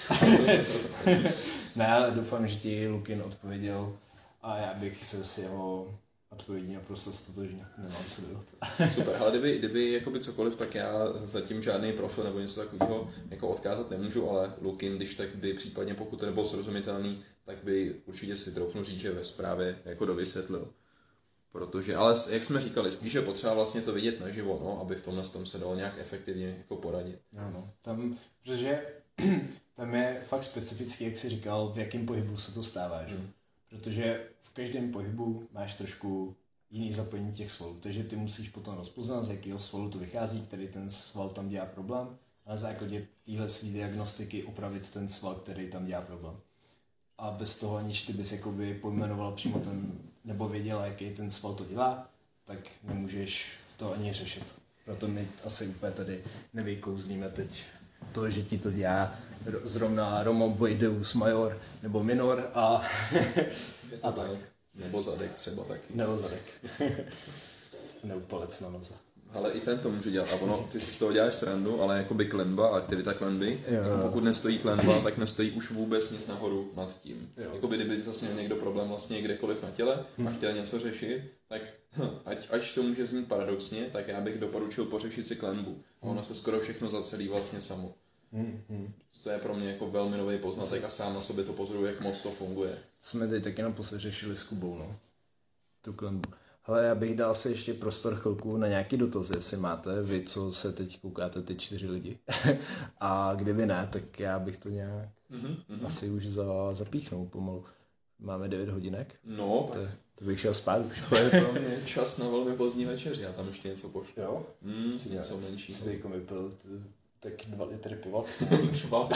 Ne, ale doufám, že ti Lukin odpověděl a já bych se s jeho odpovědí naprosto stotožnil. Nemám co dodat. Super, ale kdyby, kdyby jakoby cokoliv, tak já zatím žádný profil nebo něco takového jako odkázat nemůžu, ale Lukin, když tak by případně, pokud to nebylo srozumitelný, tak by určitě si troufnu říct, že ve zprávě jako dovysvětlil. Protože, ale jak jsme říkali, spíše potřeba vlastně to vidět naživo, no, aby v tomhle tom se dalo nějak efektivně jako poradit. Ano, tam, protože tam je fakt specifický, jak jsi říkal, v jakém pohybu se to stává, že? Hmm. Protože v každém pohybu máš trošku jiný zapojení těch svalů, takže ty musíš potom rozpoznat, z jakého svalu to vychází, který ten sval tam dělá problém, a na základě téhle svý diagnostiky opravit ten sval, který tam dělá problém. A bez toho, aniž ty bys jakoby pojmenoval přímo ten, nebo věděla, jaký ten sval to dělá, tak nemůžeš to ani řešit. Proto my asi úplně tady nevykouzlíme teď to, že ti to dělá zrovna rhomboideus major nebo minor a, to a tak. Nebo zadek třeba taky. Nebo zadek. Nebo palec na noze. Ale i ten to může dělat. A ono, ty si z toho děláš srandu, ale jakoby klenba, aktivita klenby, jako pokud nestojí klenba, tak nestojí už vůbec nic nahoru nad tím. Jo. Jakoby kdyby zase měl někdo problém vlastně kdekoliv na těle a chtěl něco řešit, tak ať, ať to může znít paradoxně, tak já bych doporučil pořešit si klenbu. A ono se skoro všechno zacelí vlastně samo. Hmm. To je pro mě jako velmi nový poznatek a sám na sobě to pozoruju, jak moc to funguje. Jsme tady taky naposled řešili s Kubou, no. Tu klenbu. Hele, já bych dal si ještě prostor chvilku na nějaký dotazy, jestli máte vy, co se teď koukáte, ty čtyři lidi. A kdyby ne, tak já bych to nějak mm-hmm. asi už za, zapíchnul pomalu. Máme devět hodinek. No, to, to bych šel spát už. To je pro mě čas na velmi pozdní večeři, já tam ještě něco pošlu. Jo? Mm, si něco menší. Jsi teďko vypil tak dva litry piva. Dva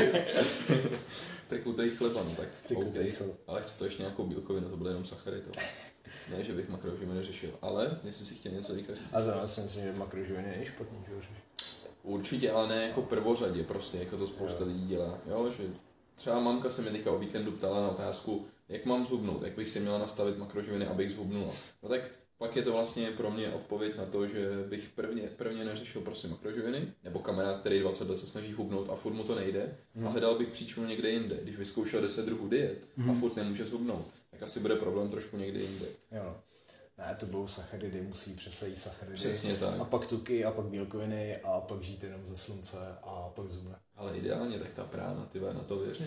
Tekutej chleba, no tak. Tekutej okay. chleba. Ale chci to ještě nějakou bílkovinu, to bylo jenom sachary, to. Ne, že bych makroživiny neřešil, ale jestli si chtěl něco říkat. A za nás si myslím, že makroživiny není špatný, že ho řešit. Určitě, ale ne jako prvořadě prostě, jako to spousta jo. lidí dělá. Jo, že třeba mamka se mi teďka o víkendu ptala na otázku, jak mám zhubnout, jak bych si měla nastavit makroživiny, abych zhubnula. No tak pak je to vlastně pro mě odpověď na to, že bych prvně, prvně neřešil prostě makroživiny, nebo kamarád, který dvacet let se snaží hubnout a furt mu to nejde, hmm. a hledal bych příčinu někde jinde. Když vyzkoušel deset druhů diet hmm. a furt nemůže zhubnout, tak asi bude problém trošku někde jinde. Jo. Ne, to budou sacharidy, musí přestat sacharidy. Přesně tak. A pak tuky, a pak bílkoviny, a pak žít jenom ze slunce, a pak zubne. Ale ideálně, tak ta prána, ty na to věřím.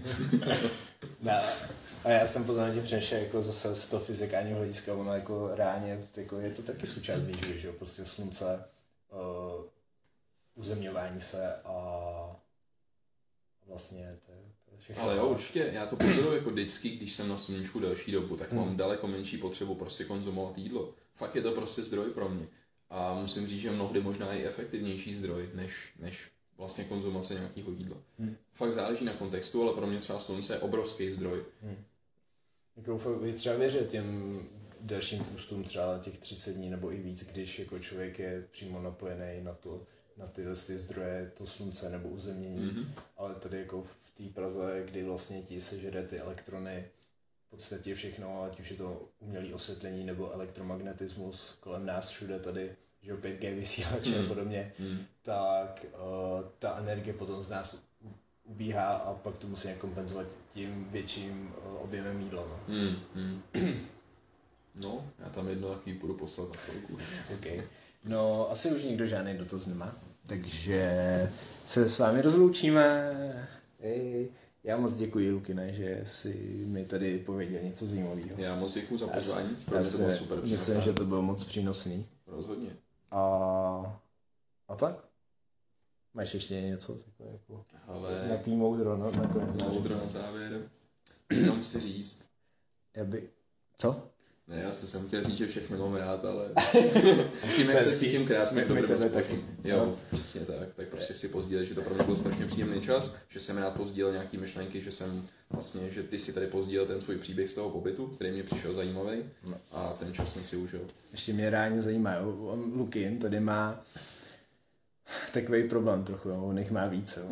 Ne, a já jsem potom na tím přemýšlel jako zase z toho fyzikálního hlediska, ono jako reálně, jako je to taky součást výživy, že jo, prostě slunce, uh, uzemňování se a vlastně to je, to je všechno. Ale jo, určitě, já to pozoruju jako vždycky, když jsem na sluníčku delší dobu, tak mám hmm. daleko menší potřebu prostě konzumovat jídlo. Fakt je to prostě zdroj pro mě. A musím říct, že mnohdy možná i efektivnější zdroj, než, než vlastně konzumace nějakého jídla. Hmm. Fakt záleží na kontextu, ale pro mě třeba slunce je obrovský zdroj. Hmm. Jako vy třeba věřit těm delším půstům třeba těch třicet dní nebo i víc, když jako člověk je přímo napojený na to, na tyhle ty zdroje, to slunce nebo uzemnění, mm-hmm. ale tady jako v té Praze, kdy vlastně ti sežere ty elektrony, v podstatě všechno, ať už je to umělé osvětlení nebo elektromagnetismus kolem nás všude tady, že pět G vysílače mm. a podobně, mm. tak uh, ta energie potom z nás ubíhá a pak to musíme kompenzovat tím větším uh, objemem jídla. No. Mm. Mm. no, já tam jedno takový půjdu poslat za chvilku. Okay. No, asi už nikdo žádný dotaz nemá, takže se s vámi rozloučíme. Ej, já moc děkuji, Lukine, že si mi tady pověděl něco zajímavého. Já moc děkuji za pozvání, pro mě to bylo super přínosné. Myslím, že to bylo moc přínosný. Rozhodně. A, a tak? Máš ještě něco? Jako, ale... Nějaký moudro, no, nakonec. Moudro na závěr. Jenom si říct. Já by... Co? Ne, já jsem chtěl říct, že všechny mám rád, ale tím, jak se cítím krásně, to bude taky. Jo, no. Přesně tak, tak prostě si pozdílet, že to pro mě byl strašně příjemný čas, že jsem rád pozdílel nějaký myšlenky, že jsem vlastně, že ty si tady pozdílel ten svůj příběh z toho pobytu, který mě přišel zajímavý no. a ten čas jsem si užil. Ještě mě reálně zajímá, on Lukin tady má takový problém trochu, jo. On jich má více.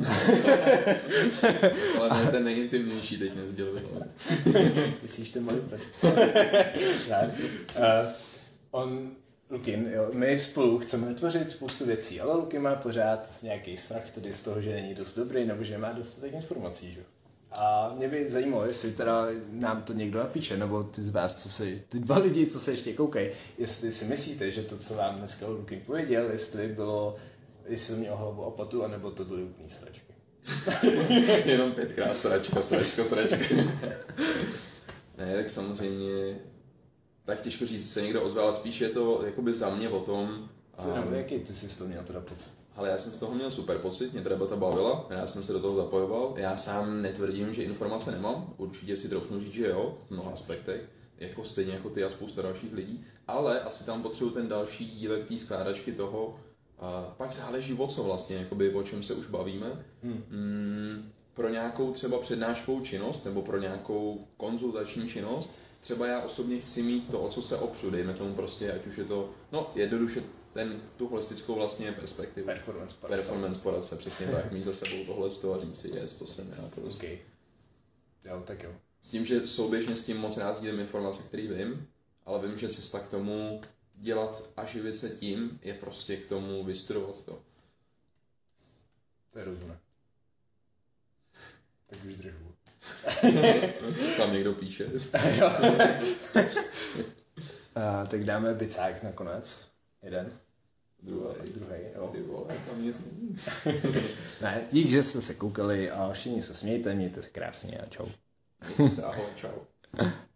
Ale ne, ten nejintimnější teď nezdělil. Myslíš ten malý prd? uh, on, Lukin, jo, my spolu chceme vytvořit spoustu věcí, ale Lukin má pořád nějaký strach tedy z toho, že není dost dobrý, nebo že má dostatek informací, že? A mě by zajímalo, jestli teda nám to někdo napíše, nebo ty z vás, co se, ty dva lidi, co se ještě koukají, jestli si myslíte, že to, co vám dneska Lukin pověděl, jestli bylo jestli to měl hlavu a patu, anebo to byly úplný sračky. Jenom pětkrát sračka, sračka, sračka. Ne, tak samozřejmě, tak těžko říct, se někdo ozval, ale spíš je to jakoby za mě o tom. Co, nebo jaký ty jsi z toho měl teda pocit? Ale já jsem z toho měl super pocit, mě teda ta bavila, já jsem se do toho zapojoval. Já sám netvrdím, že informace nemám, určitě si trochu říct, že jo, v mnoha aspektech. Jako stejně jako ty a spousta dalších lidí, ale asi tam potřebuji ten další dílek té skládačky toho. A pak záleží o co vlastně, jakoby, o čem se už bavíme. Hmm. Mm, pro nějakou třeba přednáškovou činnost nebo pro nějakou konzultační činnost, třeba já osobně chci mít to, o co se opřu, dejme tomu prostě, ať už je to, no jednoduše ten, tu holistickou vlastně perspektivu. Performance poradce. Performance poradce, přesně tak, mít za sebou tohle z toho a říct si, yes, to jsem já prostě. Okay. Jo, tak jo. S tím, že souběžně s tím moc rád sdílím informace, které vím, ale vím, že cesta k tomu dělat a živit se tím je prostě k tomu vystudovat to. To je rozumné. Tak už držu. Tam někdo píše. A, tak dáme bicák nakonec. Jeden. Druhý. Druhý, jo. Ty vole, tam nic není. Ne, dík, že jste se koukali a všichni se smějte, mějte se krásně a čau. Mějte se, ahoj, čau.